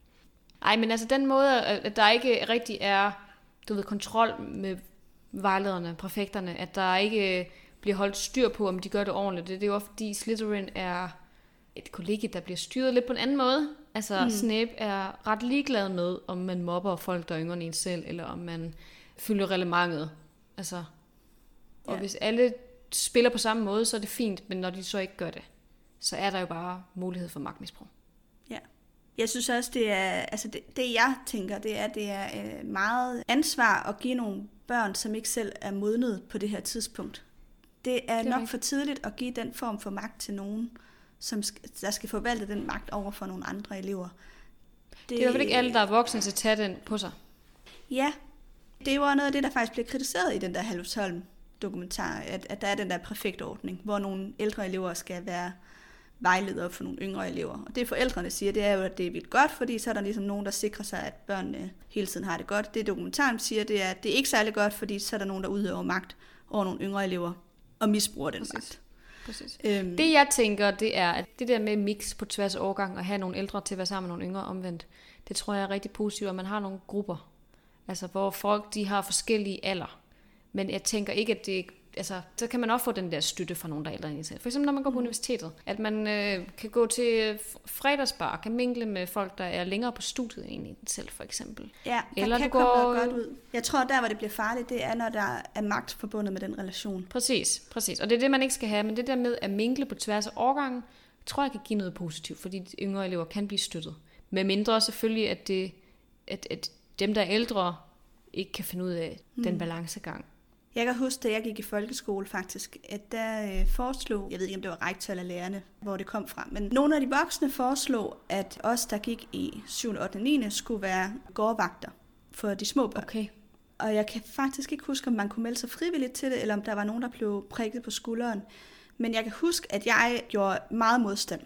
Ej, men altså den måde, at der ikke rigtig er, du ved, kontrol med vejlederne, præfekterne, at der ikke bliver holdt styr på, om de gør det ordentligt. Det, det er jo fordi Slytherin er et kollegie, der bliver styret lidt på en anden måde. Altså mm. Snape er ret ligeglad med, om man mobber folk, der er yngre end en selv, eller om man fylder reglementet. Altså, og ja. Hvis alle spiller på samme måde, så er det fint, men når de så ikke gør det, så er der jo bare mulighed for magtmisbrug. Ja. Jeg synes også, det er, altså det, det jeg tænker, det er, det er meget ansvar at give nogle børn, som ikke selv er modnet på det her tidspunkt. Det er, det er nok rigtigt. For tidligt at give den form for magt til nogen, som skal, der skal forvalte den magt over for nogle andre elever. Det, det er jo ikke alle, der er voksne til at tage den på sig. Ja, det er jo noget af det, der faktisk bliver kritiseret i den der Herlufsholm dokumentar, at, at der er den der præfektordning, hvor nogle ældre elever skal være vejledere for nogle yngre elever. Og det forældrene siger, det er jo, at det er vildt godt, fordi så er der ligesom nogen, der sikrer sig, at børnene hele tiden har det godt. Det dokumentaren siger, det er, at det er ikke særlig godt, fordi så er der nogen, der udøver magt over nogle yngre elever og misbruger den Præcis. magt. Præcis. Øhm. Det jeg tænker, det er, at det der med mix på tværs af årgang og have nogle ældre til at være sammen med nogle yngre omvendt, det tror jeg er rigtig positivt, at man har nogle grupper, altså hvor folk de har forskellige alder. Men jeg tænker ikke, at det altså, så kan man også få den der støtte fra nogen, der er ældre end en selv. For eksempel når man går på universitetet, at man øh, kan gå til fredagsbar, kan mingle med folk, der er længere på studiet end en selv, for eksempel. Ja, der Eller kan komme går... noget godt ud. Jeg tror, der hvor det bliver farligt, det er, når der er magt forbundet med den relation. Præcis, præcis. Og det er det, man ikke skal have. Men det der med at mingle på tværs af årgangen, tror jeg kan give noget positivt, fordi de yngre elever kan blive støttet. Med mindre selvfølgelig, at, det, at, at dem, der er ældre, ikke kan finde ud af hmm. den balancegang. Jeg kan huske, da jeg gik i folkeskole faktisk, at der øh, foreslog, jeg ved ikke, om det var rektor eller lærerne, hvor det kom fra, men nogle af de voksne foreslog, at os, der gik i syvende, ottende, niende, skulle være gårdvagter for de små børn. Okay. Og jeg kan faktisk ikke huske, om man kunne melde sig frivilligt til det, eller om der var nogen, der blev prikket på skulderen. Men jeg kan huske, at jeg gjorde meget modstand.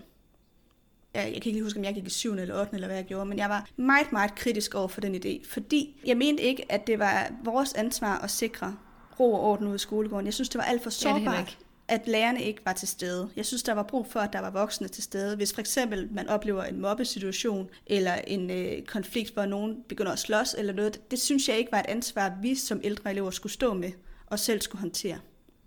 Jeg kan ikke lige huske, om jeg gik i syvende eller ottende, eller hvad jeg gjorde, men jeg var meget, meget kritisk over for den idé, fordi jeg mente ikke, at det var vores ansvar at sikre ro og orden ude i skolegården. Jeg synes, det var alt for sårbart, ja, at lærerne ikke var til stede. Jeg synes, der var brug for, at der var voksne til stede. Hvis for eksempel man oplever en mobbesituation, eller en øh, konflikt, hvor nogen begynder at slås, eller noget, det, det synes jeg ikke var et ansvar, vi som ældre elever skulle stå med, og selv skulle håndtere.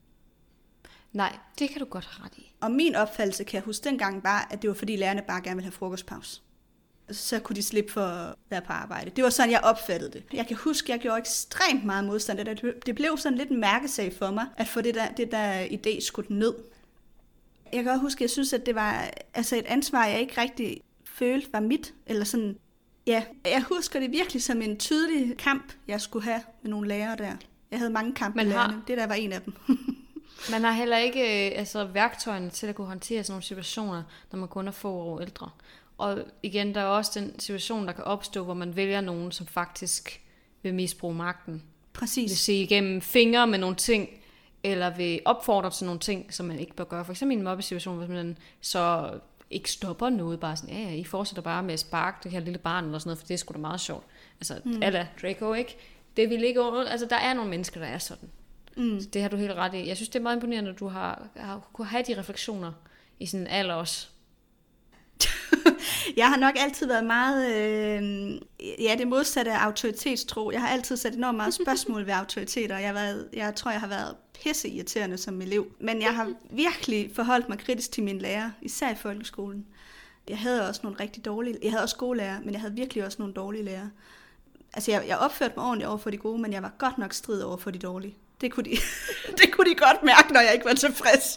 Nej, det kan du godt have ret i. Og min opfattelse, kan jeg huske dengang, var, at det var fordi lærerne bare gerne ville have frokostpause. Så kunne de slippe for at være på arbejde. Det var sådan, jeg opfattede det. Jeg kan huske, at jeg gjorde ekstremt meget modstand. Det blev sådan lidt en mærkesag for mig, at få det der, det der idé skudt ned. Jeg kan også huske, at jeg synes, at det var altså et ansvar, jeg ikke rigtig følte var mit. Eller sådan, ja, jeg husker det virkelig som en tydelig kamp, jeg skulle have med nogle lærere der. Jeg havde mange kampe med lærerne. Har... Det der var en af dem. Man har heller ikke altså, værktøjerne til at kunne håndtere sådan nogle situationer, når man kun er få år ældre. Og igen, der er også den situation, der kan opstå, hvor man vælger nogen, som faktisk vil misbruge magten. Præcis. Vil se igennem fingre med nogle ting, eller vil opfordre til nogle ting, som man ikke bør gøre. For eksempel i en mobbesituation, hvis man så ikke stopper noget, bare sådan, ja, ja, I fortsætter bare med at sparke det her lille barn, eller sådan noget, for det er sgu da meget sjovt. Altså, mm. eller Draco, ikke? Det vil ikke, altså, der er nogle mennesker, der er sådan. Mm. Så det har du helt ret i. Jeg synes, det er meget imponerende, at du har, har kunne have de refleksioner i sådan en alder også. Jeg har nok altid været meget, øh, ja, det modsatte af autoritetstro. Jeg har altid sat enormt meget spørgsmål ved autoriteter. Jeg, har været, jeg tror, jeg har været pisseirriterende som elev. Men jeg har virkelig forholdt mig kritisk til mine lærere, især i folkeskolen. Jeg havde også nogle rigtig dårlige, jeg havde også gode lærere, men jeg havde virkelig også nogle dårlige lærere. Altså, jeg, jeg opførte mig ordentligt over for de gode, men jeg var godt nok strid over for de dårlige. Det kunne de, det kunne de godt mærke, når jeg ikke var tilfreds.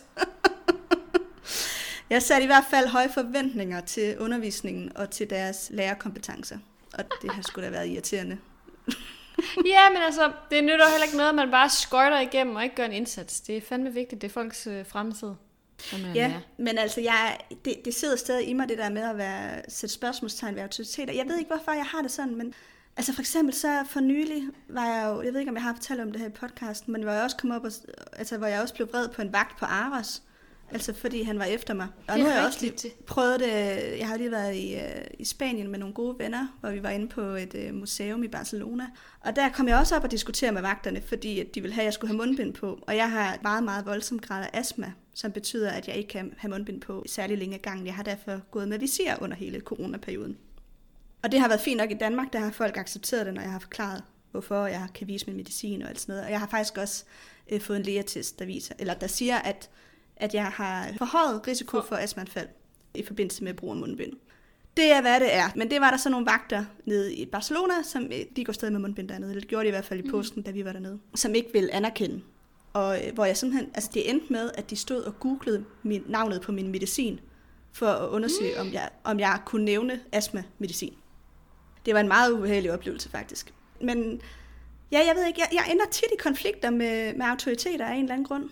Jeg satte i hvert fald høje forventninger til undervisningen og til deres lærerkompetencer. Og det har sgu da været irriterende. Ja, men altså, det nytter heller ikke noget, at man bare skøjter igennem og ikke gør en indsats. Det er fandme vigtigt, det er folks øh, fremtid. Ja, men altså, jeg, det, det sidder stadig i mig, det der med at være, sætte spørgsmålstegn ved autoriteter. Jeg ved ikke, hvorfor jeg har det sådan, men altså for eksempel så for nylig var jeg jo, jeg ved ikke, om jeg har fortalt om det her i podcasten, men hvor jeg også kom op, og, altså hvor jeg også blev vred på en vagt på Aros, altså fordi han var efter mig. Og nu har jeg også lige prøvet det, jeg har lige været i, uh, i Spanien med nogle gode venner, hvor vi var inde på et uh, museum i Barcelona. Og der kom jeg også op og diskutere med vagterne, fordi at de ville have, at jeg skulle have mundbind på. Og jeg har meget, meget voldsom grad af astma, som betyder, at jeg ikke kan have mundbind på særlig længe gang. Jeg har derfor gået med visir under hele coronaperioden. Og det har været fint nok i Danmark, der har folk accepteret det, når jeg har forklaret, hvorfor jeg kan vise min medicin og alt sådan noget. Og jeg har faktisk også uh, fået en lægetest, der viser, eller der siger, at at jeg har forhøjet risiko for astmaanfald i forbindelse med brug af mundbind. Det er, hvad det er. Men det var der så nogle vagter nede i Barcelona, som de går stadig med mundbind dernede. Det gjorde de i hvert fald i påsken, da vi var dernede. Som ikke ville anerkende. Og hvor jeg simpelthen, altså det endte med, at de stod og googlede min, navnet på min medicin, for at undersøge, om jeg, om jeg kunne nævne astma-medicin. Det var en meget ubehagelig oplevelse, faktisk. Men ja, jeg ved ikke, jeg, jeg ender tit i konflikter med, med autoriteter af en eller anden grund.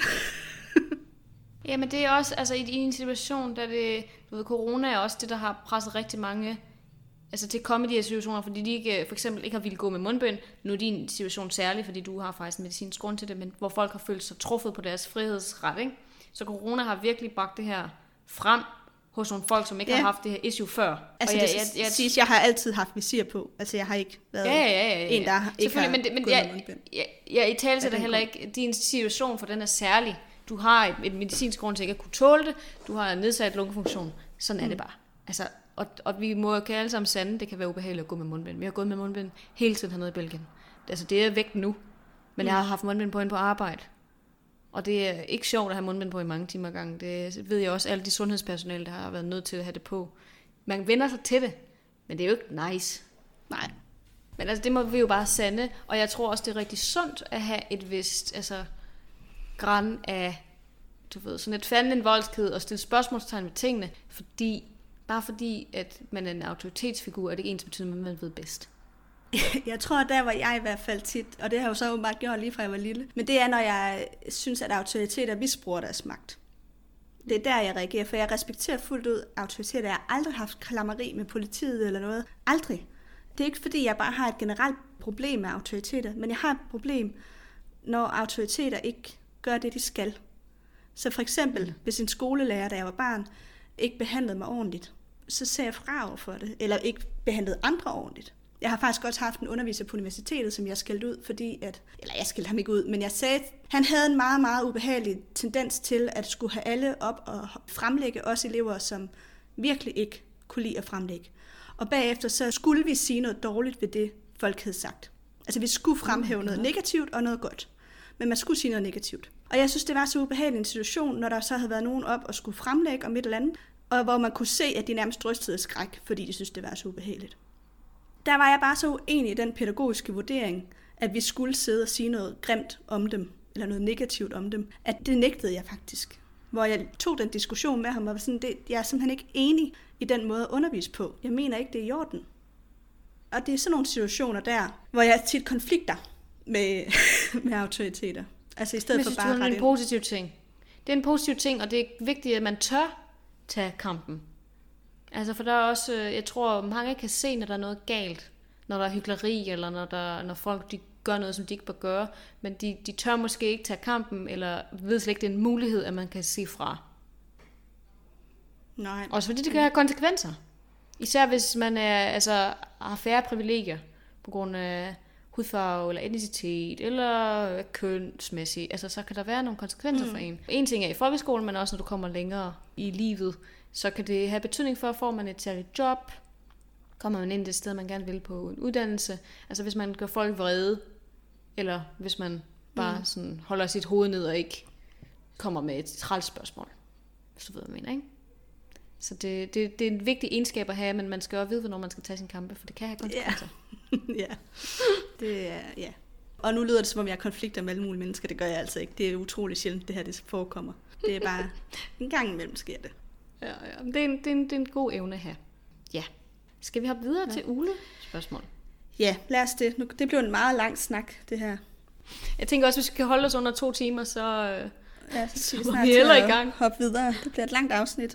Ja, men det er også, altså i, i en situation, der det, du ved, corona er også det, der har presset rigtig mange, altså til at komme i de her situationer, fordi de ikke, for eksempel ikke har ville gå med mundbind. Nu er din situation særlig, fordi du har faktisk en medicinsk grund til det, men hvor folk har følt sig truffet på deres frihedsret, ikke? Så corona har virkelig bragt det her frem hos nogle folk, som ikke ja. har haft det her issue før. Altså og jeg, jeg, jeg, jeg, jeg, jeg har altid haft visir på, altså jeg har ikke været ja, ja, ja, ja. en, der ikke har men det, men gået jeg, med mundbind. Jeg, jeg, jeg i tale sætter heller ikke, din situation, for den er særlig. Du har et, et medicinsk grund til ikke at kunne tåle det. Du har en nedsat lungefunktion. Sådan er mm. det bare. Altså, og, og vi må jo alle sammen sande, det kan være ubehageligt at gå med mundbind. Vi har gået med mundbind hele tiden hernede i Belgien. Altså, det er væk nu. Men mm. jeg har haft mundbind på ind på arbejde. Og det er ikke sjovt at have mundbind på i mange timer gang. Det ved jeg også, alle de sundhedspersonale, der har været nødt til at have det på. Man vender sig til det, men det er jo ikke nice. Nej. Men altså, det må vi jo bare sande. Og jeg tror også, det er rigtig sundt at have et vist, altså græn af, du ved, sådan et fanden en voldsked og stille spørgsmålstegn ved tingene, fordi, bare fordi, at man er en autoritetsfigur, er det ikke ens betydning, at man ved bedst. Jeg tror, der var jeg i hvert fald tit, og det har jeg jo så åbenbart gjort lige fra jeg var lille, men det er, når jeg synes, at autoriteter misbruger deres magt. Det er der, jeg reagerer, for jeg respekterer fuldt ud autoriteter. Jeg har aldrig haft klammeri med politiet eller noget. Aldrig. Det er ikke, fordi jeg bare har et generelt problem med autoriteter, men jeg har et problem, når autoriteter ikke gør det, de skal. Så for eksempel, mm. hvis en skolelærer, da jeg var barn, ikke behandlede mig ordentligt, så ser jeg fra over for det, eller ikke behandlede andre ordentligt. Jeg har faktisk også haft en underviser på universitetet, som jeg skældte ud, fordi at, eller jeg skældte ham ikke ud, men jeg sagde, han havde en meget, meget ubehagelig tendens til at skulle have alle op og fremlægge os elever, som virkelig ikke kunne lide at fremlægge. Og bagefter så skulle vi sige noget dårligt ved det, folk havde sagt. Altså vi skulle fremhæve noget negativt og noget godt, men man skulle sige noget negativt. Og jeg synes, det var så ubehagelig en situation, når der så havde været nogen op og skulle fremlægge om et eller andet, og hvor man kunne se, at de nærmest rystede af skræk, fordi de synes det var så ubehageligt. Der var jeg bare så uenig i den pædagogiske vurdering, at vi skulle sidde og sige noget grimt om dem, eller noget negativt om dem, at det nægtede jeg faktisk. Hvor jeg tog den diskussion med ham, og var sådan, det, jeg er simpelthen ikke enig i den måde at undervise på. Jeg mener ikke, det er i orden. Og det er sådan nogle situationer der, hvor jeg tit konflikter med, med autoriteter. Altså i stedet Men for synes, bare det er en positiv ting. Det er en positiv ting, og det er vigtigt, at man tør tage kampen. Altså for der er også, jeg tror, mange kan se, når der er noget galt, når der er hykleri, eller når, der, når folk de gør noget, som de ikke bør gøre, men de, de tør måske ikke tage kampen, eller ved slet ikke, det er en mulighed, at man kan sige fra. Nej. Også fordi det kan have konsekvenser. Især hvis man er, altså, har færre privilegier, på grund af hudfarve, eller etnicitet, eller kønsmæssigt, altså så kan der være nogle konsekvenser mm. for en. En ting er i folkeskolen, men også når du kommer længere i livet, så kan det have betydning for, får man et særligt job, kommer man ind det sted, man gerne vil på en uddannelse. Altså hvis man gør folk vrede, eller hvis man bare mm. sådan holder sit hoved ned og ikke kommer med et træls spørgsmål. Hvis du ved, hvad jeg mener, ikke? Så det, det, det er en vigtig egenskab at have, men man skal også vide, hvornår man skal tage sin kampe, for det kan have konsekvenser. Ja. ja. Det er, ja. Og nu lyder det, som om jeg har konflikter med alle mulige mennesker. Det gør jeg altså ikke. Det er utrolig sjældent, det her det forekommer. Det er bare en gang imellem sker det. Ja, ja. Det, er en, det, er en, det er en god evne her. Ja. Skal vi hoppe videre ja. til Ule? Spørgsmål. Ja, lad os det. Nu, det blev en meget lang snak, det her. Jeg tænker også, hvis vi kan holde os under to timer, så, Ja, så skal vi Så snart vi til heller i at gang. hoppe videre. Det bliver et langt afsnit.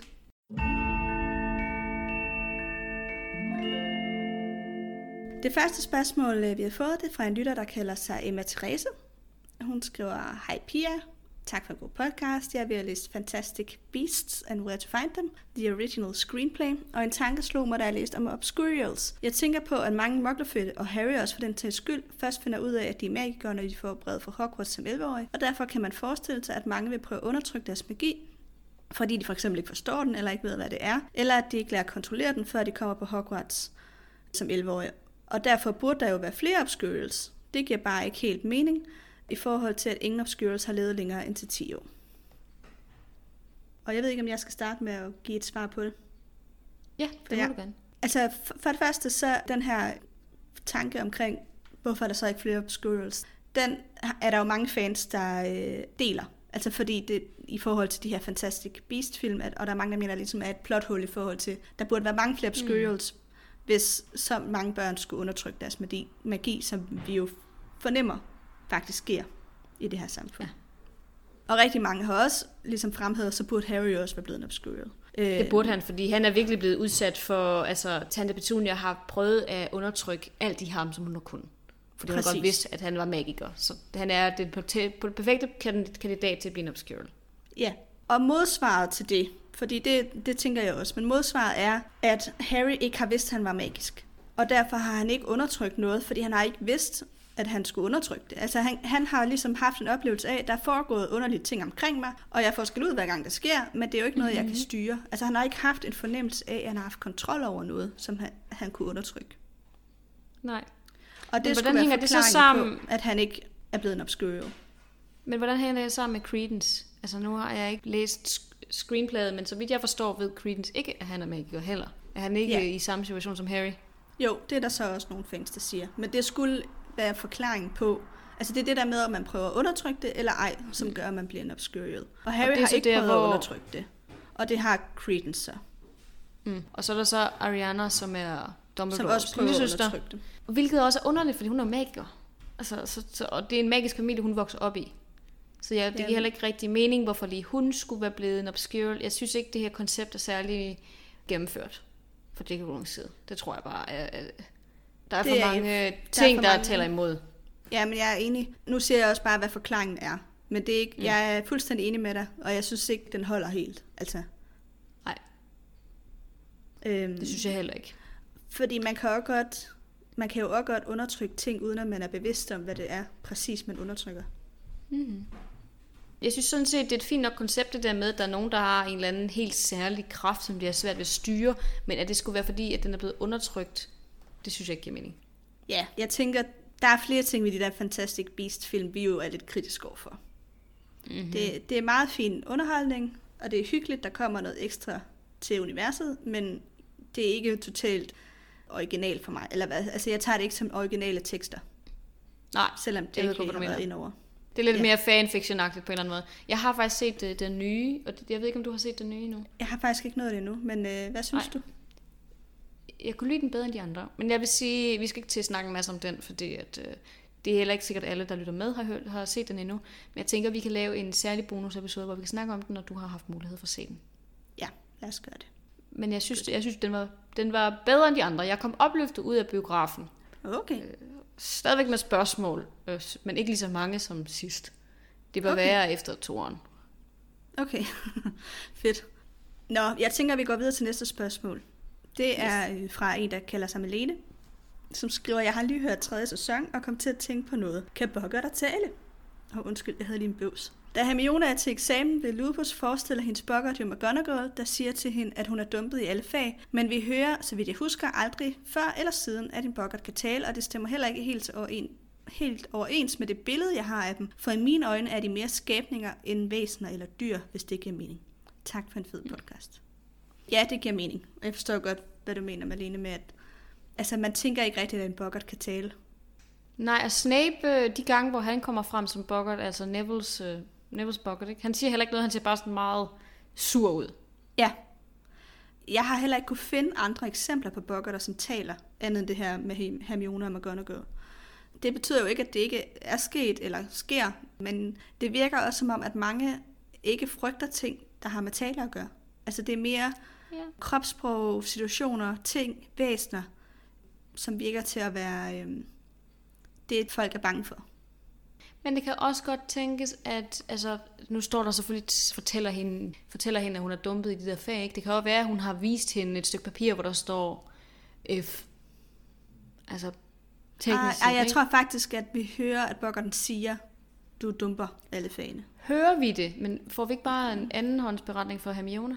Det første spørgsmål, vi har fået, det er fra en lytter, der kalder sig Emma Therese. Hun skriver, hej Pia, tak for en god podcast. Jeg er ved at læse Fantastic Beasts and Where to Find Them, The Original Screenplay, og en tanke slog mig, da jeg læste om Obscurials. Jeg tænker på, at mange muglerfødte, og Harry også for den til skyld, først finder ud af, at de er magikere, når de får brevet fra Hogwarts som elleve-årige, og derfor kan man forestille sig, at mange vil prøve at undertrykke deres magi, fordi de for eksempel ikke forstår den, eller ikke ved, hvad det er, eller at de ikke lærer at kontrollere den, før de kommer på Hogwarts som elleve-årige. Og derfor burde der jo være flere Obscurials. Det giver bare ikke helt mening, i forhold til, at ingen Obscurials har levet længere end til ti år. Og jeg ved ikke, om jeg skal starte med at give et svar på det. Ja, det må ja. du gerne. Altså, for det første, så den her tanke omkring, hvorfor er der så ikke flere Obscurials, den er der jo mange fans, der øh, deler. Altså fordi det i forhold til de her Fantastic Beast-film, at, og der er mange, der mener, ligesom er et plothul i forhold til, der burde være mange flere Obscurials, mm. hvis så mange børn skulle undertrykke deres magi, magi, som vi jo fornemmer faktisk sker i det her samfund. Ja. Og rigtig mange har også ligesom fremhævet, så burde Harry også være blevet en Obscurial. Det burde han, fordi han er virkelig blevet udsat for, altså Tante Petunia har prøvet at undertrykke alt i ham, som hun har kunnet. Fordi Præcis. hun godt vidste, at han var magiker. Så han er den perfekte kandidat til at blive en Obscurial. Ja, og modsvaret til det, fordi det, det tænker jeg også, men modsvaret er, at Harry ikke har vidst, at han var magisk. Og derfor har han ikke undertrykt noget, fordi han har ikke vidst, at han skulle undertrykke det. Altså han, han har ligesom haft en oplevelse af, at der er foregået underlige ting omkring mig, og jeg får skæld ud hver gang det sker, men det er jo ikke noget, mm-hmm. jeg kan styre. Altså han har ikke haft en fornemmelse af, at han har haft kontrol over noget, som han, han kunne undertrykke. Nej. Og det skulle være forklaringen sammen... på, at han ikke er blevet en Obscurial. Men hvordan hænger det sammen med Credence? Altså nu har jeg ikke læst screenplayet, men så vidt jeg forstår, ved Credence ikke, at han er magiker heller. Er han ikke ja. i samme situation som Harry? Jo, det er der så også nogle fans, der siger. Men det skulle være forklaringen på, altså det er det der med, at man prøver at undertrykke det, eller ej, som mm. gør, at man bliver en Obscurial. Og Harry og har ikke der, prøvet hvor... at undertrykke det. Og det har Credence så. Mm. Og så er der så Ariana, som er Dumbledores som også prøver at undertrykke det. Hvilket også er underligt, fordi hun er magiker. Altså, så, så, og det er en magisk familie, hun vokser op i. Så ja, det giver heller ikke rigtig mening, hvorfor lige hun skulle være blevet en Obscurial. Jeg synes ikke, det her koncept er særlig gennemført fra J K Rowlings side. Det tror jeg bare er... Der er det for mange er, ting, der, der mange... taler imod. Ja, men jeg er enig. Nu siger jeg også bare, hvad forklaringen er. Men det er ikke, mm. jeg er fuldstændig enig med dig, og jeg synes ikke, den holder helt. Altså. Nej. Øhm, det synes jeg heller ikke. Fordi man kan, også godt, man kan jo også godt undertrykke ting, uden at man er bevidst om, hvad det er præcis, man undertrykker. Mm. Jeg synes sådan set, det er et fint nok koncept, det der med, at der er nogen, der har en eller anden helt særlig kraft, som de har svært ved at styre, men at det skulle være fordi, at den er blevet undertrykt, det synes jeg ikke giver mening. Ja, jeg tænker, der er flere ting ved de der Fantastic Beast-film, vi jo er lidt kritisk overfor. Mm-hmm. Det, det er meget fin underholdning, og det er hyggeligt, der kommer noget ekstra til universet, men det er ikke totalt originalt for mig. Eller hvad? Altså, jeg tager det ikke som originale tekster. Nej, selvom det ikke har været indover. Det er lidt ja. mere fanfiction-agtigt på en eller anden måde. Jeg har faktisk set det, den nye, og jeg ved ikke, om du har set den nye endnu. Jeg har faktisk ikke nået det endnu, men øh, hvad synes Ej. du? Jeg kunne lide den bedre end de andre. Men jeg vil sige, vi skal ikke til at snakke en masse om den, fordi at, øh, det er heller ikke sikkert, at alle, der lytter med, har, hørt, har set den endnu. Men jeg tænker, at vi kan lave en særlig bonusepisode, hvor vi kan snakke om den, når du har haft mulighed for at se den. Ja, lad os gøre det. Men jeg synes, jeg synes den, var, den var bedre end de andre. Jeg kom opløftet ud af biografen. Okay. Øh, stadigvæk med spørgsmål, øh, men ikke lige så mange som sidst. Det var okay. Værre efter toeren. Okay, fedt. Nå, jeg tænker, at vi går videre til næste spørgsmål. Det er yes. fra en, der kalder sig Malene, som skriver, jeg har lige hørt tredje sæson og kom til at tænke på noget. Kan Boggart tale? Åh, oh, undskyld, jeg havde lige en bøvs. Da Hermione er til eksamen ved Lupus, forestiller hendes Boggart jo McGonagall, der siger til hende, at hun er dumpet i alle fag, men vi hører, så vidt jeg husker, aldrig før eller siden, at en Boggart kan tale, og det stemmer heller ikke helt overens, helt overens med det billede, jeg har af dem, for i mine øjne er de mere skabninger end væsener eller dyr, hvis det giver mening. Tak for en fed podcast. Ja, det giver mening. Jeg forstår godt, hvad du mener, Malene, med at altså, man tænker ikke rigtigt, at en Boggart kan tale. Nej, og Snape, de gange, hvor han kommer frem som Boggart, altså Neville's, uh, Neville's Boggart, ikke? Han siger heller ikke noget, han ser bare sådan meget sur ud. Ja. Jeg har heller ikke kunne finde andre eksempler på Boggarter, som taler, andet end det her med Hermione og McGonagall. Det betyder jo ikke, at det ikke er sket eller sker, men det virker også som om, at mange ikke frygter ting, der har med tale at gøre. Altså det er mere Ja. kropssprog, situationer, ting, væsener, som virker til at være øhm, det, folk er bange for. Men det kan også godt tænkes, at altså, nu står der selvfølgelig, fortæller hende, fortæller hende, at hun er dumpet i de der fag. Ikke? Det kan jo være, at hun har vist hende et stykke papir, hvor der står F. Altså teknisk Ej, set, ej, jeg ikke? tror faktisk, at vi hører, at Boggarten siger, du dumper alle fagene. Hører vi det, men får vi ikke bare en andenhåndsberetning for Hermione?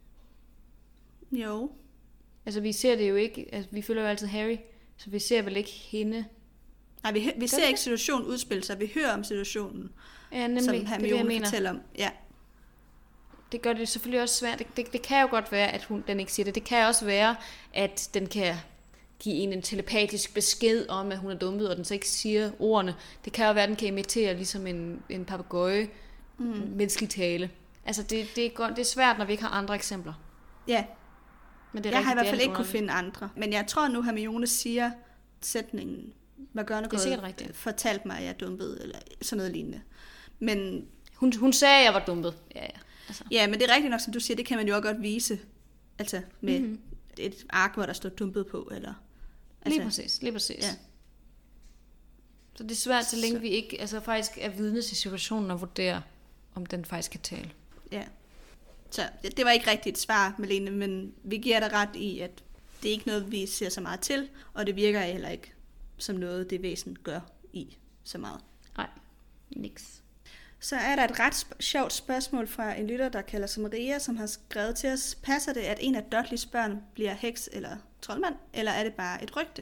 Jo. Altså vi ser det jo ikke, altså, vi følger jo altid Harry, så vi ser vel ikke hende. Nej, vi, vi ser det? ikke situationen udspille sig, vi hører om situationen, Ja, nemlig, som det er det, jeg Hermione mener. fortæller om. Ja. Det gør det selvfølgelig også svært. Det, det, det kan jo godt være, at hun, den ikke siger det. Det kan også være, at den kan give en en telepatisk besked om, at hun er dumpet, og den så ikke siger ordene. Det kan jo være, at den kan imitere ligesom en, en papegøje, mm. menneskelig tale. Altså, det, det, er godt, det er svært, når vi ikke har andre eksempler. Ja, Men det er jeg har i rigtigt, hvert det fald er ikke kunne underligt. finde andre. Men jeg tror nu, Hermione siger sætningen, McGonagall fortalte mig, at jeg er dumpet, eller sådan noget lignende. Men Hun, hun sagde, at jeg var dumpet. Ja, ja. Altså. ja, men det er rigtigt nok, som du siger, det kan man jo også godt vise. Altså med Mhm. et ark, hvor der står dumpet på, eller... Lige Altså, præcis, lige præcis. ja. Så det er svært, så længe Så- vi ikke altså, faktisk er vidne til situationen og vurderer, om den faktisk kan tale. Ja. Så det, det var ikke rigtigt et svar, Malene, men vi giver dig ret i, at det er ikke noget, vi ser så meget til, og det virker heller ikke som noget, det væsen gør i så meget. Nej, niks. Så er der et ret sp- sjovt spørgsmål fra en lytter, der kalder sig Maria, som har skrevet til os. Passer det, at en af Dudleys børn bliver heks eller troldmand, eller er det bare et rygte?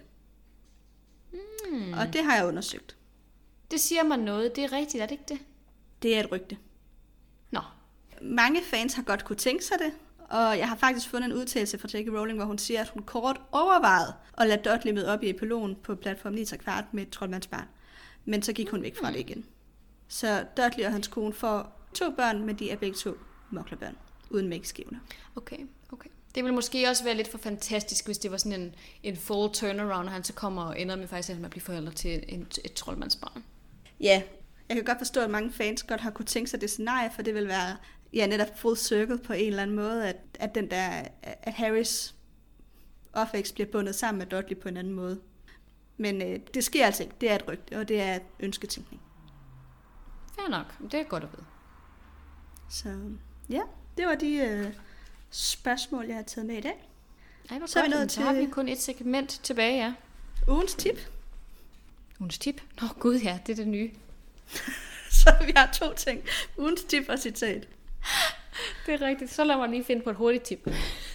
Hmm. Og det har jeg undersøgt. Det siger mig noget. Det er rigtigt, er det ikke det? Det er et rygte. Nå. Mange fans har godt kunne tænke sig det, og jeg har faktisk fundet en udtalelse fra J K Rowling, hvor hun siger, at hun kort overvejede at lade Dudley møde op i epilogen på platform ni tre kvart med et troldmandsbarn. Men så gik hun væk fra det igen. Så Dudley og hans kone får to børn, men de er begge to moklerbørn, uden mægskivende. Okay, okay. Det ville måske også være lidt for fantastisk, hvis det var sådan en, en full turnaround, og han så kommer og ender med faktisk med at blive forældre til en, et troldmandsbarn. Ja, jeg kan godt forstå, at mange fans godt har kunne tænke sig det scenarie, for det vil være ja, netop full circle på en eller anden måde, at, at, den der, at Harrys opvækst bliver bundet sammen med Dudley på en anden måde. Men øh, det sker altså ikke. Det er et rygte, og det er et ønsketænkning. Fair nok. Det er godt at vide. Så ja, det var de øh, spørgsmål, jeg har taget med i dag. Ej, hvor Så er vi godt. nået Men så har til- vi kun et segment tilbage, ja. Ugens tip. Ugens tip. Nå gud, ja, det er det nye. Så vi har to ting. Ugens tip og citat. Det er rigtigt. Så lad mig lige finde på et hurtigt tip.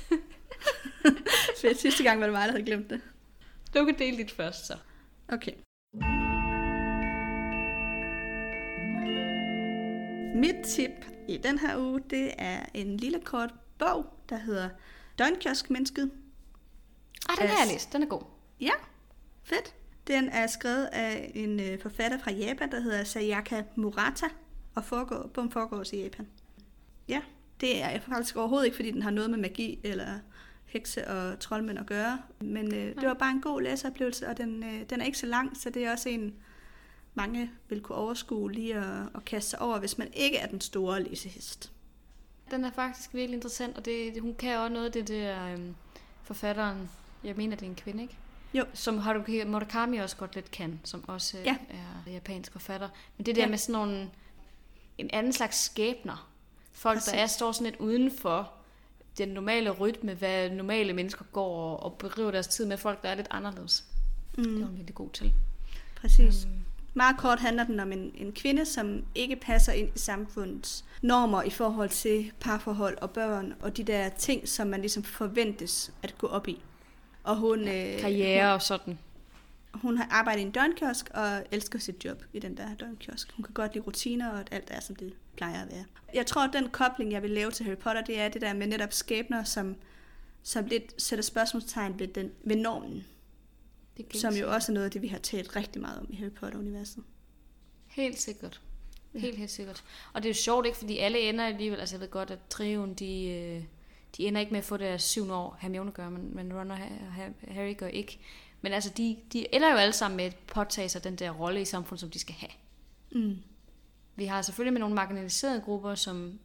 Så sidste gang var det mig, der havde glemt det. Du kan dele dit først, så. Okay. Mit tip i den her uge, det er en lille kort bog, der hedder Døgnkioskmennesket. Ah, den har jeg læst. Den er god. Ja, fedt. Den er skrevet af en øh, forfatter fra Japan, der hedder Sayaka Murata, og foregår, bogen foregår også i Japan. Ja, det er faktisk overhovedet ikke, fordi den har noget med magi eller hekse og troldmænd at gøre, men øh, det var bare en god læseoplevelse, og den, øh, den er ikke så lang, så det er også en, mange vil kunne overskue lige at, at kaste sig over, hvis man ikke er den store læsehest. Den er faktisk virkelig interessant, og det, hun kan også noget af det der øhm, forfatteren, jeg mener, det er en kvinde, ikke? Jo. Som Haruki Murakami også godt lidt kan, som også Ja. er japansk forfatter. Men det der Ja. med sådan nogle, en anden slags skæbner. Folk, Præcis. der er, står sådan lidt uden for den normale rytme, hvad normale mennesker går og, og beriver deres tid med, folk, der er lidt anderledes. Mm. Det er hun virkelig god til. Præcis. Øhm, Meget kort handler den om en, en kvinde, som ikke passer ind i samfundets normer i forhold til parforhold og børn, og de der ting, som man ligesom forventes at gå op i. Og hun, øh, karriere og sådan. hun, hun har arbejdet i en døgnkiosk og elsker sit job i den der døgnkiosk. Hun kan godt lide rutiner, og at alt er, som det plejer at være. Jeg tror, at den kobling, jeg vil lave til Harry Potter, det er det der med netop skæbner, som, som lidt sætter spørgsmålstegn ved, den, ved normen. Det Som jo også er noget af det, vi har talt rigtig meget om i Harry Potter-universet. Helt sikkert. Helt, helt sikkert. Og det er jo sjovt, ikke? Fordi alle ender alligevel, altså jeg ved godt, at trioen, de, øh, de ender ikke med at få deres syvende år. Hermione gør, men, men Ron og Harry gør ikke. Men altså, de, de ender jo alle sammen med at påtage sig den der rolle i samfundet, som de skal have. Mm. Vi har selvfølgelig med nogle marginaliserede grupper, som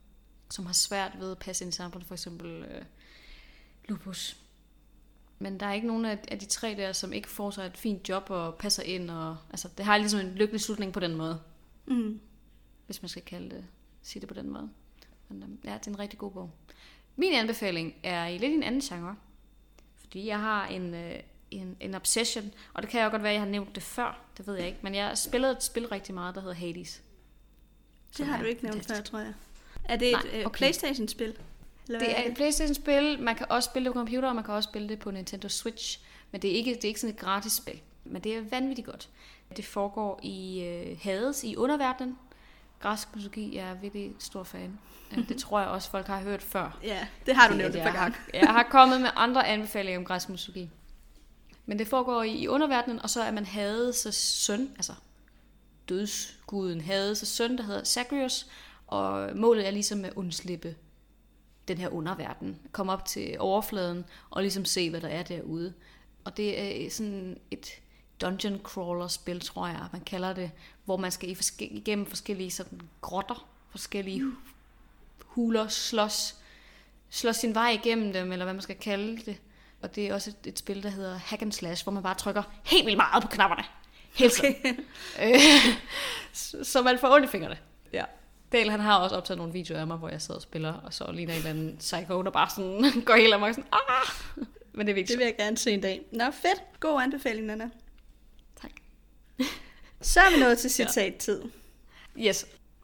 som har svært ved at passe ind i samfundet, for eksempel øh, lupus. Men der er ikke nogen af, af de tre der, som ikke får sig et fint job og passer ind. Og, altså, det har ligesom en lykkelig slutning på den måde. Mm. Hvis man skal kalde det, sige det på den måde. Men øh, ja, det er en rigtig god bog. Min anbefaling er i lidt en anden genre. Fordi jeg har en, øh, en, en obsession, og det kan jo godt være, at jeg har nævnt det før, det ved jeg ikke. Men jeg spillede et spil rigtig meget, der hedder Hades. Det har du ikke nævnt før, tror jeg. Er det Nej, et okay. PlayStation-spil? Eller Det hvad er et PlayStation-spil, man kan også spille det på computer, og man kan også spille det på Nintendo Switch. Men det er ikke, det er ikke sådan et gratis spil. Men det er vanvittigt godt. Det foregår i øh, Hades, i underverdenen. Græsk mytologi, jeg er virkelig stor fan. Det tror jeg også, folk har hørt før. Ja, det har du Det- nævnt et jeg par har- gange. Jeg har kommet med andre anbefalinger om græsk mytologi. Men det foregår i, i underverdenen, og så er man Hades' søn, altså dødsguden Hades' søn, der hedder Zagreus, og målet er ligesom at undslippe den her underverden, komme op til overfladen og ligesom se, hvad der er derude. Og det er sådan et dungeon crawler spil, tror jeg, man kalder det, hvor man skal i forske- igennem forskellige sådan grotter, forskellige mm. huler, slås, slås sin vej igennem dem, eller hvad man skal kalde det. Og det er også et, et spil, der hedder Hack and Slash, hvor man bare trykker helt vildt meget på knapperne. Helt tiden. Okay. så, så man får ondt i fingrene. Ja. Dale, han har også optaget nogle videoer af mig, hvor jeg sidder og spiller, og så ligner en eller anden psycho, der bare sådan går helt amok sådan, ah! Men det er virkelig Det vil jeg gerne se en dag. Nå, fedt. God anbefaling, Nana. Tak. Så er vi nået til citattid. Yes.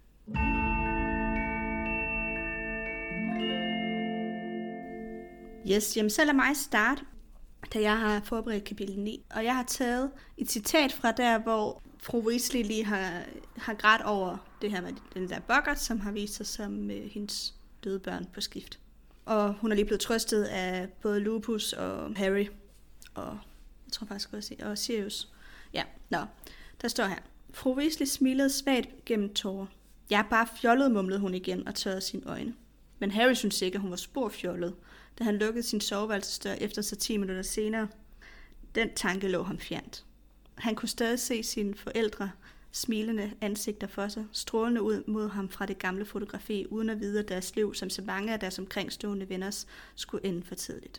Yes, jamen så lad mig starte, da jeg har forberedt kapitel ni. Og jeg har taget et citat fra der, hvor fru Weasley lige har, har grædt over det her med den der Boggart, som har vist sig som øh, hendes døde børn på skift. Og hun er lige blevet trøstet af både Lupus og Harry, og jeg tror faktisk også, og Sirius. Ja, nå, der står her. Fru Weasley smilede svagt gennem tårer. Jeg er bare fjollet, mumlede hun igen og tørrede sine øjne. Men Harry synes ikke, at hun var spor fjollet, da han lukkede sin soveværelsesdør efter sig ti minutter senere. Den tanke lå ham fjernt. Han kunne stadig se sine forældre smilende ansigter for sig, strålende ud mod ham fra det gamle fotografi, uden at vide, at deres liv, som så mange af deres omkringstående venners, skulle ende for tidligt.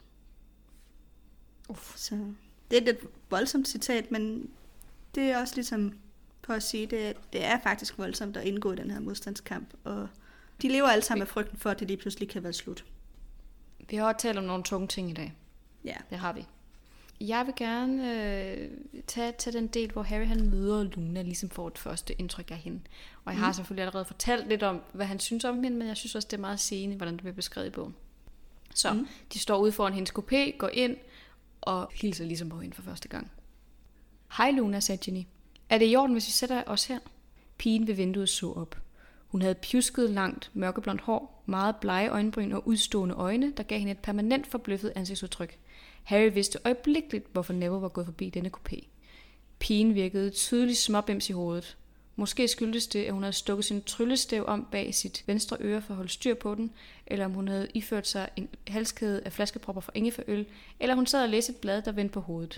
Uff. Så det er et lidt voldsomt citat, men det er også ligesom for at sige, det, det er faktisk voldsomt at indgå i den her modstandskamp, og de lever alle sammen med frygten for, at det lige pludselig kan være slut. Vi har også talt om nogle tunge ting i dag. Ja. Det har vi. Jeg vil gerne øh, tage, tage den del, hvor Harry han møder Luna, ligesom får et første indtryk af hende. Og jeg mm. har selvfølgelig allerede fortalt lidt om, hvad han synes om hende, men jeg synes også, det er meget sigende, hvordan det bliver beskrevet i bogen. Så mm. de står ude foran hendes kupé, går ind og hilser ligesom på hende for første gang. Hej Luna, sagde Ginny. Er det i orden, hvis vi sætter os her? Pigen ved vinduet så op. Hun havde pjusket langt, mørkeblondt hår, meget blege øjenbryn og udstående øjne, der gav hende et permanent forbløffet ansigtsudtryk. Harry vidste øjeblikkeligt, hvorfor Neville var gået forbi denne kupé. Pigen virkede tydeligt småbims i hovedet. Måske skyldtes det, at hun havde stukket sin tryllestav om bag sit venstre øre for at holde styr på den, eller om hun havde iført sig en halskæde af flaskepropper fra ingefærøl, eller hun sad og læste et blad, der vendte på hovedet.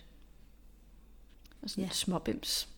Og sådan Ja. småbims.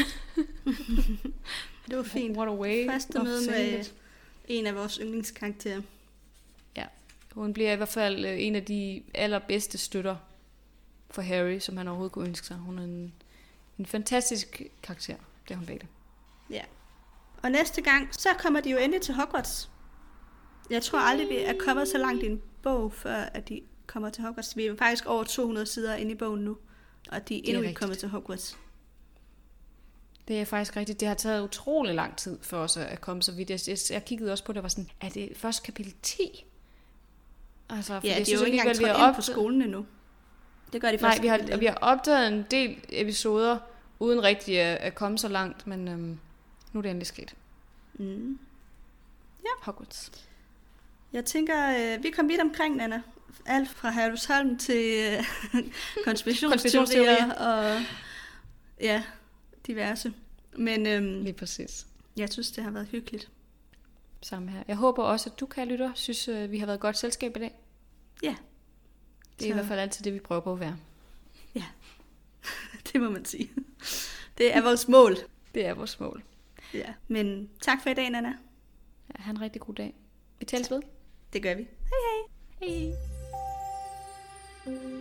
Det var fint. What a way Første of møde saying med it. en af vores yndlingskarakterer. Ja, hun bliver i hvert fald øh, en af de allerbedste støtter for Harry, som han overhovedet kunne ønske sig. Hun er en, en fantastisk karakter, det er hun bag det. Ja. Og næste gang, så kommer de jo endelig til Hogwarts. Jeg tror aldrig, vi er kommet så langt i en bog, før at de kommer til Hogwarts. Vi er faktisk over to hundrede sider inde i bogen nu, og de er endnu ikke rigtigt. kommet til Hogwarts. Det er faktisk rigtigt. Det har taget utrolig lang tid for os at komme så vidt. Jeg, jeg, jeg kiggede også på det og var sådan, er det først kapitel ti? Altså, Ja, fordi de jeg er synes jo ikke alligevel, engang vi trådt har ind på opdaget- skolen endnu. Det gør de Nej, først. vi har, vi har opdaget en del episoder, uden rigtig at, at komme så langt, men øhm, nu er det endelig sket. Mm. Hogwarts. Jeg tænker, øh, vi kom vidt omkring, Nana. Alt fra Herlufsholm til øh, konspirationsteorier og ja, diverse. Men øhm, Lige præcis. jeg synes, det har været hyggeligt. Samme her. Jeg håber også, at du, kære lytter, synes, at vi har været et godt selskab i dag. Ja. Det er i Så- hvert fald altid det, vi prøver på at være. Ja, det må man sige. Det er vores mål. Det er vores mål. Ja. Men tak for i dag, Nana. Ja, ha' en rigtig god dag. Vi tales ved. Det gør vi. Hej hej. Hej.